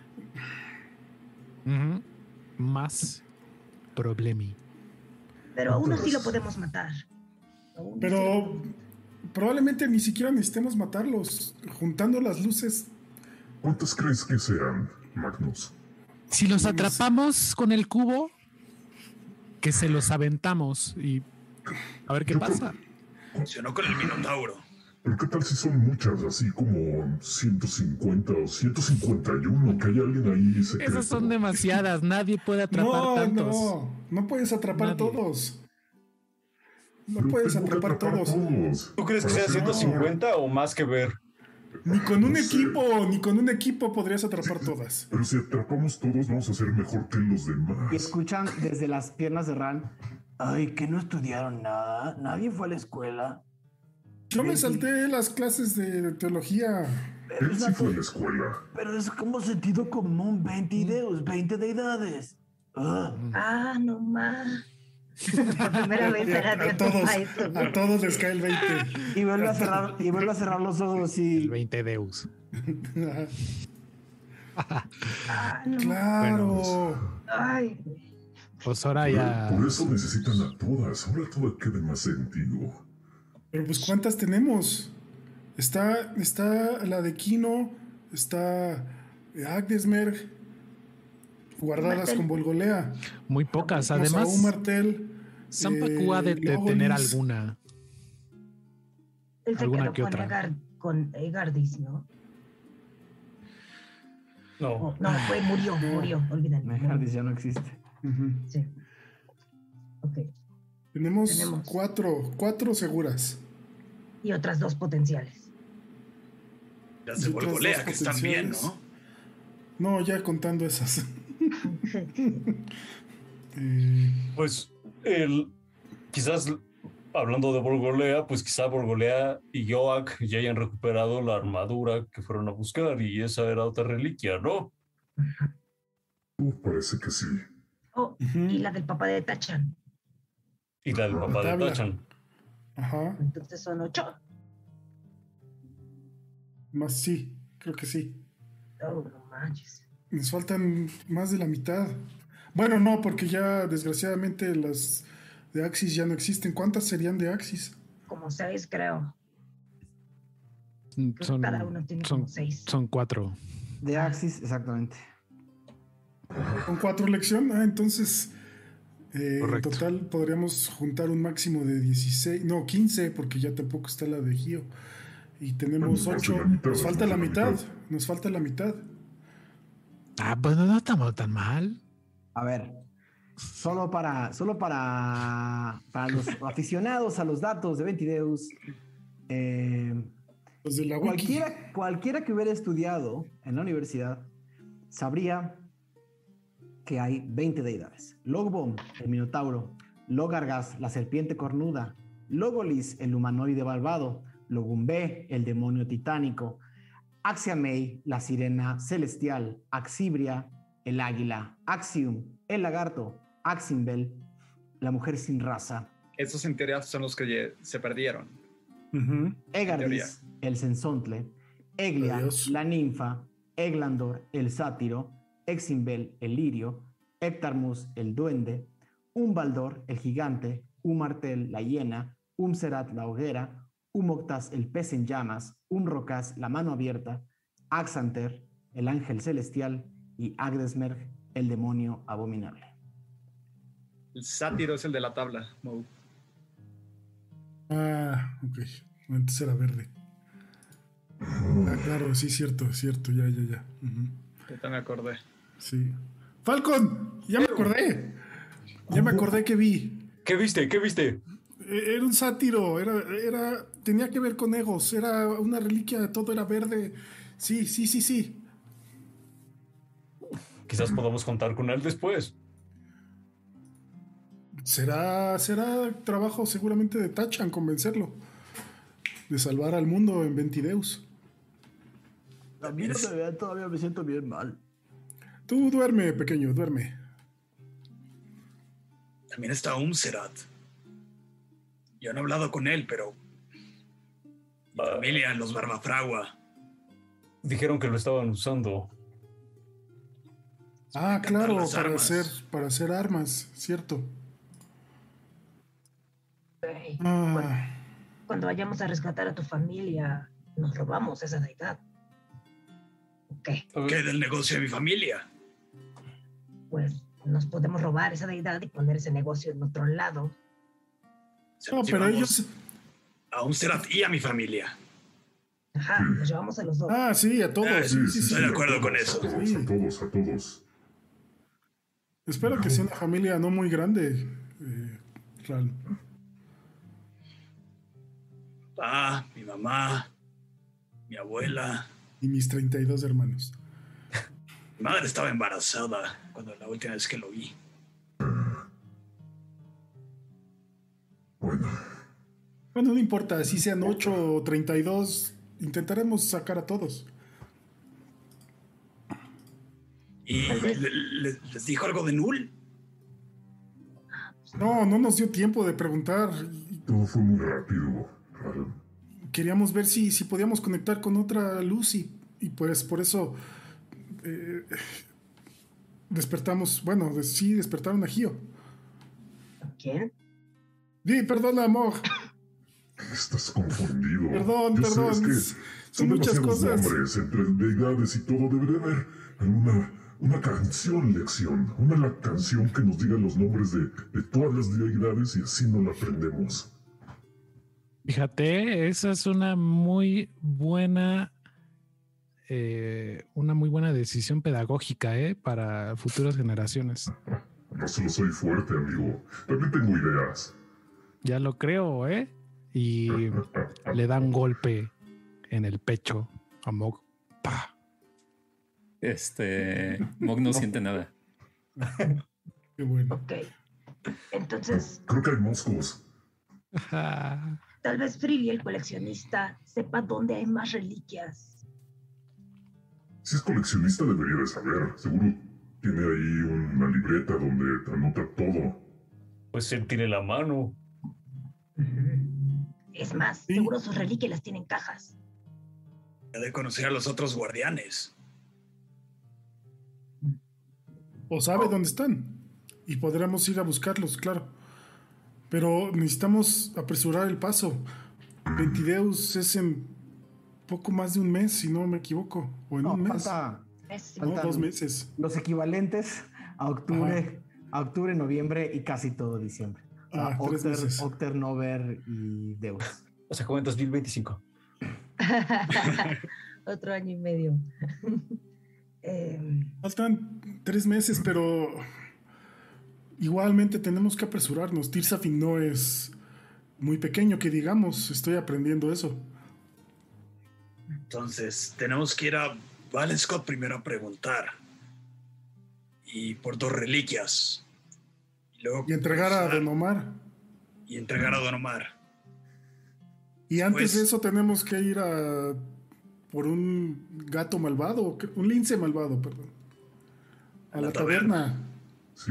Speaker 2: Más problemi.
Speaker 3: Pero aún así lo podemos matar.
Speaker 6: Pero probablemente ni siquiera necesitemos matarlos. Juntando las luces.
Speaker 9: ¿Cuántas crees que sean, Magnus?
Speaker 2: Si los atrapamos con el cubo, que se los aventamos y a ver qué pasa.
Speaker 8: Funcionó con el Minotauro.
Speaker 9: Pero ¿qué tal si son muchas, así como 150 o 151? Que hay alguien ahí secreto.
Speaker 2: Esas son demasiadas. Nadie puede atrapar tantos.
Speaker 6: No puedes atrapar
Speaker 2: Nadie.
Speaker 6: todos. No
Speaker 9: Pero
Speaker 6: puedes
Speaker 9: tengo que
Speaker 6: atrapar todos.
Speaker 7: ¿Tú crees que sea 150 o más que ver?
Speaker 6: Ni con un
Speaker 9: No sé.
Speaker 6: equipo podrías atrapar todas.
Speaker 9: Pero si atrapamos todos, vamos a ser mejor que los
Speaker 1: Y
Speaker 9: demás.
Speaker 1: escuchan desde las piernas de Ran. Ay, que no estudiaron nada. Nadie fue a la escuela.
Speaker 6: Yo me salté las clases de teología.
Speaker 1: Pero
Speaker 9: Él
Speaker 1: es,
Speaker 9: sí fue a la escuela.
Speaker 1: pero es como sentido común. 20 deus, 20 deidades.
Speaker 3: Ah, no más. Por primera vez era
Speaker 6: A todos les cae el 20.
Speaker 1: Y vuelve a cerrar los ojos
Speaker 2: El
Speaker 1: y
Speaker 2: 20 Deus.
Speaker 3: Ah, no.
Speaker 6: Claro.
Speaker 3: Ay,
Speaker 2: Pues ahora ya.
Speaker 9: Por eso necesitan a todas. Ahora todo queda más sentido.
Speaker 6: Pero pues ¿cuántas tenemos? Está la de Kino, está Agdesmerg, guardadas
Speaker 3: Martel.
Speaker 6: con Volgolea.
Speaker 2: Muy pocas.
Speaker 6: Más
Speaker 2: Además,
Speaker 6: aún Martel.
Speaker 2: Sampaku ha de tener
Speaker 6: Legolis.
Speaker 2: alguna.
Speaker 3: él se
Speaker 2: Alguna
Speaker 3: quedó
Speaker 2: que
Speaker 3: con
Speaker 2: otra.
Speaker 3: con Egardis, ¿no?
Speaker 7: No.
Speaker 3: No, murió, olvídalo.
Speaker 1: Mejardis ya no existe.
Speaker 6: Ujú.
Speaker 3: Sí. Ok.
Speaker 6: Tenemos
Speaker 3: Tenemos.
Speaker 6: cuatro seguras.
Speaker 3: Y otras 2 potenciales.
Speaker 8: Las de
Speaker 6: Y otras
Speaker 8: Volgolea,
Speaker 6: dos
Speaker 8: que están bien,
Speaker 6: potenciales.
Speaker 8: ¿no?
Speaker 6: No, ya contando esas.
Speaker 7: Pues quizás hablando de Borgolea, pues quizá Borgolea y Yoak ya hayan recuperado la armadura que fueron a buscar y esa era otra reliquia, ¿no?
Speaker 9: Parece que sí.
Speaker 3: Oh, y la del papá de Tachan.
Speaker 7: Y la del papá de
Speaker 6: Tabla.
Speaker 7: Tachan.
Speaker 6: Ajá.
Speaker 3: Entonces son 8.
Speaker 6: Más sí, creo que sí.
Speaker 3: Oh, no manches.
Speaker 6: Nos faltan más de la mitad. Bueno, no, porque ya desgraciadamente las de Axis ya no existen. ¿Cuántas serían de Axis?
Speaker 3: Como 6, creo. Creo que cada uno tiene como 6.
Speaker 2: Son 4.
Speaker 1: De Axis, exactamente.
Speaker 6: Con 4 lecciones. Entonces en
Speaker 2: Correcto.
Speaker 6: total podríamos juntar un máximo de 16, no, 15, porque ya tampoco está la de Gio. Y tenemos
Speaker 9: Más de
Speaker 6: 8.
Speaker 9: la mitad,
Speaker 6: Nos falta
Speaker 9: más de
Speaker 6: la
Speaker 9: la
Speaker 6: mitad.
Speaker 9: mitad.
Speaker 6: Nos falta la mitad.
Speaker 2: Ah, pues no estamos tan mal.
Speaker 1: A ver, solo para los aficionados a los datos de Ventideus,
Speaker 6: Los de la wiki.
Speaker 1: cualquiera que hubiera estudiado en la universidad sabría que hay 20 deidades. Logbom, el Minotauro, Logargas, la serpiente cornuda, Logolis, el humanoide malvado, Logumbe, el demonio titánico, Axiamei, la sirena celestial, Axibria, el águila, Axium, el lagarto, Aximbel, la mujer sin raza,
Speaker 5: Esos en teoría son los que se perdieron.
Speaker 1: Egardis, el sensontle, Eglia,
Speaker 6: Adiós.
Speaker 1: la ninfa, Eglandor, el sátiro, Eximbel, el lirio, Ectarmus, el duende, Umbaldor, el gigante, Umartel, la hiena, Umserat, la hoguera, Umoctas, el pez en llamas, Umrocas, la mano abierta, Axanter, el ángel celestial, y Agdesmerg, el demonio abominable.
Speaker 5: El sátiro es el de la tabla, Mo.
Speaker 6: Ah, ok. Antes era verde. Ah, claro, sí, cierto. Ya. Ujú.
Speaker 5: Ahorita me acordé.
Speaker 6: Sí. ¡Falcon! ¡Ya me acordé! Ya me acordé que vi.
Speaker 7: ¿Qué viste?
Speaker 6: Era un sátiro, tenía que ver con Egos, era una reliquia, todo era verde. Sí.
Speaker 7: Quizás podamos contar con él después.
Speaker 6: Será trabajo seguramente de Tachan convencerlo de salvar al mundo en Ventideus.
Speaker 1: A mí no me vean, todavía me siento bien mal.
Speaker 6: Tú duerme, pequeño, duerme.
Speaker 8: También está Umserat. Yo no he hablado con él, pero mi familia, los Barbafragua.
Speaker 7: Dijeron que lo estaban usando.
Speaker 6: Ah, claro,
Speaker 8: las armas.
Speaker 6: para hacer armas, cierto.
Speaker 3: Hey,
Speaker 6: Ah,
Speaker 3: cuando vayamos a rescatar a tu familia, nos robamos esa deidad. Ok,
Speaker 8: ¿Qué del negocio de mi familia?
Speaker 3: pues nos podemos robar esa deidad y poner ese negocio en otro lado.
Speaker 8: Se
Speaker 6: no,
Speaker 8: los
Speaker 6: pero
Speaker 8: llevamos
Speaker 6: ellos
Speaker 8: a Umsterat y a mi familia.
Speaker 3: Ajá, nos llevamos a los dos.
Speaker 6: Ah, sí, a todos.
Speaker 9: Sí,
Speaker 8: Estoy de acuerdo con eso.
Speaker 9: A todos.
Speaker 6: Espero que sea una familia no muy grande, Ral.
Speaker 8: Papá, mi mamá, mi abuela.
Speaker 6: Y mis 32 hermanos.
Speaker 8: Mi madre estaba embarazada cuando la última vez que lo vi.
Speaker 6: Bueno, no importa, si sean 8 o 32, intentaremos sacar a todos.
Speaker 8: ¿Y les dijo algo de Null?
Speaker 6: No nos dio tiempo de preguntar.
Speaker 9: Todo fue muy rápido.
Speaker 6: Queríamos ver si podíamos conectar con otra luz y pues por eso despertamos, despertaron a Gio.
Speaker 3: ¿Quién?
Speaker 6: Sí, perdón, amor.
Speaker 9: Estás confundido.
Speaker 6: Perdón.
Speaker 9: Es que
Speaker 6: Son muchas cosas.
Speaker 9: Nombres, entre deidades y todo, debería haber una lección. Una canción que nos diga los nombres de todas las deidades y así no la aprendemos.
Speaker 2: Fíjate, esa es una muy buena decisión pedagógica, para futuras generaciones.
Speaker 9: No solo soy fuerte, amigo. También tengo ideas.
Speaker 2: Ya lo creo, Y le da un golpe en el pecho a Mog. ¡Pah!
Speaker 4: Mog no siente nada.
Speaker 6: Qué bueno.
Speaker 3: Ok. Entonces,
Speaker 9: Creo que hay moscos.
Speaker 3: tal vez Frilly, el coleccionista, sepa dónde hay más reliquias.
Speaker 9: Si es coleccionista debería de saber. Seguro tiene ahí una libreta donde anota todo.
Speaker 7: Pues él tiene la mano.
Speaker 3: Es más,
Speaker 6: Sí.
Speaker 3: seguro sus reliquias las tienen en cajas.
Speaker 8: He de conocer a los otros guardianes.
Speaker 6: O sabe dónde están. Y podremos ir a buscarlos, claro. Pero necesitamos apresurar el paso. Ventideus es en poco más de un mes, si no me equivoco. O en un mes.
Speaker 1: Falta
Speaker 6: No, 2 meses.
Speaker 1: los equivalentes a octubre, noviembre y casi todo diciembre.
Speaker 6: 3 meses.
Speaker 1: Octer, Nover y Deus.
Speaker 7: O sea, como en 2025.
Speaker 3: Otro año y medio.
Speaker 6: Faltan 3 meses, pero igualmente tenemos que apresurarnos. Tirsafin no es muy pequeño, que digamos. Estoy aprendiendo eso.
Speaker 8: Entonces, tenemos que ir a Valenscott primero a preguntar. Y por 2 reliquias. Y luego
Speaker 6: Y entregar a Don Omar.
Speaker 8: Y entregar a Don Omar.
Speaker 6: Y antes
Speaker 8: Pues-
Speaker 6: de eso tenemos que ir por un gato malvado, un lince malvado, perdón. A la taberna.
Speaker 9: Sí.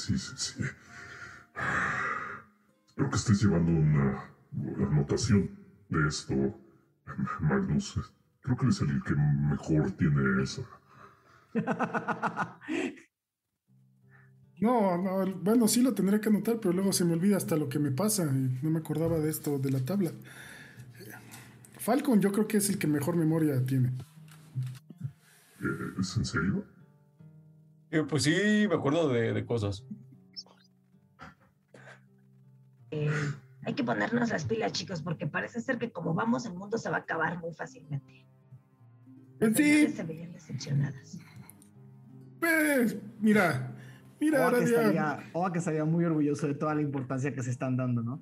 Speaker 9: Espero que estés llevando una anotación de esto, Magnus. Creo que eres el que mejor tiene esa.
Speaker 6: No, bueno, sí lo tendré que anotar, pero luego se me olvida hasta lo que me pasa. Y no me acordaba de esto, de la tabla. Falcon yo creo que es el que mejor memoria tiene.
Speaker 9: ¿Es en serio?
Speaker 7: Pues sí, me acuerdo de cosas.
Speaker 3: Hay que ponernos las pilas, chicos, porque parece ser que como vamos, el mundo se va a acabar muy fácilmente. Las
Speaker 6: Sí.
Speaker 3: señales se veían decepcionadas.
Speaker 6: Pues, mira,
Speaker 1: Oa que estaría muy orgulloso de toda la importancia que se están dando, ¿no?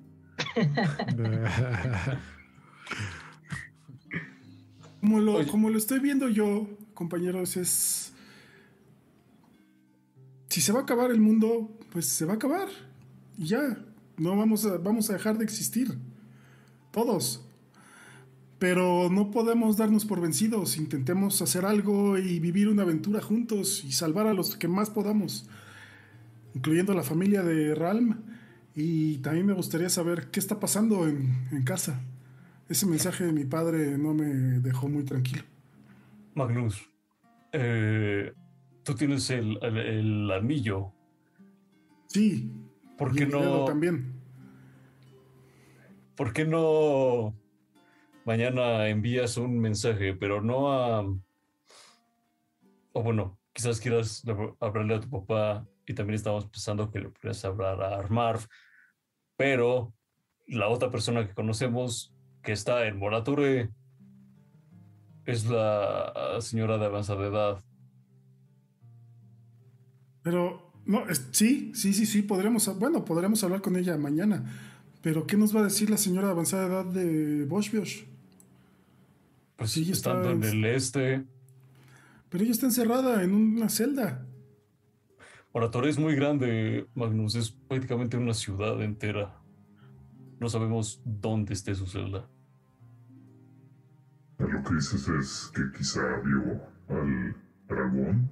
Speaker 6: Como lo estoy viendo yo, compañeros, es... Si se va a acabar el mundo, pues se va a acabar. Y ya, no vamos a dejar de existir. Todos. Pero no podemos darnos por vencidos. Intentemos hacer algo y vivir una aventura juntos y salvar a los que más podamos. Incluyendo la familia de Ralm. Y también me gustaría saber qué está pasando en casa. Ese mensaje de mi padre no me dejó muy tranquilo.
Speaker 7: Magnus, tú tienes el anillo.
Speaker 6: Sí.
Speaker 7: ¿Por
Speaker 6: y
Speaker 7: qué
Speaker 6: el dedo
Speaker 7: no?
Speaker 6: también.
Speaker 7: ¿Por qué no mañana envías un mensaje, pero no a... O bueno, quizás quieras hablarle a tu papá y también estamos pensando que le puedes hablar a Armarv, pero la otra persona que conocemos que está en Moratorre es la señora de avanzada edad.
Speaker 6: Pero, no, sí, podremos hablar con ella mañana. Pero, ¿qué nos va a decir la señora de avanzada edad de Bosch?
Speaker 7: Pues
Speaker 6: sí,
Speaker 7: estando en el este.
Speaker 6: Pero ella está encerrada en una celda.
Speaker 7: Moratorre es muy grande, Magnus, es prácticamente una ciudad entera. No sabemos dónde esté su celda.
Speaker 9: Lo que dices es que quizá vio al dragón.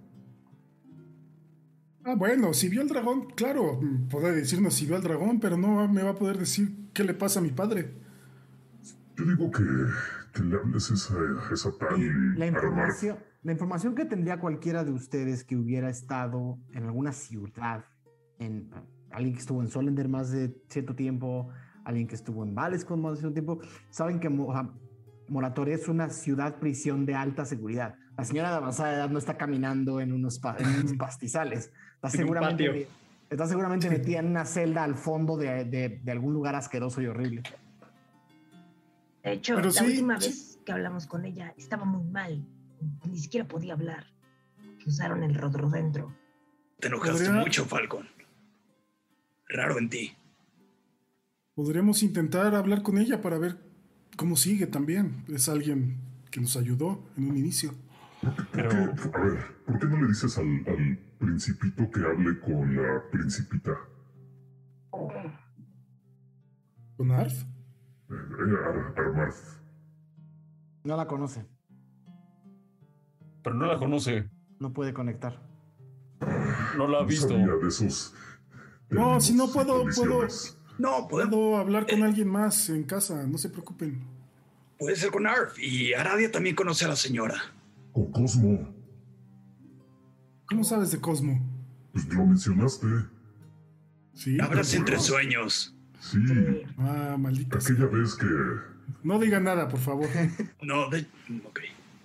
Speaker 6: Ah, bueno, si vio al dragón, claro, puede decirnos si vio al dragón, pero no me va a poder decir qué le pasa a mi padre.
Speaker 9: Yo digo que le hables esa tal
Speaker 1: La información que tendría cualquiera de ustedes que hubiera estado en alguna ciudad, alguien que estuvo en Solender más de cierto tiempo, alguien que estuvo en Vales con más de cierto tiempo, saben que Moratorre es una ciudad prisión de alta seguridad. La señora de avanzada edad no está caminando en unos pastizales. Está seguramente metida en una celda al fondo de algún lugar asqueroso y horrible.
Speaker 3: De hecho, la última vez que hablamos con ella estaba muy mal. Ni siquiera podía hablar. Usaron el rodrodendro.
Speaker 8: Te enojaste mucho, Falcon. Raro en ti.
Speaker 6: Podríamos intentar hablar con ella para ver cómo sigue también. Es alguien que nos ayudó en un inicio.
Speaker 9: ¿Por qué no le dices al principito que hable con la principita?
Speaker 6: ¿Con Arf?
Speaker 9: Armarth.
Speaker 1: No la conoce.
Speaker 7: Pero no la conoce.
Speaker 1: No puede conectar.
Speaker 7: No la ha visto.
Speaker 9: Sabía de esos
Speaker 6: no, si no puedo
Speaker 8: puedo
Speaker 6: hablar con alguien más en casa, no se preocupen.
Speaker 8: Puede ser con Arf, y Aradia también conoce a la señora.
Speaker 9: Con Cosmo.
Speaker 6: ¿Cómo sabes de Cosmo?
Speaker 9: Pues lo mencionaste.
Speaker 6: Sí.
Speaker 8: Hablas entre sueños.
Speaker 9: Sí.
Speaker 6: Ah, maldita.
Speaker 9: Aquella vez que...
Speaker 6: No diga nada, por favor.
Speaker 8: No, ok.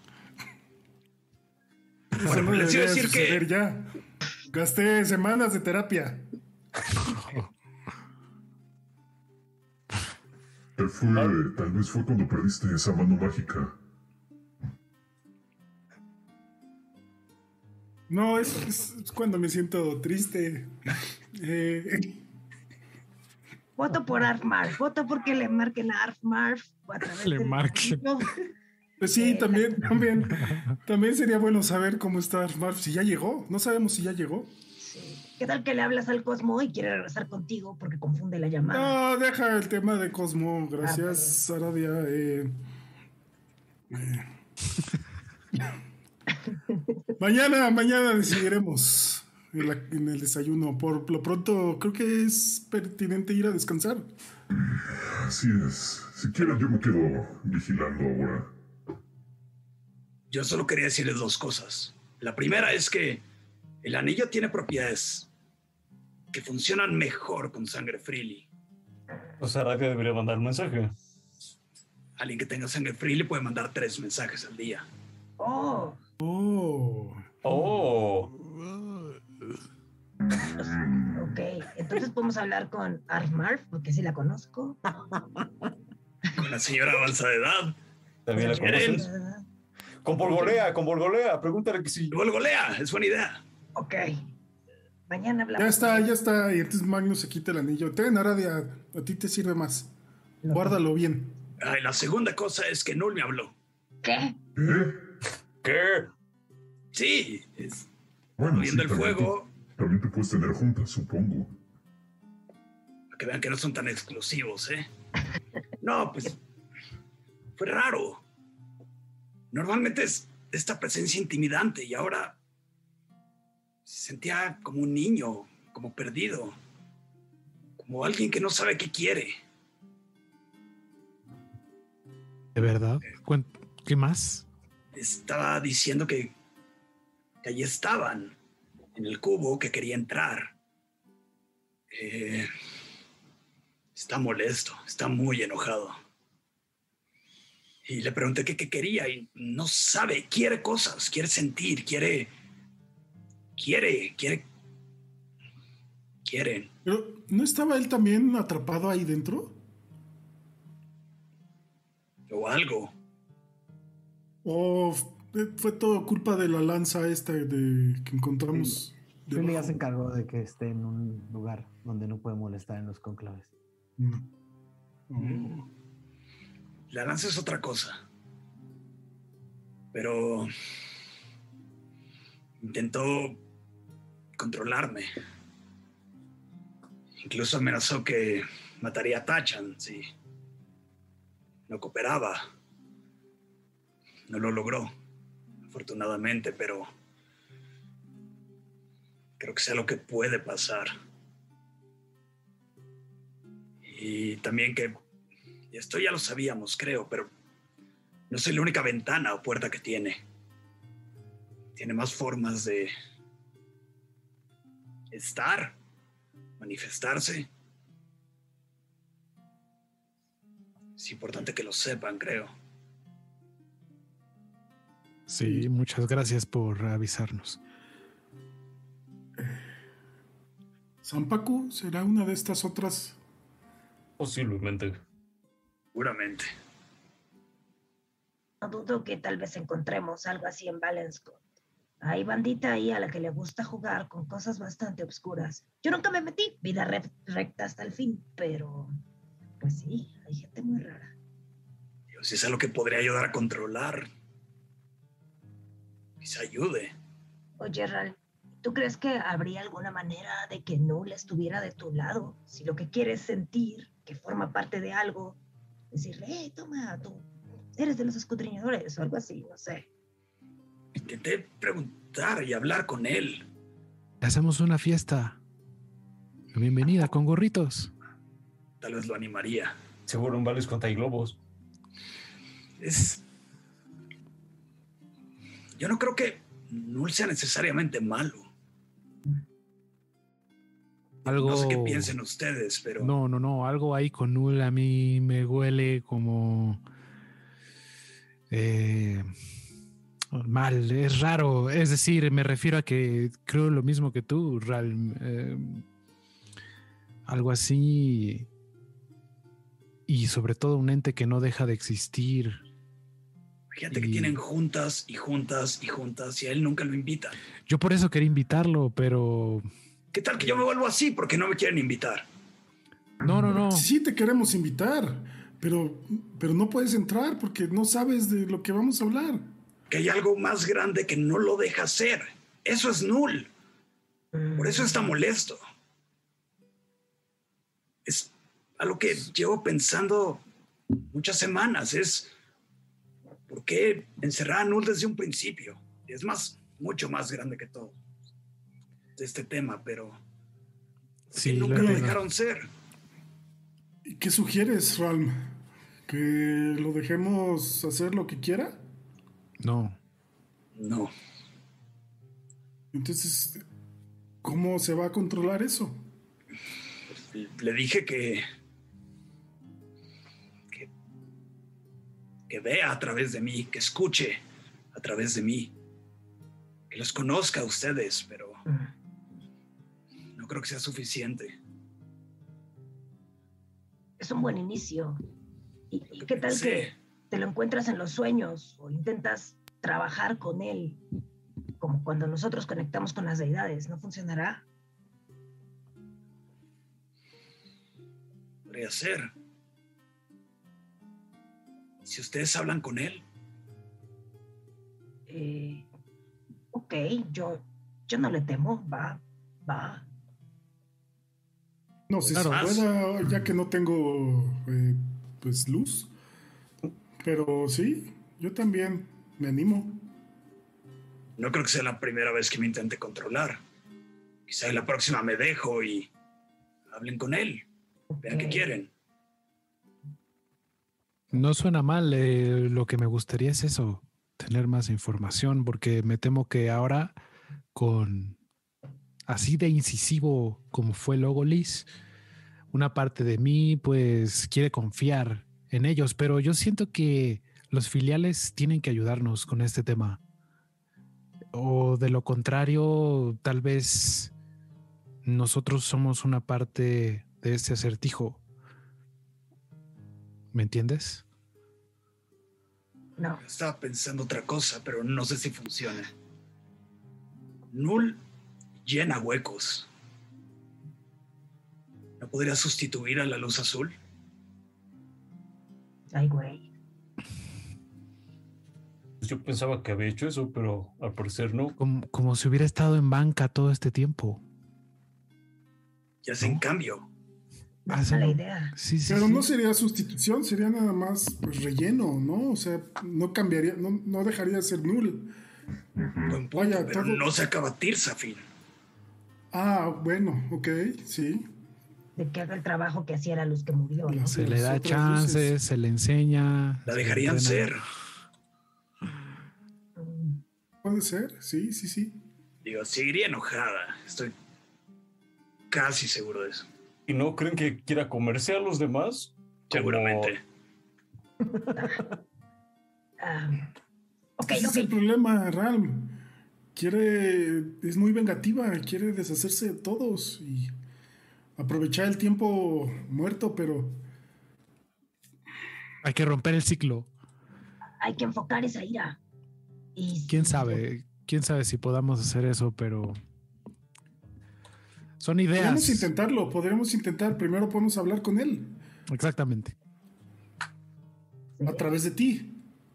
Speaker 6: Bueno, pues les iba a decir que... Ya. Gasté semanas de terapia.
Speaker 9: Tal vez fue cuando perdiste esa mano mágica.
Speaker 6: No, es cuando me siento triste.
Speaker 3: Voto por Arfmarf. Voto porque le marquen a Arfmarf.
Speaker 2: Le marquen.
Speaker 6: Pues sí, también sería bueno saber cómo está Arfmarf. Si ya llegó. No sabemos si ya llegó.
Speaker 3: Sí. ¿Qué tal que le hablas al Cosmo y quiere regresar contigo porque confunde la llamada?
Speaker 6: No, deja el tema de Cosmo. Gracias, Aradia. Mañana decidiremos en el desayuno. Por lo pronto, creo que es pertinente ir a descansar.
Speaker 9: Así es. Si quieres, yo me quedo vigilando ahora.
Speaker 8: Yo solo quería decirles dos cosas. La primera es que el anillo tiene propiedades que funcionan mejor con sangre Freely.
Speaker 7: O sea, Aradia debería mandar un mensaje.
Speaker 8: Alguien que tenga sangre Freely puede mandar 3 mensajes al día.
Speaker 3: Oh. Ok, entonces podemos hablar con Arfmarf, porque sí la conozco.
Speaker 8: Con la señora avanzada de edad.
Speaker 7: También la conoces. Con Volgolea, pregúntale que sí.
Speaker 8: Volgolea, es buena idea.
Speaker 3: Ok. Mañana hablamos.
Speaker 6: Ya está. Y entonces Magnus se quita el anillo. Ten, Aradia, a ti te sirve más. Guárdalo bien.
Speaker 8: Ay, la segunda cosa es que Null me habló.
Speaker 3: ¿Qué?
Speaker 7: ¿Qué?
Speaker 8: Sí,
Speaker 9: Bueno,
Speaker 8: viendo el fuego.
Speaker 9: También te puedes tener juntas, supongo.
Speaker 8: Para que vean que no son tan exclusivos, ¿eh? No, pues fue raro. Normalmente es esta presencia intimidante y ahora se sentía como un niño, como perdido, como alguien que no sabe qué quiere.
Speaker 2: ¿De verdad? ¿Qué más?
Speaker 8: Estaba diciendo que allí estaban, en el cubo, que quería entrar. Está molesto, está muy enojado. Y le pregunté qué quería y no sabe, quiere cosas, quiere sentir, quiere.
Speaker 6: Pero, ¿no estaba él también atrapado ahí dentro?
Speaker 8: algo.
Speaker 6: O fue todo culpa de la lanza esta que encontramos.
Speaker 1: Philly ya se encargó de que esté en un lugar donde no puede molestar en los conclaves.
Speaker 8: La lanza es otra cosa. Pero intentó controlarme. Incluso amenazó que mataría a Tachan si no cooperaba. No lo logró, afortunadamente, pero creo que sea lo que puede pasar. Y también que, y esto ya lo sabíamos, creo, pero no soy la única ventana o puerta que tiene. Tiene más formas de estar, manifestarse. Es importante que lo sepan, creo.
Speaker 2: Sí, muchas gracias por avisarnos.
Speaker 6: ¿Zanpaku será una de estas otras?
Speaker 7: Posiblemente.
Speaker 8: Seguramente.
Speaker 3: No dudo que tal vez encontremos algo así en Valenscott. Hay bandita ahí a la que le gusta jugar con cosas bastante obscuras. Yo nunca me metí, vida recta hasta el fin, pero pues sí, hay gente muy rara.
Speaker 8: Dios, es algo que podría ayudar a controlar. Quizá ayude.
Speaker 3: Oye, Ral, ¿tú crees que habría alguna manera de que Null estuviera de tu lado? Si lo que quieres sentir, que forma parte de algo, decirle, hey, toma, tú eres de los escudriñadores o algo así, no sé.
Speaker 8: Intenté preguntar y hablar con él.
Speaker 2: Le hacemos una fiesta. Bienvenida con gorritos.
Speaker 8: Tal vez lo animaría.
Speaker 7: Seguro un Vales contra globos.
Speaker 8: Yo no creo que Null sea necesariamente malo.
Speaker 2: Algo...
Speaker 8: No sé qué piensen ustedes, pero...
Speaker 2: No. Algo ahí con Null a mí me huele como... mal, es raro. Es decir, me refiero a que creo lo mismo que tú, Ral. Algo así. Y sobre todo un ente que no deja de existir.
Speaker 8: Fíjate que tienen juntas y a él nunca lo invitan.
Speaker 2: Yo por eso quería invitarlo, pero...
Speaker 8: ¿Qué tal que yo me vuelvo así porque no me quieren invitar?
Speaker 2: No.
Speaker 6: Sí te queremos invitar, pero no puedes entrar porque no sabes de lo que vamos a hablar.
Speaker 8: Que hay algo más grande que no lo deja hacer. Eso es Null. Por eso está molesto. Es algo que llevo pensando muchas semanas. Es por qué encerrar a Null desde un principio. Es mucho más grande que todo de este tema, pero
Speaker 2: sí,
Speaker 8: nunca lo dejaron ser.
Speaker 6: ¿Y qué sugieres, Ralm? ¿Que lo dejemos hacer lo que quiera?
Speaker 2: No.
Speaker 6: Entonces, ¿cómo se va a controlar eso?
Speaker 8: Le dije que vea a través de mí, que escuche a través de mí, que los conozca a ustedes, pero no creo que sea suficiente.
Speaker 3: Es un buen inicio. ¿Y qué tal que te lo encuentras en los sueños o intentas trabajar con él, como cuando nosotros conectamos con las deidades? ¿No funcionará?
Speaker 8: Podría ser. Si ustedes hablan con él.
Speaker 3: Ok, yo no le temo. Va.
Speaker 6: No sé si pueda, ya que no tengo pues luz. Pero sí, yo también me animo.
Speaker 8: No creo que sea la primera vez que me intente controlar. Quizá en la próxima me dejo y hablen con él. Vean qué quieren.
Speaker 2: No suena mal. Lo que me gustaría es eso, tener más información, porque me temo que ahora con así de incisivo como fue Logolis, una parte de mí pues quiere confiar en ellos, pero yo siento que los filiales tienen que ayudarnos con este tema. O de lo contrario, tal vez nosotros somos una parte de este acertijo. ¿Me entiendes?
Speaker 3: No.
Speaker 8: Estaba pensando otra cosa, pero no sé si funciona. Null llena huecos. ¿No podría sustituir a la luz azul?
Speaker 3: Ay, güey.
Speaker 7: Yo pensaba que había hecho eso, pero al parecer no.
Speaker 2: Como si hubiera estado en banca todo este tiempo.
Speaker 8: Ya sé, en cambio.
Speaker 3: Mala idea.
Speaker 2: Sí,
Speaker 6: pero no sería sustitución, sería nada más pues, relleno, ¿no? O sea, no cambiaría, no dejaría de ser null.
Speaker 8: Buen punto, pero no se acaba Tirsafin.
Speaker 6: Ah, bueno, ok, sí.
Speaker 3: De que haga el trabajo que hacía la luz que murió, ¿no?
Speaker 2: Se le da chances, se le enseña.
Speaker 8: La dejarían ser.
Speaker 6: Puede ser, sí.
Speaker 8: Digo, seguiría enojada. Estoy casi seguro de eso.
Speaker 7: ¿Y no creen que quiera comerse a los demás?
Speaker 8: Seguramente.
Speaker 6: Ese es el problema, Ralm. Es muy vengativa, quiere deshacerse de todos y aprovechar el tiempo muerto, pero...
Speaker 2: Hay que romper el ciclo.
Speaker 3: Hay que enfocar esa ira.
Speaker 2: ¿Quién sabe si podamos hacer eso? Pero son ideas.
Speaker 6: Podríamos intentar. Primero podemos hablar con él.
Speaker 2: Exactamente.
Speaker 6: A través de ti.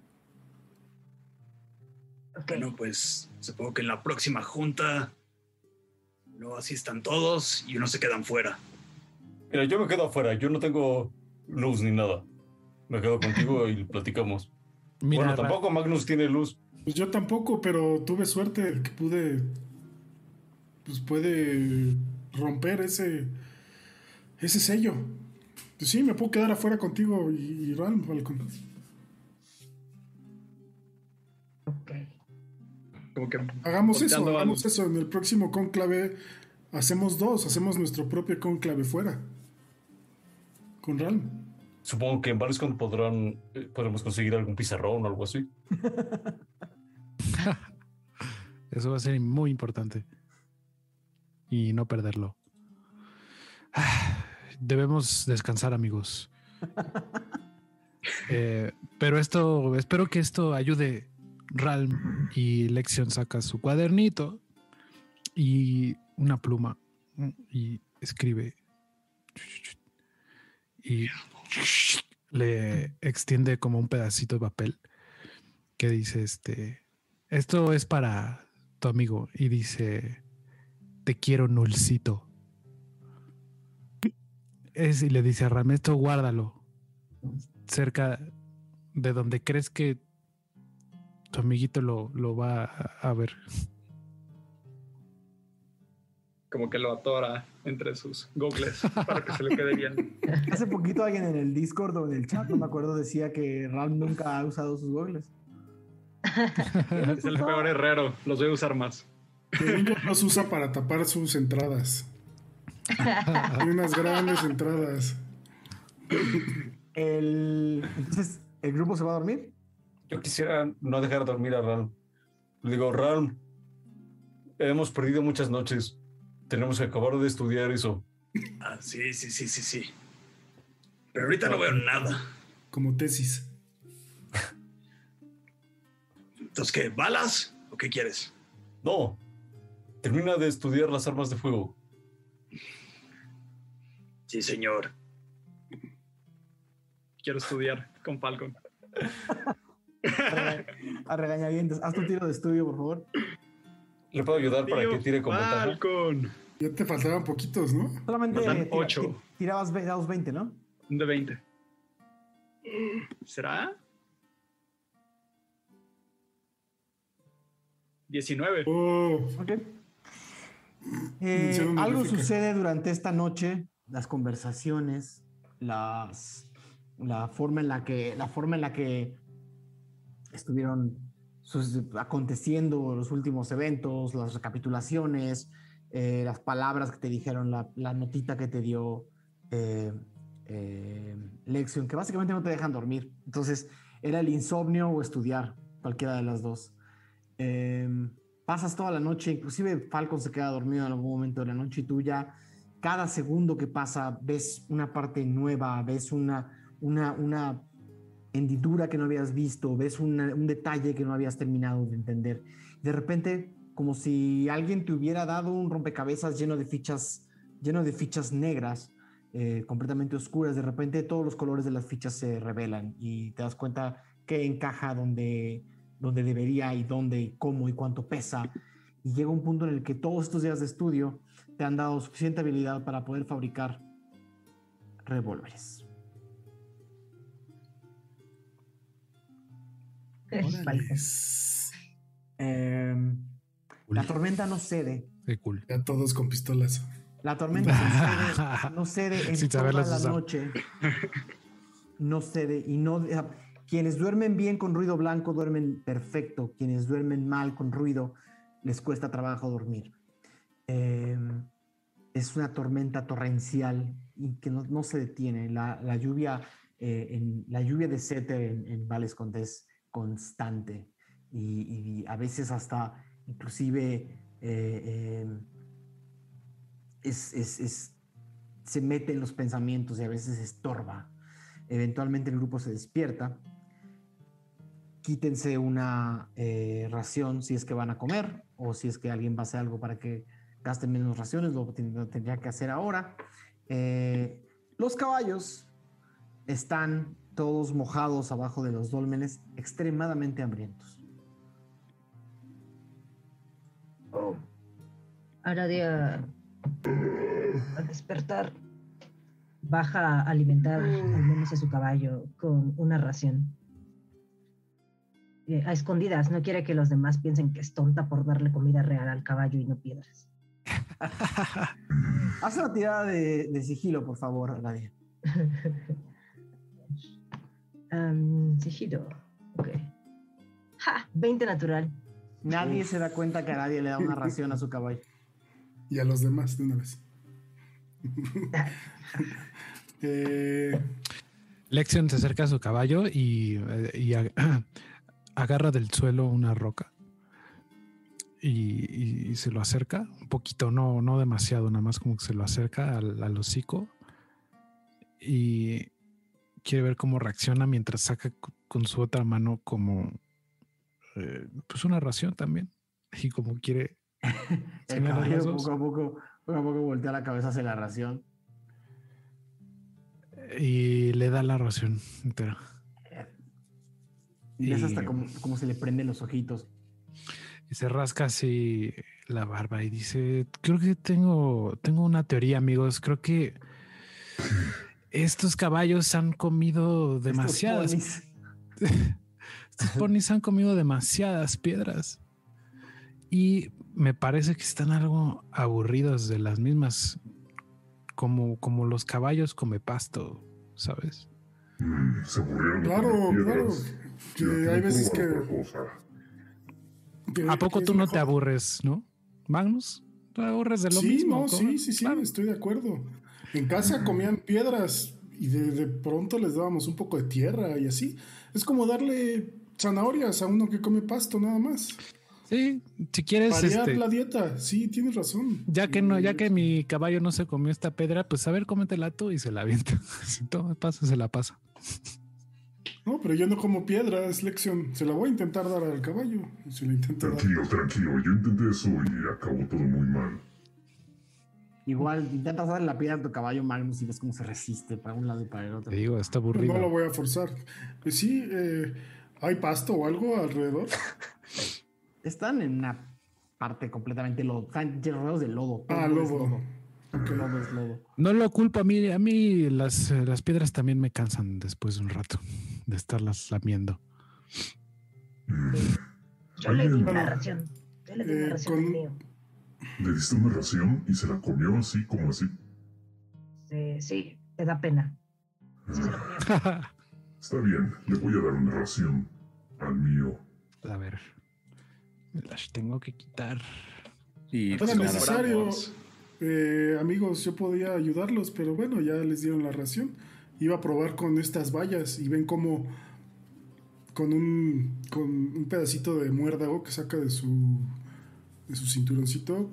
Speaker 8: Bueno, pues supongo que en la próxima junta no asistan todos y unos se quedan fuera.
Speaker 7: Mira, yo me quedo afuera, yo no tengo luz ni nada. Me quedo contigo y platicamos.
Speaker 2: Mira,
Speaker 7: bueno, tampoco Magnus tiene luz.
Speaker 6: Pues yo tampoco, pero tuve suerte que puede romper ese sello. Pues sí, me puedo quedar afuera contigo y Ralm, Falcon.
Speaker 5: Como que
Speaker 6: hagamos eso. En el próximo cónclave hacemos nuestro propio cónclave fuera. Con Ralm.
Speaker 7: Supongo que en Valescon podremos conseguir algún pizarrón o algo así.
Speaker 2: Eso va a ser muy importante. Y no perderlo. Debemos descansar, amigos. Pero espero que esto ayude. Ralm y Lexion saca su cuadernito y una pluma y escribe y le extiende como un pedacito de papel que dice esto es para tu amigo y dice te quiero Nullcito. Y le dice a Ralm, esto guárdalo cerca de donde crees que tu amiguito lo va a ver.
Speaker 5: Como que lo atora entre sus gogles para que se le quede bien.
Speaker 1: Hace poquito alguien en el Discord o en el chat, no me acuerdo, decía que Ralm nunca ha usado sus gogles.
Speaker 5: Es el peor herrero, los voy a usar más.
Speaker 6: Que los usa para tapar sus entradas. Tiene unas grandes entradas.
Speaker 1: Entonces, ¿el grupo se va a dormir?
Speaker 7: Yo quisiera no dejar dormir a Ralm. Le digo, Ralm, hemos perdido muchas noches. Tenemos que acabar de estudiar eso.
Speaker 8: Ah, sí. Pero ahorita no veo nada.
Speaker 6: Como tesis.
Speaker 8: Entonces, ¿qué? ¿Balas? ¿O qué quieres?
Speaker 7: No. Termina de estudiar las armas de fuego.
Speaker 8: Sí, señor.
Speaker 5: Quiero estudiar con Falcon.
Speaker 1: A regañadientes. Haz tu tiro de estudio, por favor.
Speaker 7: Le puedo ayudar para que tire con ventaja.
Speaker 5: Falcon.
Speaker 6: Ya te faltaban poquitos, ¿no?
Speaker 1: Solamente
Speaker 5: 8.
Speaker 1: Tirabas dados 20, ¿no?
Speaker 5: Un de 20. ¿Será? 19.
Speaker 1: Ok. Algo sucede durante esta noche, las conversaciones, la forma en la que estuvieron aconteciendo los últimos eventos, las recapitulaciones, las palabras que te dijeron, la notita que te dio Lexion, que básicamente no te dejan dormir. Entonces, era el insomnio o estudiar, cualquiera de las dos. Pasas toda la noche, inclusive Falcon se queda dormido en algún momento de la noche y tú ya, cada segundo que pasa, ves una parte nueva, ves una hendidura que no habías visto, ves un detalle que no habías terminado de entender. De repente, como si alguien te hubiera dado un rompecabezas lleno de fichas negras, completamente oscuras. De repente todos los colores de las fichas se revelan y te das cuenta que encaja donde debería y dónde y cómo y cuánto pesa. Y llega un punto en el que todos estos días de estudio te han dado suficiente habilidad para poder fabricar revólveres. La tormenta no cede.
Speaker 2: Qué cool.
Speaker 6: Ya todos con pistolas.
Speaker 1: La tormenta no cede en toda la noche. No cede y no... Quienes duermen bien con ruido blanco duermen perfecto. Quienes duermen mal con ruido les cuesta trabajo dormir. Es una tormenta torrencial y que no se detiene. La lluvia de Sete en Valesconde es constante y a veces hasta inclusive se mete en los pensamientos y a veces estorba. Eventualmente el grupo se despierta. Quítense una ración si es que van a comer o si es que alguien va a hacer algo para que gasten menos raciones, lo tendría que hacer ahora. Los caballos están todos mojados abajo de los dólmenes, extremadamente hambrientos.
Speaker 3: Aradia, al despertar, baja a alimentar al menos a su caballo con una ración. A escondidas, no quiere que los demás piensen que es tonta por darle comida real al caballo y no piedras.
Speaker 1: Haz una tirada de sigilo, por favor, Aradia.
Speaker 3: Sigilo. Ok. ¡Ja! 20 natural.
Speaker 1: Nadie se da cuenta que Aradia le da una ración a su caballo.
Speaker 6: Y a los demás de una vez.
Speaker 2: Lexion se acerca a su caballo y agarra del suelo una roca y se lo acerca un poquito, no demasiado, nada más como que se lo acerca al hocico y quiere ver cómo reacciona mientras saca con su otra mano como pues una ración también y como quiere
Speaker 1: el caballo poco a poco voltea la cabeza hacia la ración
Speaker 2: y le da la ración entera.
Speaker 1: Y ves hasta como se le prenden los ojitos.
Speaker 2: Y se rasca así la barba y dice, creo que tengo una teoría, amigos. Creo que estos caballos han comido demasiadas... Estos ponis han comido demasiadas piedras. Y me parece que están algo aburridos de las mismas, como los caballos come pasto, ¿sabes?
Speaker 9: Se aburrieron.
Speaker 6: Claro. Que hay veces que
Speaker 2: ¿A poco tú no te aburres, no? Magnus, ¿te aburres de lo mismo?
Speaker 6: Sí, claro. Estoy de acuerdo. En casa comían piedras y de pronto les dábamos un poco de tierra y así. Es como darle zanahorias a uno que come pasto nada más.
Speaker 2: Sí, si quieres
Speaker 6: variar la dieta. Sí, tienes razón.
Speaker 2: Ya que mi caballo no se comió esta piedra, pues a ver, cómetela tú y se la avienta. Si todo pasa, se la pasa.
Speaker 6: No, pero yo no como piedras, Lexion. Se la voy a intentar dar al caballo.
Speaker 9: Tranquilo. Yo intenté eso y acabó todo muy mal.
Speaker 1: Igual, intentas darle la piedra a tu caballo, Magnus, y ves cómo se resiste para un lado y para el otro.
Speaker 2: Te digo, está aburrido.
Speaker 6: No lo voy a forzar. Pues sí, ¿hay pasto o algo alrededor?
Speaker 1: Están en una parte completamente lodo. Están rodeados de lodo.
Speaker 6: Lodo.
Speaker 1: Okay. Lodo es lodo.
Speaker 2: No lo culpo a mí las piedras también me cansan después de un rato de estarlas lamiendo.
Speaker 3: Yo le di una ración. Al mío.
Speaker 9: ¿Le diste una ración y se la comió así como así?
Speaker 3: Sí, te da pena. Sí, se la comió.
Speaker 9: Está bien, le voy a dar una ración al mío.
Speaker 2: A ver, me las tengo que quitar.
Speaker 5: Y
Speaker 6: no era necesario. Amigos, yo podía ayudarlos, pero bueno, ya les dieron la ración. Iba a probar con estas vallas y ven como con un pedacito de muérdago que saca de su cinturoncito,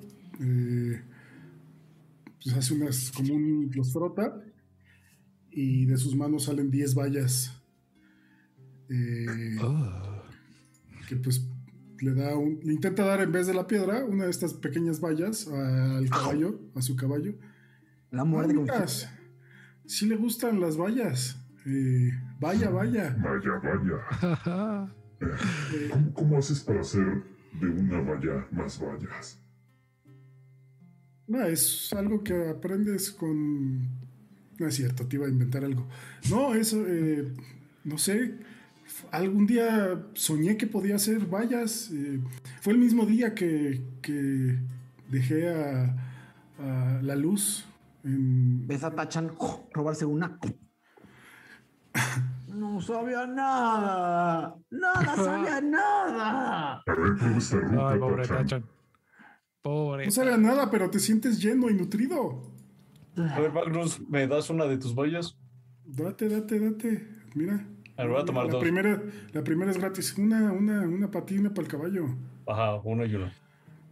Speaker 6: pues hace los frota y de sus manos salen 10 vallas Que pues le intenta dar en vez de la piedra una de estas pequeñas vallas al caballo, a su caballo.
Speaker 1: La muerde con
Speaker 6: sí le gustan las vallas. Vaya.
Speaker 9: Vaya. ¿Cómo haces para hacer de una valla más vallas?
Speaker 6: No, es algo que aprendes con... No es cierto, te iba a inventar algo. No, eso, no sé. Algún día soñé que podía hacer vallas. Fue el mismo día que dejé a la luz.
Speaker 1: ¿Ves a Tachan robarse una? No sabía nada. Nada sabía nada.
Speaker 9: Adentro de esta ruta,
Speaker 2: Pobre
Speaker 9: Tachan.
Speaker 2: Tachan. Pobre.
Speaker 6: No sabía nada, pero te sientes lleno y nutrido.
Speaker 7: A ver, Magnus, ¿me das una de tus vallas?
Speaker 6: Date. Mira.
Speaker 7: A ver, voy a tomar
Speaker 6: la
Speaker 7: dos.
Speaker 6: La primera es gratis. Una para ti y una para el caballo.
Speaker 7: Ajá, uno y uno.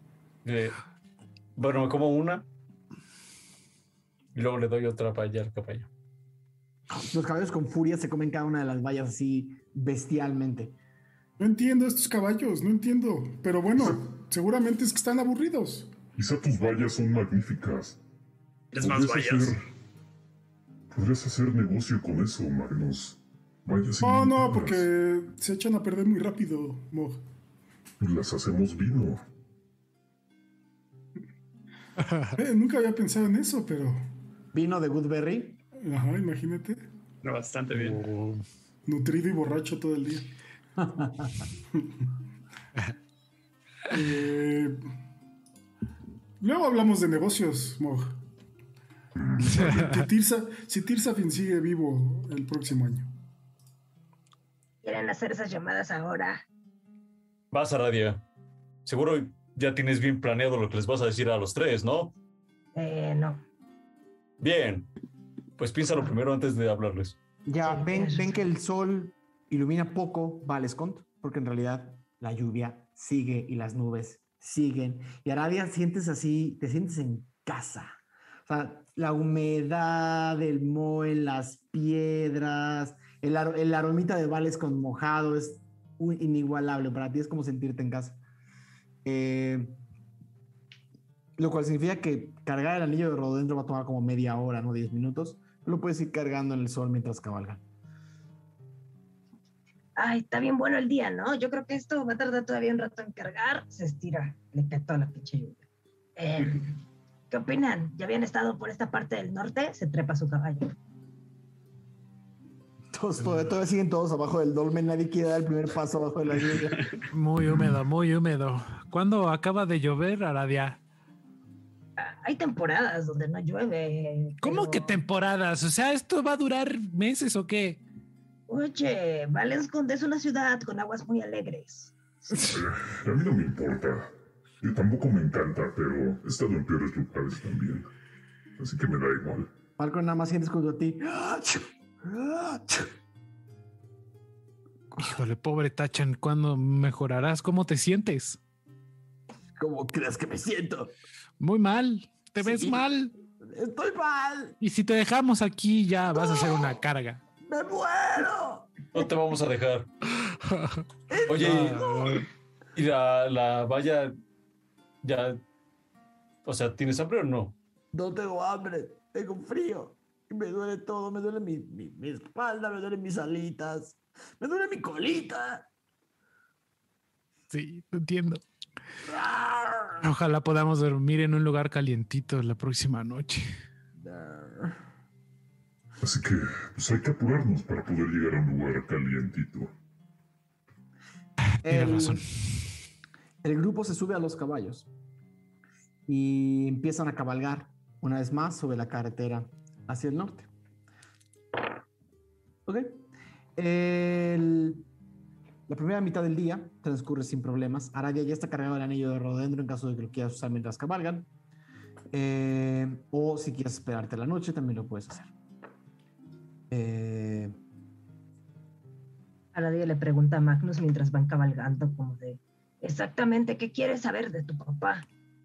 Speaker 7: Bueno, me como una. Y luego le doy otra valla al caballo.
Speaker 1: Los caballos con furia se comen cada una de las vallas así bestialmente.
Speaker 6: No entiendo estos caballos, no entiendo. Pero bueno, seguramente es que están aburridos.
Speaker 9: Quizá tus vallas son magníficas.
Speaker 8: ¿Es más vallas?
Speaker 9: Podrías hacer negocio con eso, Magnus. Vallas
Speaker 6: No,
Speaker 9: ilimitadas.
Speaker 6: porque se echan a perder muy rápido, Mog.
Speaker 9: Las hacemos vino.
Speaker 6: Nunca había pensado en eso, pero...
Speaker 1: Vino de Goodberry.
Speaker 6: Ajá, imagínate.
Speaker 5: No, bastante bien.
Speaker 6: Nutrido y borracho todo el día. Luego hablamos de negocios, Mog. Si Tirsafin sigue vivo el próximo año.
Speaker 3: ¿Quieren hacer esas llamadas ahora?
Speaker 7: Vas a radio. Seguro ya tienes bien planeado lo que les vas a decir a los tres, ¿no?
Speaker 3: No.
Speaker 7: Bien. Pues piénsalo primero antes de hablarles.
Speaker 1: Ya,
Speaker 3: Sí,
Speaker 1: ven
Speaker 3: eso.
Speaker 1: que el sol ilumina poco Valescont, porque en realidad la lluvia sigue y las nubes siguen. Y Aradia te sientes en casa. O sea, la humedad, el moho en las piedras, el aromita de Valescont mojado es inigualable. Para ti es como sentirte en casa. Lo cual significa que cargar el anillo de rododendro va a tomar como media hora, no 10 minutos. Lo puedes ir cargando en el sol mientras cabalgan.
Speaker 3: Ay, está bien bueno el día, ¿no? Yo creo que esto va a tardar todavía un rato en cargar. Se estira. Le petó la pinche lluvia. ¿Qué opinan? ¿Ya habían estado por esta parte del norte? Se trepa su caballo.
Speaker 1: Todavía siguen todos abajo del dolmen. Nadie quiere dar el primer paso abajo de la lluvia.
Speaker 2: Muy húmedo, muy húmedo. ¿Cuándo acaba de llover, Aradia?
Speaker 3: Hay temporadas donde no llueve.
Speaker 2: ¿Cómo
Speaker 3: pero-
Speaker 2: que temporadas? O sea, ¿esto va a durar meses o qué?
Speaker 3: Oye, Valescont es una ciudad con aguas muy alegres.
Speaker 9: A mí no me importa. Yo tampoco me encanta, pero he estado en peores lugares también. Así que me da igual.
Speaker 1: Falcon nada más sientes junto a ti.
Speaker 2: Híjole, pobre Tachan, ¿cuándo mejorarás? ¿Cómo te sientes?
Speaker 1: ¿Cómo crees que me siento?
Speaker 2: Muy mal, te ves
Speaker 1: Sí.
Speaker 2: mal.
Speaker 1: Estoy mal.
Speaker 2: Y si te dejamos aquí ya vas a hacer una carga.
Speaker 1: Me muero.
Speaker 7: No te vamos a dejar. Oye, ¿y la valla ya... O sea, ¿tienes hambre o no?
Speaker 1: No tengo hambre. Tengo frío. Y me duele todo. Me duele mi espalda. Me duelen mis alitas. Me duele mi colita.
Speaker 2: Sí, te entiendo. Ojalá podamos dormir en un lugar calientito la próxima noche.
Speaker 9: Así que, pues hay que apurarnos para poder llegar a un lugar calientito.
Speaker 2: Tienes razón.
Speaker 1: El grupo se sube a los caballos y empiezan a cabalgar una vez más sobre la carretera hacia el norte. Ok. La primera mitad del día transcurre sin problemas. Aradia ya está cargado el anillo de rododendro en caso de que lo quieras usar mientras cabalgan. O si quieres esperarte la noche, también lo puedes hacer.
Speaker 3: A nadie le pregunta a Magnus mientras van cabalgando como de, exactamente, ¿qué quieres saber de tu papá?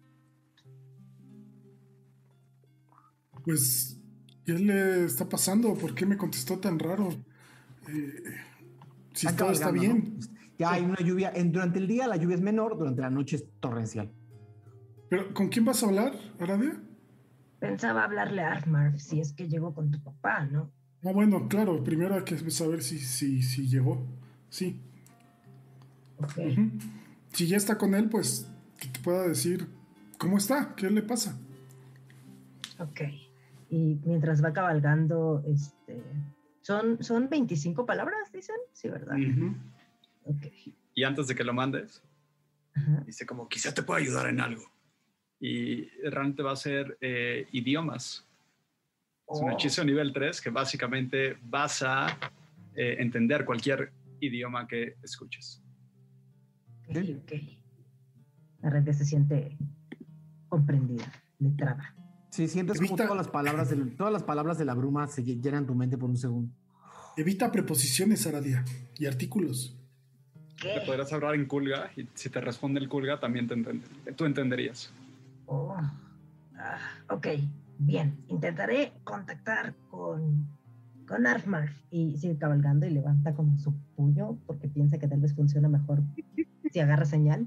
Speaker 6: Pues, ¿qué le está pasando? ¿Por qué me contestó tan raro? Si
Speaker 1: Están
Speaker 6: todo está
Speaker 1: cabalgando,
Speaker 6: bien.
Speaker 1: ¿no? Ya hay una lluvia. Durante el día la lluvia es menor, durante la noche es torrencial.
Speaker 6: Pero, ¿con quién vas a hablar, Aradia?
Speaker 3: Pensaba hablarle a Armar si es que llegó con tu papá, ¿no?
Speaker 6: Ah, bueno, claro, primero hay que saber si llegó. Sí.
Speaker 3: Ok.
Speaker 6: Ujú. Si ya está con él, pues que te pueda decir cómo está, qué le pasa.
Speaker 3: Ok. Y mientras va cabalgando, ¿son 25 palabras, dicen? Sí, ¿verdad?
Speaker 5: Ujú.
Speaker 3: Ok.
Speaker 5: Y antes de que lo mandes,
Speaker 3: Ajá.
Speaker 5: dice como, quizá te pueda ayudar en algo. Y realmente va a ser idiomas. Es un
Speaker 3: Oh.
Speaker 5: hechizo nivel 3 que básicamente vas a entender cualquier idioma que escuches.
Speaker 3: Ok, ok. La red se siente comprendida, letrada.
Speaker 1: Sí, sientes como
Speaker 6: Evita-
Speaker 1: todas las palabras de la bruma se llenan tu mente por un segundo.
Speaker 6: Evita preposiciones, Aradia, y artículos.
Speaker 5: Le
Speaker 3: ¿Qué?
Speaker 5: podrás hablar en Kulga y si te responde el Kulga también tú entenderías.
Speaker 3: Oh. Ok, bien. Intentaré contactar con Armar. Y sigue cabalgando y levanta como su puño porque piensa que tal vez funciona mejor si agarra señal.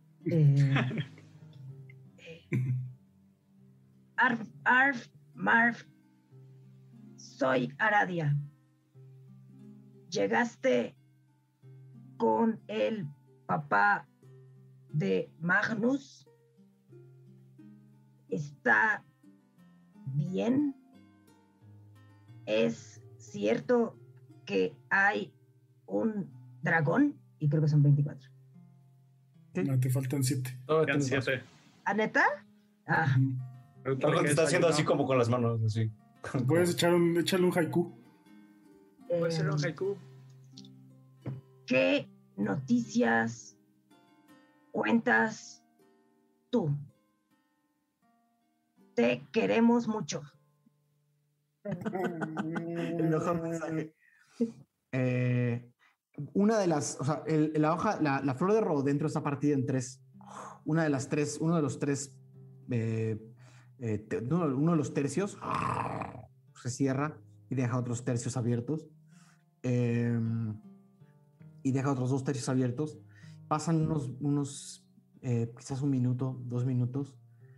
Speaker 3: Marv, soy Aradia. ¿Llegaste con el papá de Magnus? ¿Está bien? ¿Es cierto que hay un dragón? Y creo que son 24.
Speaker 6: No, te faltan 7.
Speaker 7: Todavía
Speaker 5: Quedan
Speaker 7: tienes
Speaker 5: 7.
Speaker 3: ¿A neta? Ah,
Speaker 7: Algo te está haciendo así como con las manos, así.
Speaker 6: Puedes echarle un haiku.
Speaker 5: Puede ser un haiku.
Speaker 3: ¿Qué noticias cuentas tú? Te queremos mucho.
Speaker 1: El mejor mensaje. Una de las, o sea, la hoja, la flor de rododendro está partida en 3. Uno de los tercios se cierra y deja otros tercios abiertos. Y deja otros 2 tercios abiertos. Pasan quizás 1 minuto, 2 minutos,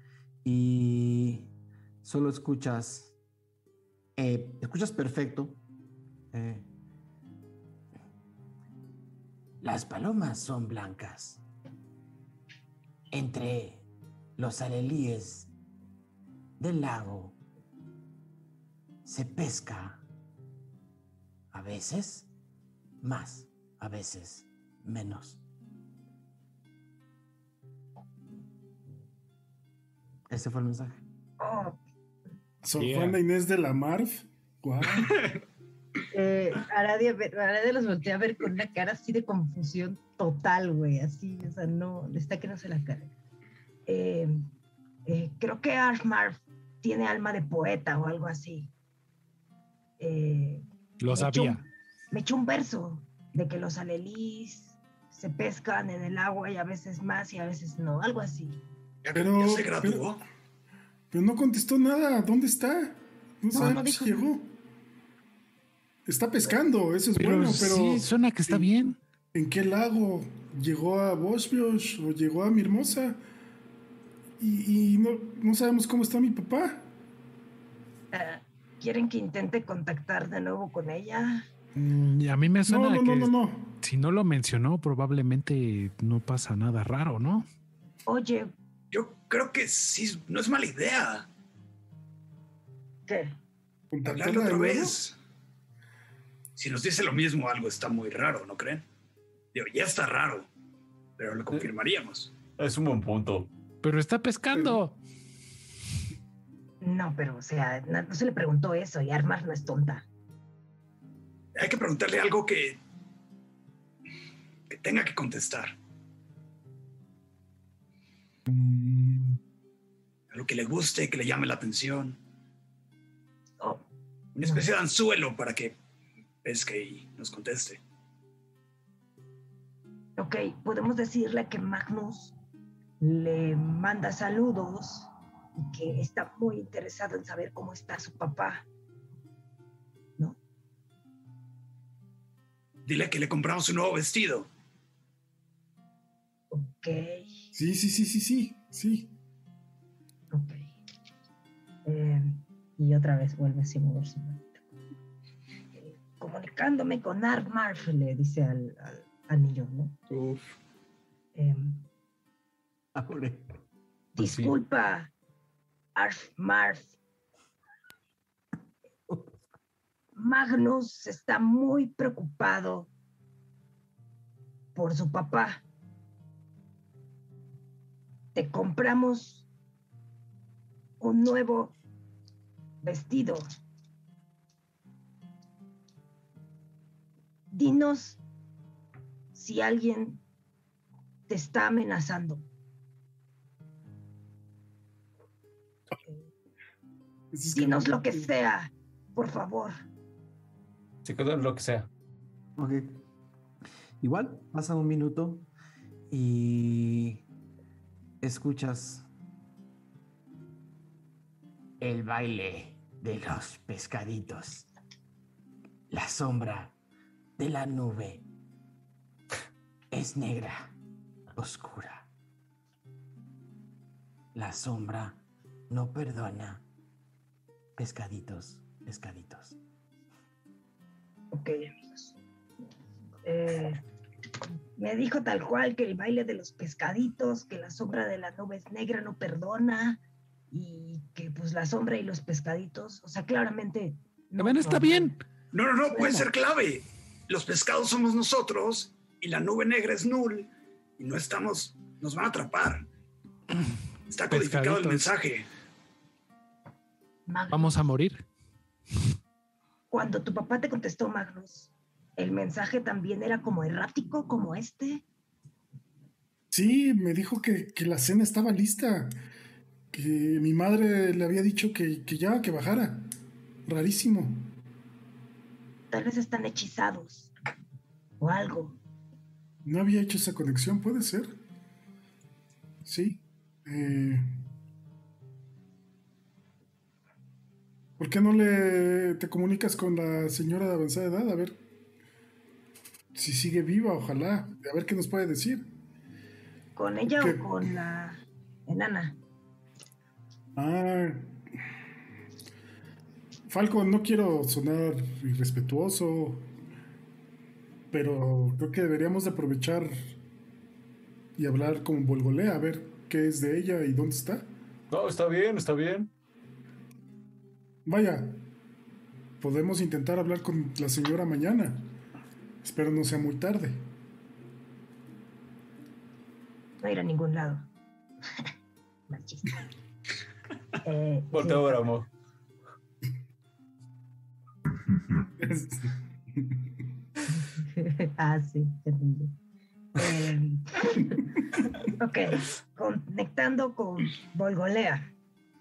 Speaker 1: y solo escuchas perfecto. Las palomas son blancas. Entre los alelíes del lago se pesca, a veces más, a veces menos. Ese fue el mensaje.
Speaker 3: Oh,
Speaker 6: Sor
Speaker 2: Yeah.
Speaker 6: Juana Inés de la Marv. Guau.
Speaker 3: Aradia los voltea a ver con una cara así de confusión total, güey, así, o sea, no, le está que no se la carga. Creo que Armar tiene alma de poeta o algo así.
Speaker 2: Lo sabía.
Speaker 3: Me echó un verso de que los alelís se pescan en el agua y a veces más y a veces no, algo así.
Speaker 6: Pero,
Speaker 8: ¿Ya se graduó?
Speaker 6: pero no contestó nada. ¿Dónde está? No sabemos
Speaker 3: dijo
Speaker 6: si llegó. Está pescando, eso es
Speaker 2: Pero
Speaker 6: bueno, pero
Speaker 2: sí, suena que está bien.
Speaker 6: ¿en qué lago? ¿Llegó a Boschbiosh o llegó a mi hermosa? Y no sabemos cómo está mi papá.
Speaker 3: ¿Quieren que intente contactar de nuevo con ella?
Speaker 2: Y a mí me suena que
Speaker 6: No.
Speaker 2: si no lo mencionó, probablemente no pasa nada raro, ¿no?
Speaker 3: Oye,
Speaker 8: Yo creo que sí, no es mala idea.
Speaker 3: ¿qué?
Speaker 6: ¿Contactarla
Speaker 8: Hablarle otra
Speaker 6: de nuevo?
Speaker 8: vez. Si nos dice lo mismo, algo está muy raro, ¿no creen? Digo, ya está raro, pero lo confirmaríamos.
Speaker 7: Es un buen punto.
Speaker 2: Pero está pescando.
Speaker 3: No, pero, o sea, no se le preguntó eso y Armar no es tonta.
Speaker 8: Hay que preguntarle algo que tenga que contestar. Algo que le guste, que le llame la atención.
Speaker 3: Oh,
Speaker 8: Una especie de anzuelo para que pesque y nos conteste.
Speaker 3: ok, podemos decirle que Magnus le manda saludos y que está muy interesado en saber cómo está su papá. ¿No?
Speaker 8: Dile que le compramos un nuevo vestido.
Speaker 3: Ok.
Speaker 6: Sí.
Speaker 3: Ok. Y otra vez vuelve a moverse. Comunicándome con Argmarf, le dice al niño, ¿no?
Speaker 5: Uf.
Speaker 3: Disculpa, Argmarf. Magnus está muy preocupado por su papá. Te compramos un nuevo vestido. Dinos si alguien te está amenazando. Dinos lo que sea, por favor.
Speaker 7: Se quedó en lo que sea.
Speaker 1: Ok. Igual, pasa un minuto y escuchas el baile de los pescaditos, la sombra de la nube es negra, oscura. La sombra no perdona. Pescaditos.
Speaker 3: Ok, amigos. Me dijo tal cual que el baile de los pescaditos, que la sombra de la nube es negra, no perdona, y que pues la sombra y los pescaditos, o sea, claramente...
Speaker 2: Bueno, está bien.
Speaker 8: No, puede ser clave. Los pescados somos nosotros y la nube negra es Null y no estamos... Nos van a atrapar. Está codificado el mensaje.
Speaker 3: Magnus,
Speaker 2: Vamos a morir.
Speaker 3: cuando tu papá te contestó, Magnus, ¿el mensaje también era como errático, como este?
Speaker 6: Sí, me dijo que la cena estaba lista, que mi madre le había dicho que bajara. Rarísimo.
Speaker 3: Tal vez están hechizados o algo.
Speaker 6: No había hecho esa conexión, puede ser. Sí. ¿Por qué no te comunicas con la señora de avanzada edad? A ver si sigue viva, ojalá. A ver qué nos puede decir.
Speaker 3: ¿Con ella o con la enana?
Speaker 6: Falco, no quiero sonar irrespetuoso, pero creo que deberíamos de aprovechar y hablar con Volgolea, a ver qué es de ella y dónde está.
Speaker 7: No, está bien.
Speaker 6: Vaya, podemos intentar hablar con la señora mañana. Espero no sea muy tarde.
Speaker 3: No ir a ningún lado. Mal chiste.
Speaker 7: Voltea a ver, amor.
Speaker 3: Sí, entendí. Ok, conectando con Volgolea.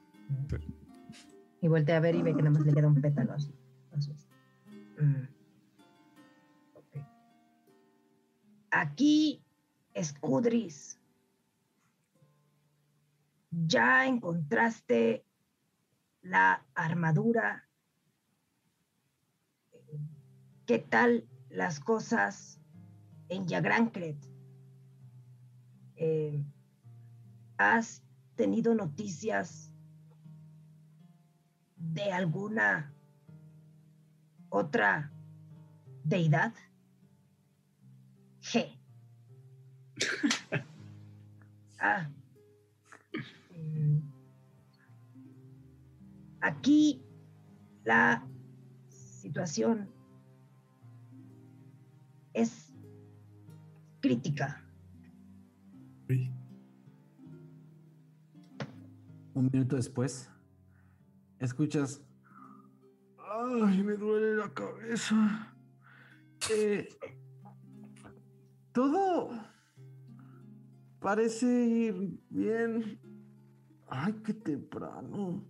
Speaker 3: Y voltea a ver y ve que nada más le queda un pétalo a su. Okay. Aquí, Escudris. ¿Ya encontraste la armadura? ¿Qué tal las cosas en Yagrancret? ¿Has tenido noticias de alguna otra deidad? G. Aquí la situación es crítica.
Speaker 6: Sí.
Speaker 1: Un minuto después, escuchas... ¡Ay, me duele la cabeza! Todo parece ir bien. ¡Ay, qué temprano!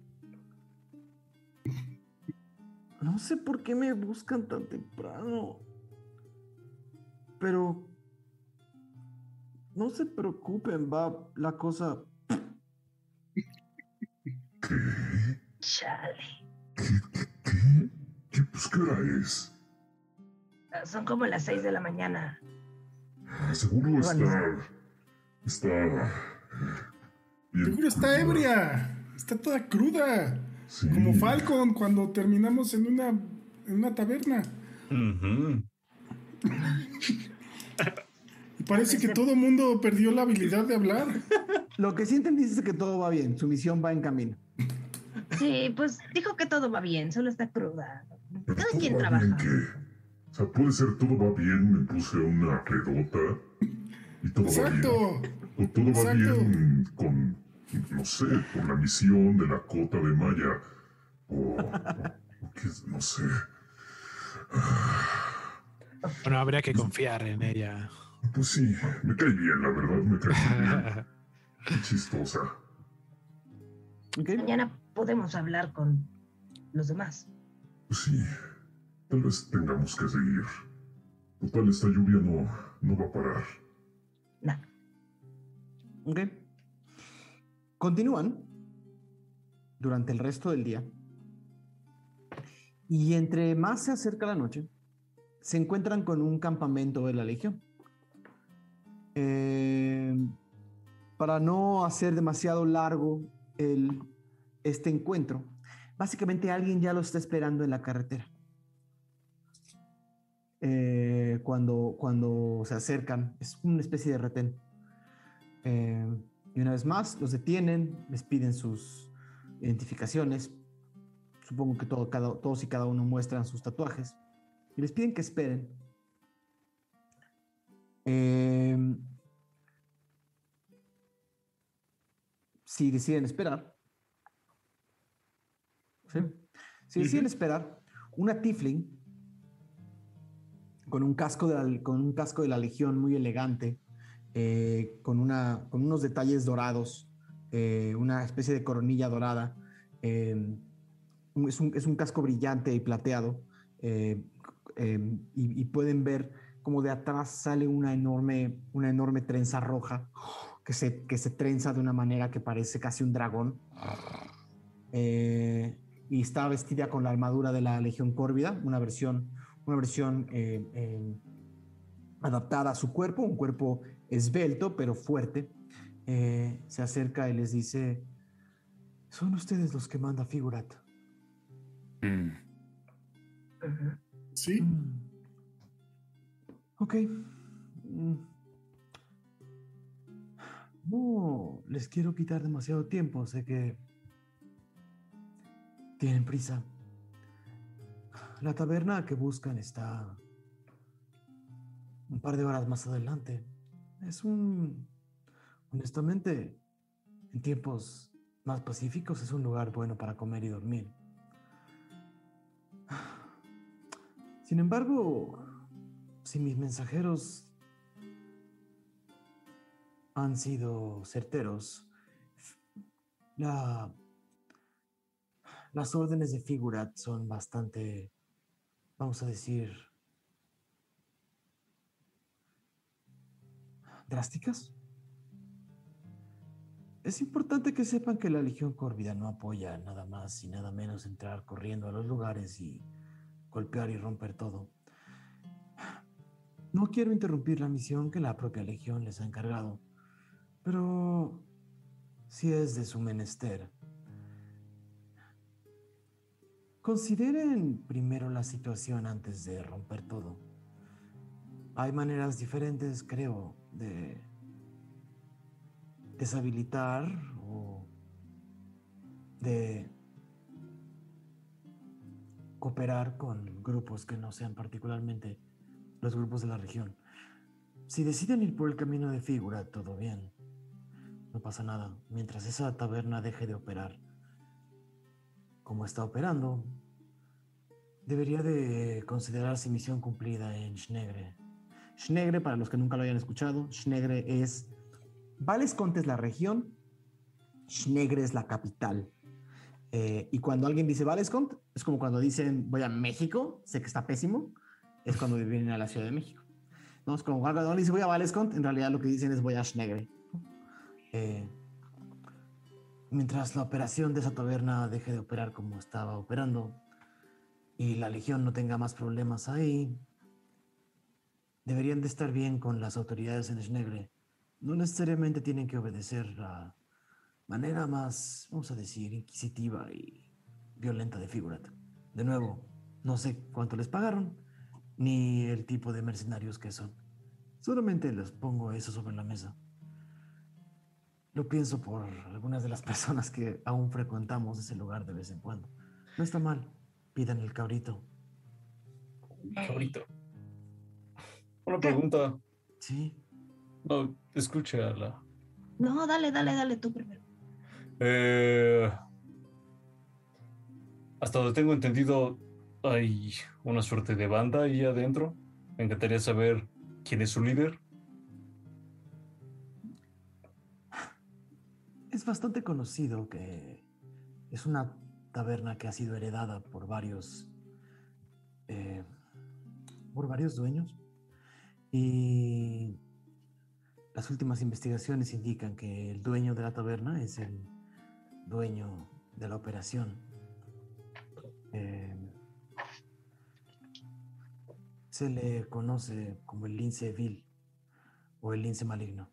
Speaker 1: No sé por qué me buscan tan temprano. Pero... no se preocupen, va la cosa...
Speaker 3: Chale.
Speaker 9: ¿Qué? Pues, ¿qué hora es?
Speaker 3: Son como las 6 de la mañana.
Speaker 9: Seguro está bien.
Speaker 6: Seguro está ebria. Está toda cruda.
Speaker 9: Sí.
Speaker 6: Como Falcon cuando terminamos en una taberna. Y parece que todo el mundo perdió la habilidad de hablar.
Speaker 1: Lo que sí entendí es que todo va bien, su misión va en camino.
Speaker 3: Sí, pues dijo que todo va bien, solo está cruda.
Speaker 9: Pero
Speaker 3: Cada
Speaker 9: todo
Speaker 3: quien
Speaker 9: va
Speaker 3: trabaja.
Speaker 9: bien, ¿qué? O sea, puede ser todo va bien, me puse una pedota y todo va bien. O todo va bien con, no sé, con la misión de la cota de Maya. O qué, no sé.
Speaker 2: Bueno, habría que confiar en ella.
Speaker 9: Pues sí, me cae bien, la verdad, me cae bien. Qué chistosa.
Speaker 1: Okay.
Speaker 3: Mañana podemos hablar con los demás.
Speaker 9: Pues sí, tal vez tengamos que seguir. Total, esta lluvia no va a parar.
Speaker 3: Nah.
Speaker 1: Ok. Continúan durante el resto del día. Y entre más se acerca la noche, se encuentran con un campamento de la Legión. Para no hacer demasiado largo este encuentro, básicamente alguien ya lo está esperando en la carretera. Cuando se acercan, es una especie de retén. Y una vez más, los detienen, les piden sus identificaciones. Supongo que todos y cada uno muestran sus tatuajes. Y les piden que esperen. Si deciden esperar. ¿Sí? Si deciden esperar, una tiefling con un casco de la Legión muy elegante, con unos detalles dorados, una especie de coronilla dorada, es un casco brillante y plateado, y pueden ver como de atrás sale una enorme trenza roja que se trenza de una manera que parece casi un dragón, y está vestida con la armadura de la Legión Córvida, una versión adaptada a su cuerpo, un cuerpo esbelto pero fuerte. Se acerca y les dice: ¿son ustedes los que manda Figurat?
Speaker 6: Sí.
Speaker 1: Ok. No les quiero quitar demasiado tiempo, sé que tienen prisa. La taberna que buscan está un par de horas más adelante. Honestamente, en tiempos más pacíficos es un lugar bueno para comer y dormir. Sin embargo, si mis mensajeros han sido certeros, las órdenes de Figurat son bastante, vamos a decir, drásticas. Es importante que sepan que la Legión Córvida no apoya nada más y nada menos entrar corriendo a los lugares y golpear y romper todo. No quiero interrumpir la misión que la propia Legión les ha encargado, pero si es de su menester, consideren primero la situación antes de romper todo. Hay maneras diferentes, creo, de deshabilitar o de cooperar con grupos que no sean particularmente los grupos de la región. Si deciden ir por el camino de Figurat, todo bien. No pasa nada. Mientras esa taberna deje de operar como está operando, debería de considerarse misión cumplida en Schnegre. Schnegre, para los que nunca lo hayan escuchado, Schnegre es... Valescont es la región, Schnegre es la capital. Y cuando alguien dice Valescont, es como cuando dicen voy a México, sé que está pésimo, es cuando vienen a la Ciudad de México. No, es como cuando alguien dice voy a Valescont, en realidad lo que dicen es voy a Schnegre. Mientras la operación de esa taberna deje de operar como estaba operando y la Legión no tenga más problemas ahí, deberían de estar bien con las autoridades en Schnegre. No necesariamente tienen que obedecer la manera más, vamos a decir, inquisitiva y violenta de Figurat. De nuevo, no sé cuánto les pagaron, ni el tipo de mercenarios que son. Solamente les pongo eso sobre la mesa. Lo pienso por algunas de las personas que aún frecuentamos ese lugar de vez en cuando. No está mal. Pidan el cabrito.
Speaker 7: Cabrito. Una pregunta.
Speaker 1: Sí.
Speaker 7: No, escúchala.
Speaker 3: No, dale tú primero.
Speaker 7: Hasta donde tengo entendido, hay una suerte de banda ahí adentro. Me encantaría saber quién es su líder.
Speaker 1: Es bastante conocido que es una taberna que ha sido heredada por varios dueños. Y las últimas investigaciones indican que el dueño de la taberna es el dueño de la operación. Se le conoce como el lince vil o el lince maligno.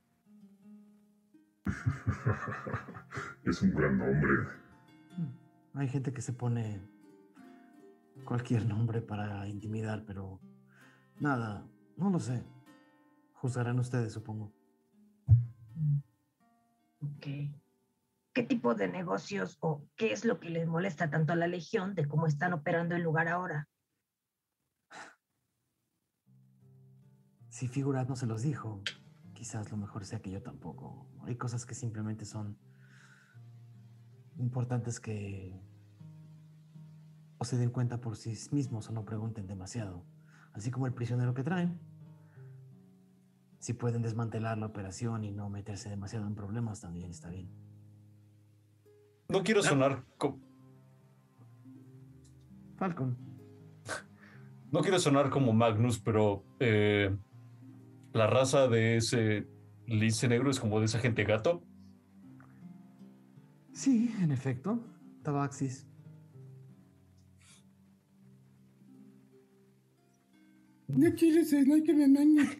Speaker 9: Es un gran nombre.
Speaker 1: Hay gente que se pone cualquier nombre para intimidar, pero nada, no lo sé. Juzgarán ustedes, supongo.
Speaker 3: Ok. ¿Qué tipo de negocios o qué es lo que les molesta tanto a la Legión de cómo están operando el lugar ahora?
Speaker 1: Si Figurat no se los dijo, quizás lo mejor sea que yo tampoco. Hay cosas que simplemente son importantes que o se den cuenta por sí mismos o no pregunten demasiado. Así como el prisionero que traen. Si pueden desmantelar la operación y no meterse demasiado en problemas, también está bien.
Speaker 7: No quiero sonar
Speaker 1: Falcon.
Speaker 7: No quiero sonar como Magnus, pero la raza de ese lince negro es como de esa gente gato.
Speaker 1: Sí, en efecto. Tabaxis.
Speaker 6: No quieres, no hay que me engañe.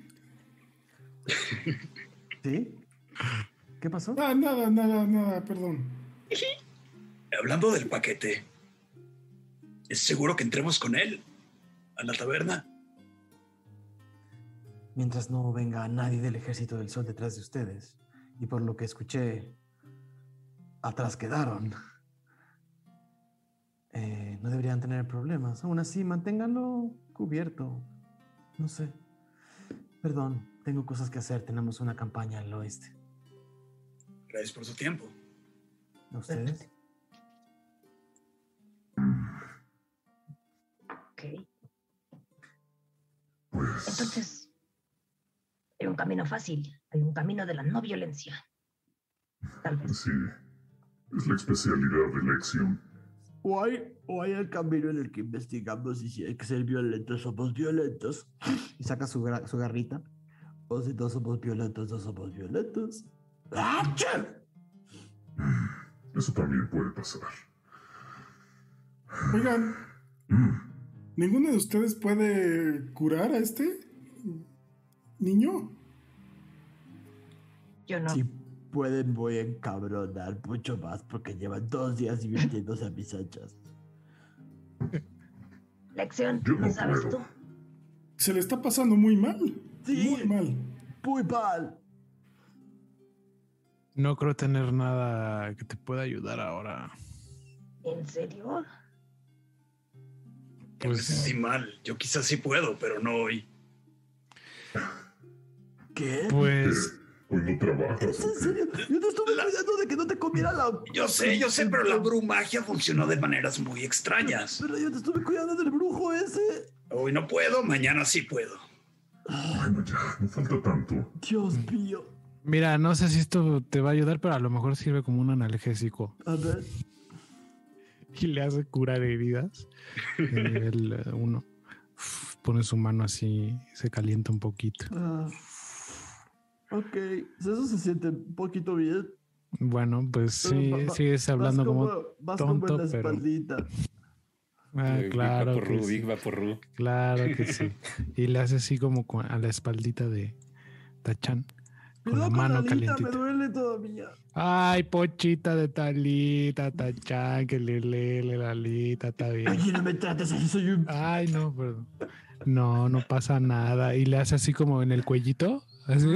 Speaker 1: ¿Sí? ¿Qué pasó?
Speaker 6: Ah, nada, perdón.
Speaker 8: Hablando del paquete, ¿es seguro que entremos con él a la taberna?
Speaker 1: Mientras no venga nadie del Ejército del Sol detrás de ustedes. Y por lo que escuché, atrás quedaron. No deberían tener problemas. Aún así, manténganlo cubierto. No sé. Perdón, tengo cosas que hacer. Tenemos una campaña al oeste.
Speaker 8: Gracias por su tiempo.
Speaker 1: ¿A ustedes?
Speaker 3: Ok. Entonces, hay un camino fácil. Hay un camino de la no violencia. Tal vez.
Speaker 9: Sí, es la especialidad de Lexion.
Speaker 10: O hay el camino en el que investigamos y si hay que ser violentos, somos violentos.
Speaker 1: Y saca su garrita.
Speaker 10: O si no somos violentos, no somos violentos. ¡Achá!
Speaker 9: Eso también puede pasar.
Speaker 6: Oigan, ¿ninguno de ustedes puede curar a este niño?
Speaker 3: Yo no.
Speaker 10: Si pueden, voy a encabronar mucho más porque llevan 2 días divirtiéndose a mis anchas.
Speaker 3: Lección,
Speaker 9: Yo no
Speaker 3: ¿no sabes
Speaker 9: puedo.
Speaker 3: tú?
Speaker 6: Se le está pasando muy mal.
Speaker 10: Sí.
Speaker 6: Muy mal.
Speaker 10: Muy mal.
Speaker 2: No creo tener nada que te pueda ayudar ahora.
Speaker 3: ¿En serio?
Speaker 8: Me
Speaker 2: Pues
Speaker 8: sentí mal. Yo quizás sí puedo, pero no hoy.
Speaker 10: ¿Qué?
Speaker 2: Pues
Speaker 9: Hoy no trabajas.
Speaker 10: ¿Es en
Speaker 9: ¿O qué?
Speaker 10: serio? Yo te estuve cuidando de que no te comiera la...
Speaker 8: Yo sé, pero la brumagia funcionó de maneras muy extrañas.
Speaker 10: Pero yo te estuve cuidando del brujo ese.
Speaker 8: Hoy no puedo, mañana sí puedo.
Speaker 9: Bueno, ya, no falta tanto.
Speaker 10: Dios mío.
Speaker 2: mira, no sé si esto te va a ayudar, pero a lo mejor sirve como un analgésico.
Speaker 10: A ver.
Speaker 2: Y le hace curar heridas. De nivel 1. Pone su mano así, se calienta un poquito.
Speaker 10: Ok, eso se siente un poquito bien.
Speaker 2: Bueno, pues
Speaker 10: Pero
Speaker 2: sí, sigues hablando como
Speaker 10: vas como
Speaker 2: tonto,
Speaker 10: en la
Speaker 2: pero
Speaker 10: espaldita.
Speaker 2: Claro que sí.
Speaker 4: Big Vaporru.
Speaker 2: Claro que sí. Y le hace así como a la espaldita de Tachan. Con la mano calientita.
Speaker 1: Me duele todavía.
Speaker 2: Ay, pochita de Talita, Tachan, que le la alita, está bien.
Speaker 1: Ay, no me trates así, soy un...
Speaker 2: Ay, no, perdón. No pasa nada. Y le hace así como en el cuellito. Así.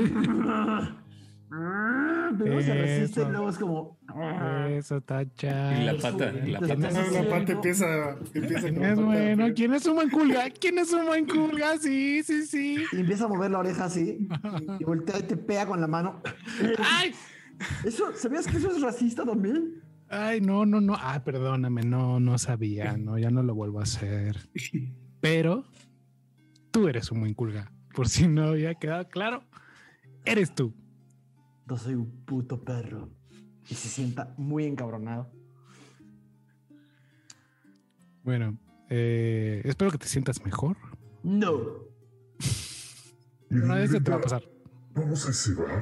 Speaker 1: Pero se resiste y
Speaker 2: Eso.
Speaker 1: luego es como...
Speaker 2: Eso, Tachan.
Speaker 4: Y la pata.
Speaker 6: La pata empieza
Speaker 2: ¿Quién es bueno? ¿Quién es un buen culga? ¿Quién es un buen culga? Sí.
Speaker 1: Y empieza a mover la oreja así y voltea y te pega con la mano.
Speaker 2: ¡Ay!
Speaker 1: ¿Sabías que eso es racista también?
Speaker 2: Ay, no. Ah, perdóname, no sabía. No, ya no lo vuelvo a hacer. Pero tú eres un buen culga. Por si no había quedado claro, eres tú.
Speaker 1: Yo soy un puto perro. Y se sienta muy encabronado.
Speaker 2: Bueno, espero que te sientas mejor.
Speaker 1: No.
Speaker 2: No, eso te va a pasar.
Speaker 9: Vamos a ese bar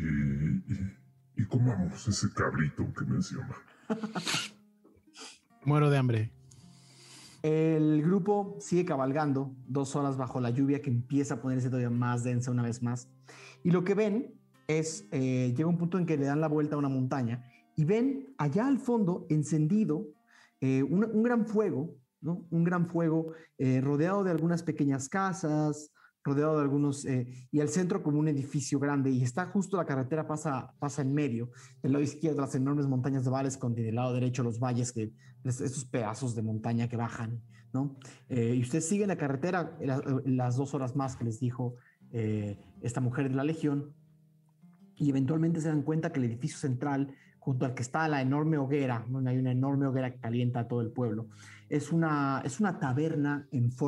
Speaker 9: y comamos ese cabrito que menciona.
Speaker 2: Muero de hambre.
Speaker 1: El grupo sigue cabalgando 2 horas bajo la lluvia que empieza a ponerse todavía más densa una vez más. Y lo que ven es, llega un punto en que le dan la vuelta a una montaña y ven allá al fondo encendido un gran fuego, ¿no? Un gran fuego rodeado de algunas pequeñas casas, rodeado de algunos, y al centro como un edificio grande, y está justo la carretera pasa en medio, del lado izquierdo las enormes montañas de Valles, con del lado derecho los valles, estos pedazos de montaña que bajan, ¿no? Y ustedes siguen la carretera las 2 horas más que les dijo esta mujer de la Legión, y eventualmente se dan cuenta que el edificio central, junto al que está la enorme hoguera, donde hay una enorme hoguera que calienta a todo el pueblo, es una taberna es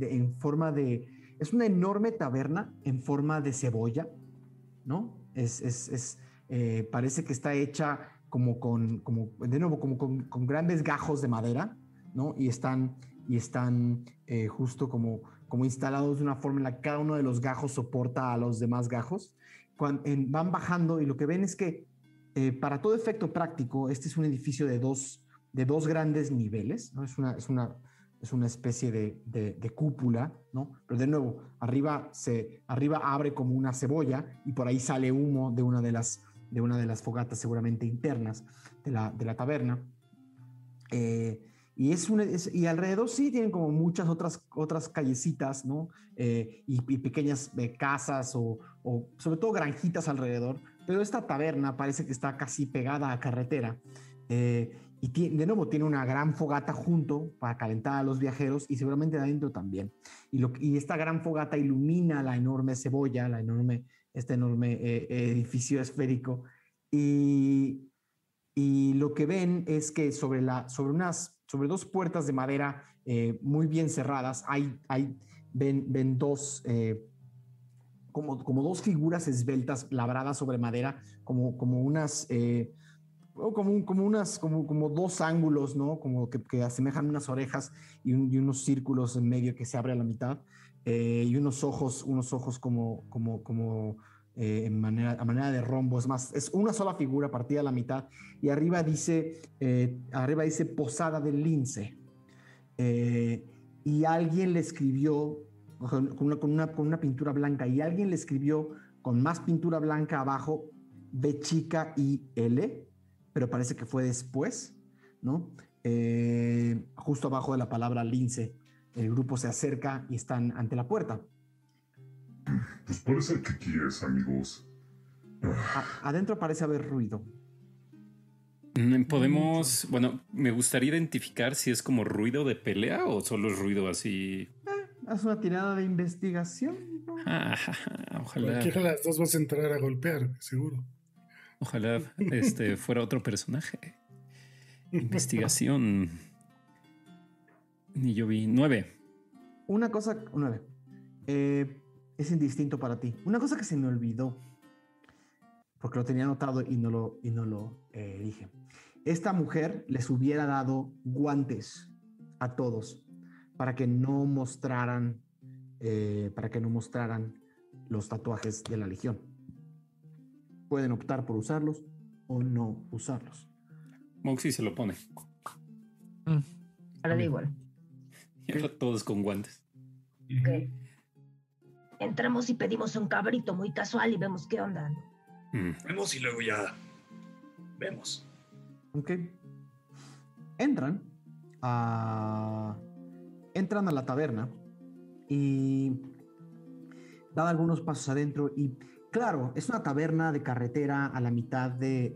Speaker 1: una enorme taberna en forma de cebolla, ¿no? Parece que está hecha como con grandes gajos de madera, ¿no? Y están justo como instalados de una forma en la que cada uno de los gajos soporta a los demás gajos. Van bajando y lo que ven es que para todo efecto práctico, este es un edificio de dos grandes niveles, ¿no? Es una especie de cúpula, ¿no? Pero de nuevo, arriba abre como una cebolla y por ahí sale humo de una de las fogatas seguramente internas de la taberna. Y alrededor sí tienen como muchas otras callecitas, ¿no? Y pequeñas casas o sobre todo granjitas alrededor, pero esta taberna parece que está casi pegada a carretera. Y de nuevo tiene una gran fogata junto para calentar a los viajeros y seguramente de adentro también. Y esta gran fogata ilumina la enorme cebolla, este enorme edificio esférico. Y lo que ven es que sobre 2 puertas de madera muy bien cerradas ven como 2 figuras esbeltas labradas sobre madera, como 2 ángulos, ¿no? Como que asemejan unas orejas y unos círculos en medio que se abre a la mitad, y unos ojos como a manera de rombo. Es más, es una sola figura partida a la mitad y arriba dice Posada del Lince, y alguien le escribió con una pintura blanca, y alguien le escribió con más pintura blanca abajo B chica I L, pero parece que fue después, ¿no? Justo abajo de la palabra lince. El grupo se acerca y están ante la puerta.
Speaker 9: Pues parece que aquí es, amigos.
Speaker 1: Adentro parece haber ruido.
Speaker 4: Bueno, me gustaría identificar si es como ruido de pelea o solo es ruido así.
Speaker 1: Haz una tirada de investigación, ¿no?
Speaker 4: Ojalá.
Speaker 6: Cualquiera de las dos vas a entrar a golpear, seguro.
Speaker 4: Ojalá fuera otro personaje. Investigación. Ni yo vi 9.
Speaker 1: 9. Es indistinto para ti. Una cosa que se me olvidó, porque lo tenía anotado y no lo dije. Esta mujer les hubiera dado guantes a todos para que no mostraran los tatuajes de la Legión. Pueden optar por usarlos o no usarlos.
Speaker 4: Moxie se lo pone.
Speaker 3: Ahora da igual.
Speaker 4: Todos con guantes.
Speaker 3: Ok. Entramos y pedimos un cabrito muy casual y vemos qué onda, ¿no?
Speaker 8: Vemos y luego ya vemos.
Speaker 1: Ok. Entran a la taberna y dan algunos pasos adentro y claro, es una taberna de carretera a la mitad de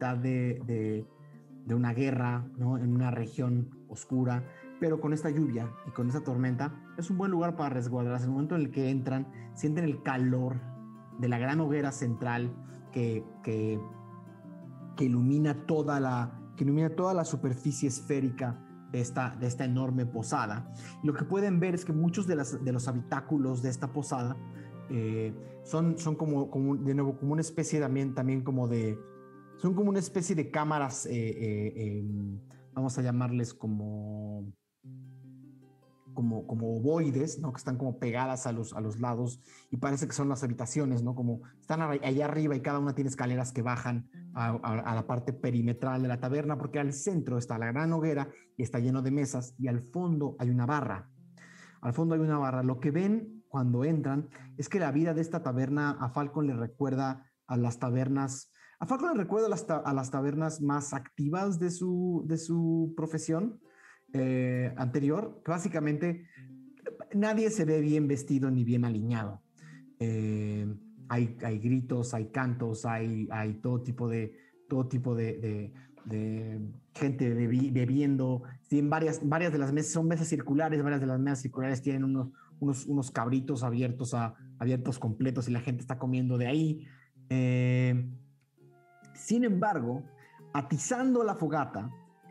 Speaker 1: una guerra, ¿no? En una región oscura, pero con esta lluvia y con esta tormenta es un buen lugar para resguardarse. En el momento en el que entran, sienten el calor de la gran hoguera central que ilumina toda la superficie esférica de esta enorme posada. Y lo que pueden ver es que muchos de los habitáculos de esta posada son como una especie también como de... Son como una especie de cámaras, vamos a llamarles como ovoides, ¿no? Que están como pegadas a los lados y parece que son las habitaciones, ¿no? Como están allá arriba y cada una tiene escaleras que bajan a la parte perimetral de la taberna, porque al centro está la gran hoguera y está lleno de mesas y al fondo hay una barra. Lo que ven cuando entran es que la vida de esta taberna a Falcon le recuerda a las tabernas. A Falcon le recuerda a las tabernas más activas de su profesión anterior, que básicamente nadie se ve bien vestido ni bien alineado. Hay gritos, hay cantos, hay todo tipo de gente bebiendo. Sí, varias de las mesas son mesas circulares, varias de las mesas circulares tienen unos cabritos abiertos completos y la gente está comiendo de ahí. Sin embargo, atizando la fogata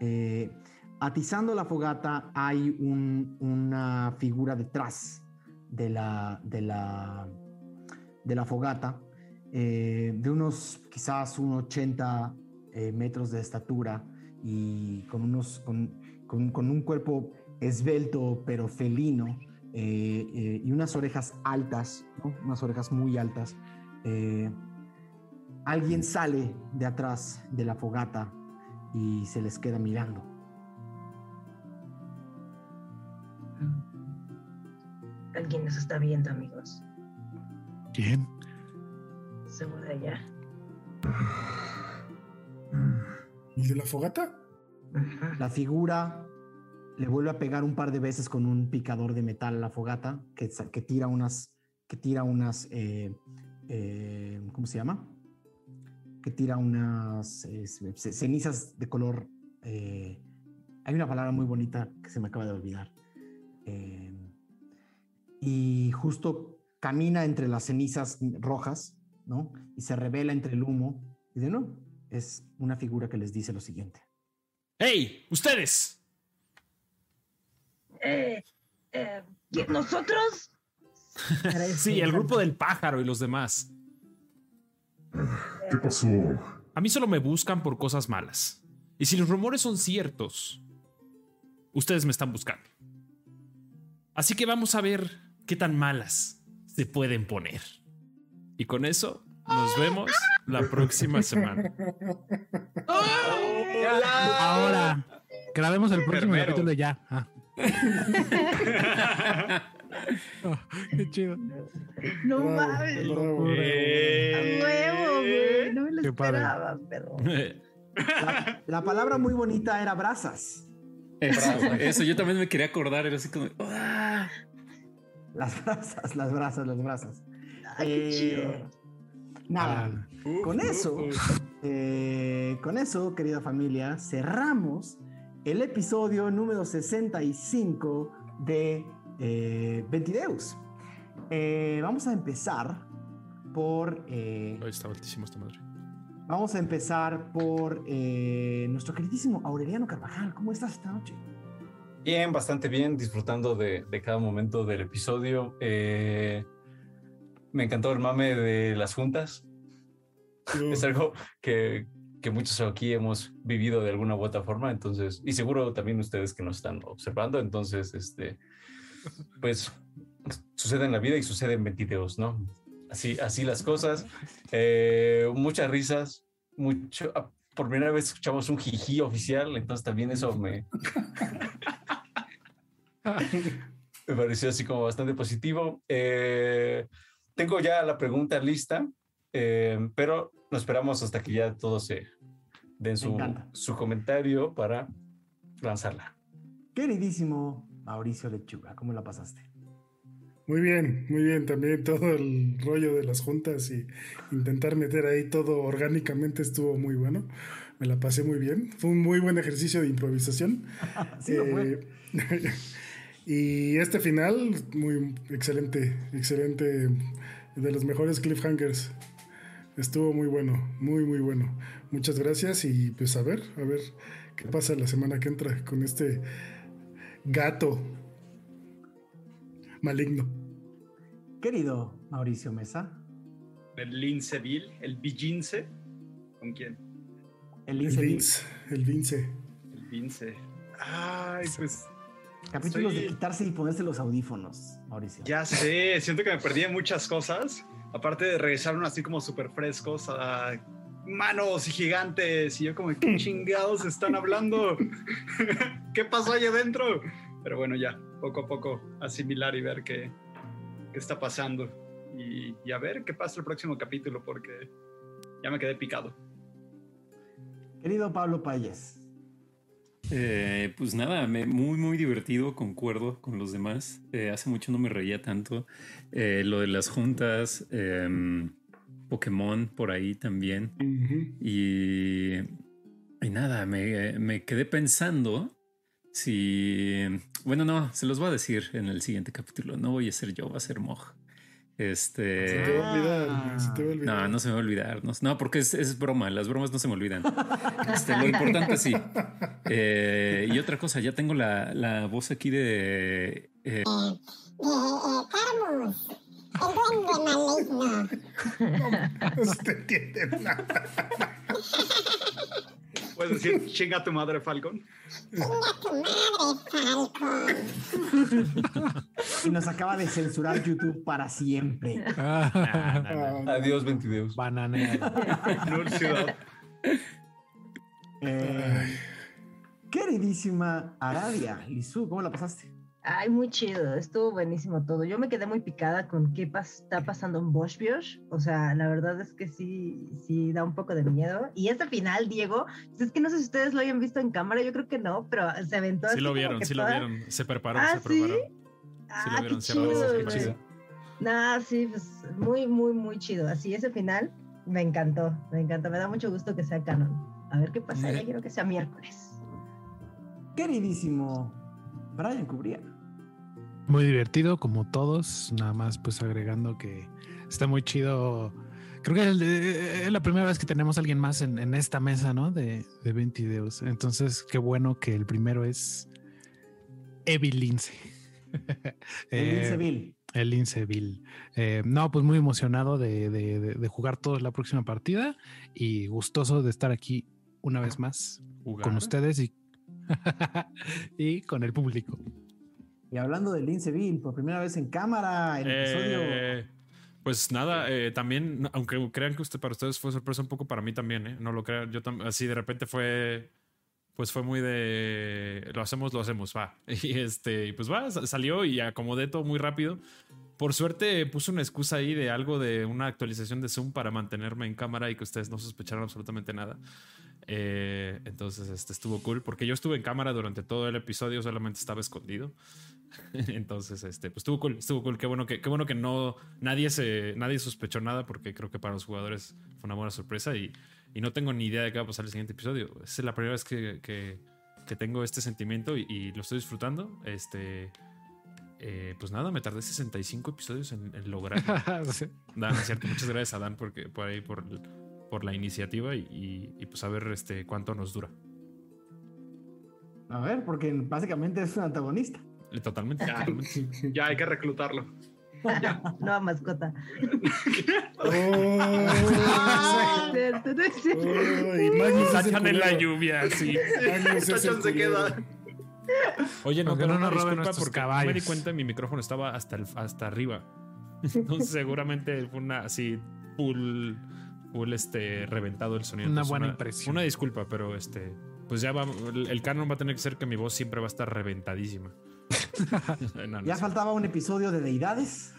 Speaker 1: hay una figura detrás de la fogata, de unos quizás 80 metros de estatura y con un cuerpo esbelto pero felino, y unas orejas altas, ¿no? Unas orejas muy altas. Alguien sale de atrás de la fogata y se les queda mirando.
Speaker 3: Alguien nos está viendo, amigos.
Speaker 2: ¿Quién?
Speaker 3: Seguro de allá.
Speaker 6: ¿El de la fogata?
Speaker 1: La figura le vuelve a pegar un par de veces con un picador de metal a la fogata que tira unas ¿cómo se llama? Que tira unas cenizas de color. Hay una palabra muy bonita que se me acaba de olvidar. Y justo camina entre las cenizas rojas, ¿no? Y se revela entre el humo. Y dice, no, es una figura que les dice lo siguiente.
Speaker 11: ¡Hey! ¡Ustedes!
Speaker 3: ¿Nosotros?
Speaker 11: Sí, el grupo del pájaro y los demás.
Speaker 9: ¿Qué pasó?
Speaker 11: A mí solo me buscan por cosas malas. Y si los rumores son ciertos, ustedes me están buscando. Así que vamos a ver qué tan malas se pueden poner. Y con eso, nos vemos la próxima semana.
Speaker 2: Ahora, grabemos el próximo capítulo de ya. Oh, qué chido.
Speaker 3: No mames. A huevo, güey. No me lo esperaba, pero.
Speaker 1: La palabra muy bonita era brasas.
Speaker 4: Eso, yo también me quería acordar, era así como... ¡ah!
Speaker 1: Las brasas.
Speaker 3: Ay, qué chido.
Speaker 1: Nada, con eso, querida familia, cerramos el episodio número 65 de Ventideus. Vamos a empezar por...
Speaker 11: Está altísimo esta madre.
Speaker 1: Vamos a empezar por nuestro queridísimo Aureliano Carvajal. ¿Cómo estás esta noche?
Speaker 7: Bien, bastante bien, disfrutando de cada momento del episodio. Me encantó el mame de las juntas. Es algo que muchos aquí hemos vivido de alguna u otra forma, entonces, y seguro también ustedes que nos están observando, entonces, pues, sucede en la vida y sucede en Ventideus, ¿no? Así las cosas. Muchas risas, por primera vez escuchamos un jiji oficial, entonces también eso Me pareció así como bastante positivo. Tengo ya la pregunta lista, pero nos esperamos hasta que ya todos se den su comentario para lanzarla.
Speaker 1: Queridísimo Mauricio Lechuga, ¿cómo la pasaste?
Speaker 6: Muy bien, también todo el rollo de las juntas y intentar meter ahí todo orgánicamente estuvo muy bueno, me la pasé muy bien, fue un muy buen ejercicio de improvisación.
Speaker 1: Sí, lo fue.
Speaker 6: Y este final, muy excelente, de los mejores cliffhangers, estuvo muy bueno, muy bueno, muchas gracias y pues a ver qué pasa la semana que entra con este gato maligno.
Speaker 1: Querido Mauricio Mesa.
Speaker 5: El Linceville, el Villince. ¿Con quién?
Speaker 1: El
Speaker 6: Vince.
Speaker 5: Ay, pues.
Speaker 1: Capítulos de quitarse y ponerse los audífonos, Mauricio.
Speaker 5: Ya sé, siento que me perdí en muchas cosas. Aparte de regresaron así como súper frescos a manos y gigantes. Y yo como, ¿qué chingados están hablando? ¿Qué pasó ahí adentro? Pero bueno, ya, poco a poco asimilar y ver qué está pasando. Y a ver qué pasa el próximo capítulo, porque ya me quedé picado.
Speaker 1: Querido Pablo Payés.
Speaker 4: Pues nada, muy divertido, concuerdo con los demás. Hace mucho no me reía tanto. Lo de las juntas, Pokémon por ahí también. Uh-huh. Y nada, me quedé pensando si... Bueno, no, se los voy a decir en el siguiente capítulo. No voy a ser yo, va a ser Moj.
Speaker 6: Se te va a olvidar.
Speaker 4: No se me va a olvidar. No, porque es broma. Las bromas no se me olvidan. Lo importante sí. Y otra cosa, ya tengo la voz aquí de...
Speaker 12: Carmus, el duende maligno.
Speaker 6: No se te entiende nada.
Speaker 5: ¿Puedes decir chinga tu madre, Falcon?
Speaker 12: Chinga tu madre, Falcon.
Speaker 1: Y nos acaba de censurar YouTube para siempre.
Speaker 7: Adiós, Ventideus.
Speaker 2: Bananero.
Speaker 1: Queridísima Aradia, Lizu, ¿cómo la pasaste?
Speaker 3: Ay, muy chido, estuvo buenísimo todo. Yo me quedé muy picada con qué está pasando en Bosch. O sea, la verdad es que sí da un poco de miedo. Y este final, Diego, es que no sé si ustedes lo hayan visto en cámara, yo creo que no, pero se aventó así.
Speaker 11: Sí lo vieron. Se preparó.
Speaker 3: ¿Sí?
Speaker 11: Sí lo vieron,
Speaker 3: qué chido. Sí, pues muy chido. Así, ese final me encantó. Me da mucho gusto que sea canon. A ver qué pasa, ya quiero que sea miércoles.
Speaker 1: Queridísimo Brian Cubría.
Speaker 2: Muy divertido, como todos, nada más pues agregando que está muy chido. Creo que es la primera vez que tenemos a alguien más en esta mesa, ¿no? De Ventideus. Entonces, qué bueno que el primero es Evil Lince. El Linceville. No, pues muy emocionado de jugar todos la próxima partida y gustoso de estar aquí una vez más con ustedes y con el público.
Speaker 1: Y hablando de Linceville, por primera vez en cámara, el episodio.
Speaker 11: Pues nada, también, aunque crean que para ustedes fue sorpresa, un poco para mí también, ¿eh? No lo crean, yo así de repente fue muy de lo hacemos, va. Y pues salió y acomodé todo muy rápido. Por suerte puse una excusa ahí de algo de una actualización de Zoom para mantenerme en cámara y que ustedes no sospecharan absolutamente nada. Entonces estuvo cool porque yo estuve en cámara durante todo el episodio, solamente estaba escondido. Entonces pues estuvo cool. Qué bueno que no nadie sospechó nada, porque creo que para los jugadores fue una buena sorpresa y no tengo ni idea de qué va a pasar el siguiente episodio. Es la primera vez que tengo este sentimiento y lo estoy disfrutando. Pues nada, me tardé 65 episodios en lograr. Sí. Dan, es cierto. Muchas gracias a Dan por la iniciativa y pues a ver cuánto nos dura.
Speaker 1: A ver, porque básicamente es un antagonista.
Speaker 11: Totalmente.
Speaker 5: Ya hay que reclutarlo. Ya.
Speaker 3: Nueva mascota.
Speaker 11: Tachan en la lluvia, sí.
Speaker 5: Tachan se queda.
Speaker 11: Oye, no
Speaker 2: roben nuestros caballos.
Speaker 11: Me di cuenta mi micrófono estaba hasta arriba. Entonces seguramente fue una así full reventado el sonido.
Speaker 2: Una buena impresión.
Speaker 11: Una disculpa, pero pues ya va, el canon va a tener que ser que mi voz siempre va a estar reventadísima. No, no
Speaker 1: Ya
Speaker 11: sé.
Speaker 1: faltaba un episodio de deidades.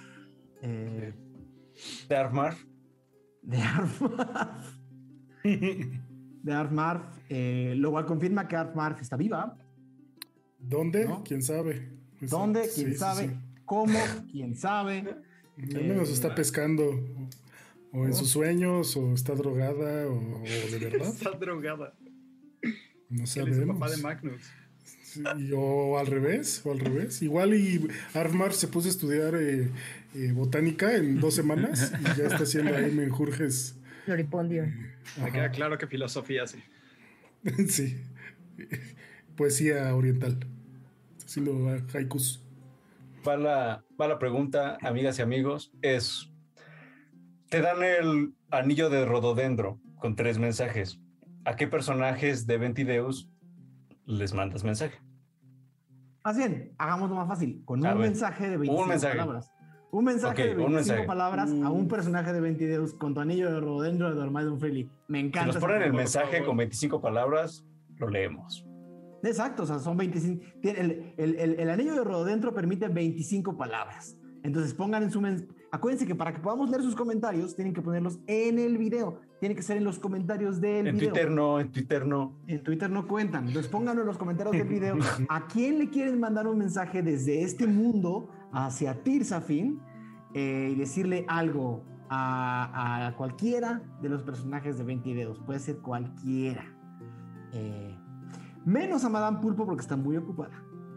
Speaker 7: De Armar.
Speaker 1: De Arfmarf. De Arfmarf. Lo cual confirma que Arfmarf está viva.
Speaker 6: ¿Dónde?
Speaker 1: ¿No?
Speaker 6: ¿Quién sabe?
Speaker 1: ¿Dónde?
Speaker 6: Sí,
Speaker 1: ¿Quién
Speaker 6: sí,
Speaker 1: sabe?
Speaker 6: sí.
Speaker 1: ¿Cómo? ¿Quién sabe?
Speaker 6: Al menos está pescando. O en sus sueños, o está drogada, o de verdad.
Speaker 5: Está drogada.
Speaker 6: No
Speaker 5: Él es el papá de
Speaker 6: sabemos.
Speaker 5: Magnus.
Speaker 6: Sí, o al revés. Igual y Armar se puso a estudiar botánica en 2 semanas y ya está haciendo ahí menjurjes.
Speaker 3: Floripondio.
Speaker 5: Me queda claro que filosofía sí.
Speaker 6: Sí. Poesía oriental. Está haciendo haikus.
Speaker 7: Va la pregunta, amigas y amigos, es... Te dan el anillo de rododendro con 3 mensajes. ¿A qué personajes de Ventideus les mandas mensaje?
Speaker 1: Más bien, hagámoslo más fácil. Con
Speaker 7: A
Speaker 1: un
Speaker 7: ver,
Speaker 1: mensaje de 25
Speaker 7: mensaje.
Speaker 1: palabras. Un mensaje
Speaker 7: Ok,
Speaker 1: de
Speaker 7: un
Speaker 1: 25
Speaker 7: mensaje.
Speaker 1: palabras a un personaje de Ventideus con tu anillo de rododendro de Dormaidon Freely. Me
Speaker 7: Si
Speaker 1: encanta.
Speaker 7: nos
Speaker 1: ese
Speaker 7: ponen el
Speaker 1: juego.
Speaker 7: mensaje con 25 palabras, lo leemos.
Speaker 1: Exacto, o sea, son 25. El anillo de rododendro permite 25 palabras. Entonces pongan en su acuérdense que para que podamos leer sus comentarios, tienen que ponerlos en el video. Tiene que ser en los comentarios del
Speaker 7: En
Speaker 1: video.
Speaker 7: Twitter no, en Twitter no.
Speaker 1: En Twitter no cuentan. Entonces pónganlo en los comentarios del video. ¿A quién le quieren mandar un mensaje desde este mundo hacia Tirsafin? Y decirle algo a cualquiera de los personajes de 20 dedos. Puede ser cualquiera. Menos a Madame Pulpo porque está muy ocupada.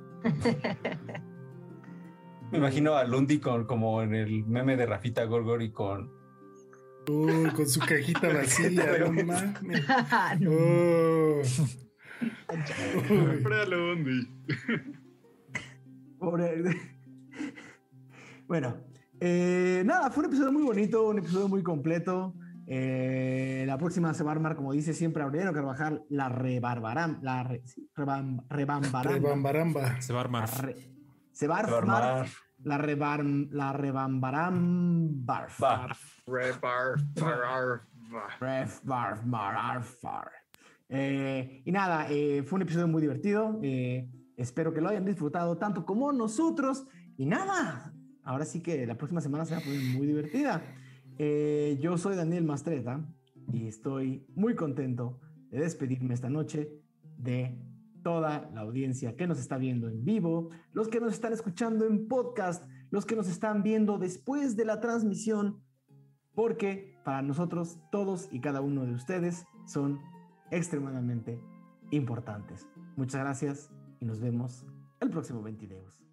Speaker 7: Me imagino a Lundi como en el meme de Rafita Gorgori con...
Speaker 6: Con su cajita vacía. No mames.
Speaker 3: No.
Speaker 6: Oh. Uy.
Speaker 5: Pobre Lundi.
Speaker 1: Pobre. Bueno, nada, fue un episodio muy bonito, un episodio muy completo. La próxima se va a armar, como dice siempre Aureliano Carvajal, la rebambaramba.
Speaker 6: Rebambaramba.
Speaker 11: Se va a armar.
Speaker 1: Se va a armar la rebambarambarf. Y nada, fue un episodio muy divertido. Espero que lo hayan disfrutado tanto como nosotros. Y nada, ahora sí que la próxima semana se va a poner muy divertida. Yo soy Daniel Mastreta y estoy muy contento de despedirme esta noche de toda la audiencia que nos está viendo en vivo, los que nos están escuchando en podcast, los que nos están viendo después de la transmisión, porque para nosotros todos y cada uno de ustedes son extremadamente importantes. Muchas gracias y nos vemos el próximo 20 Deus.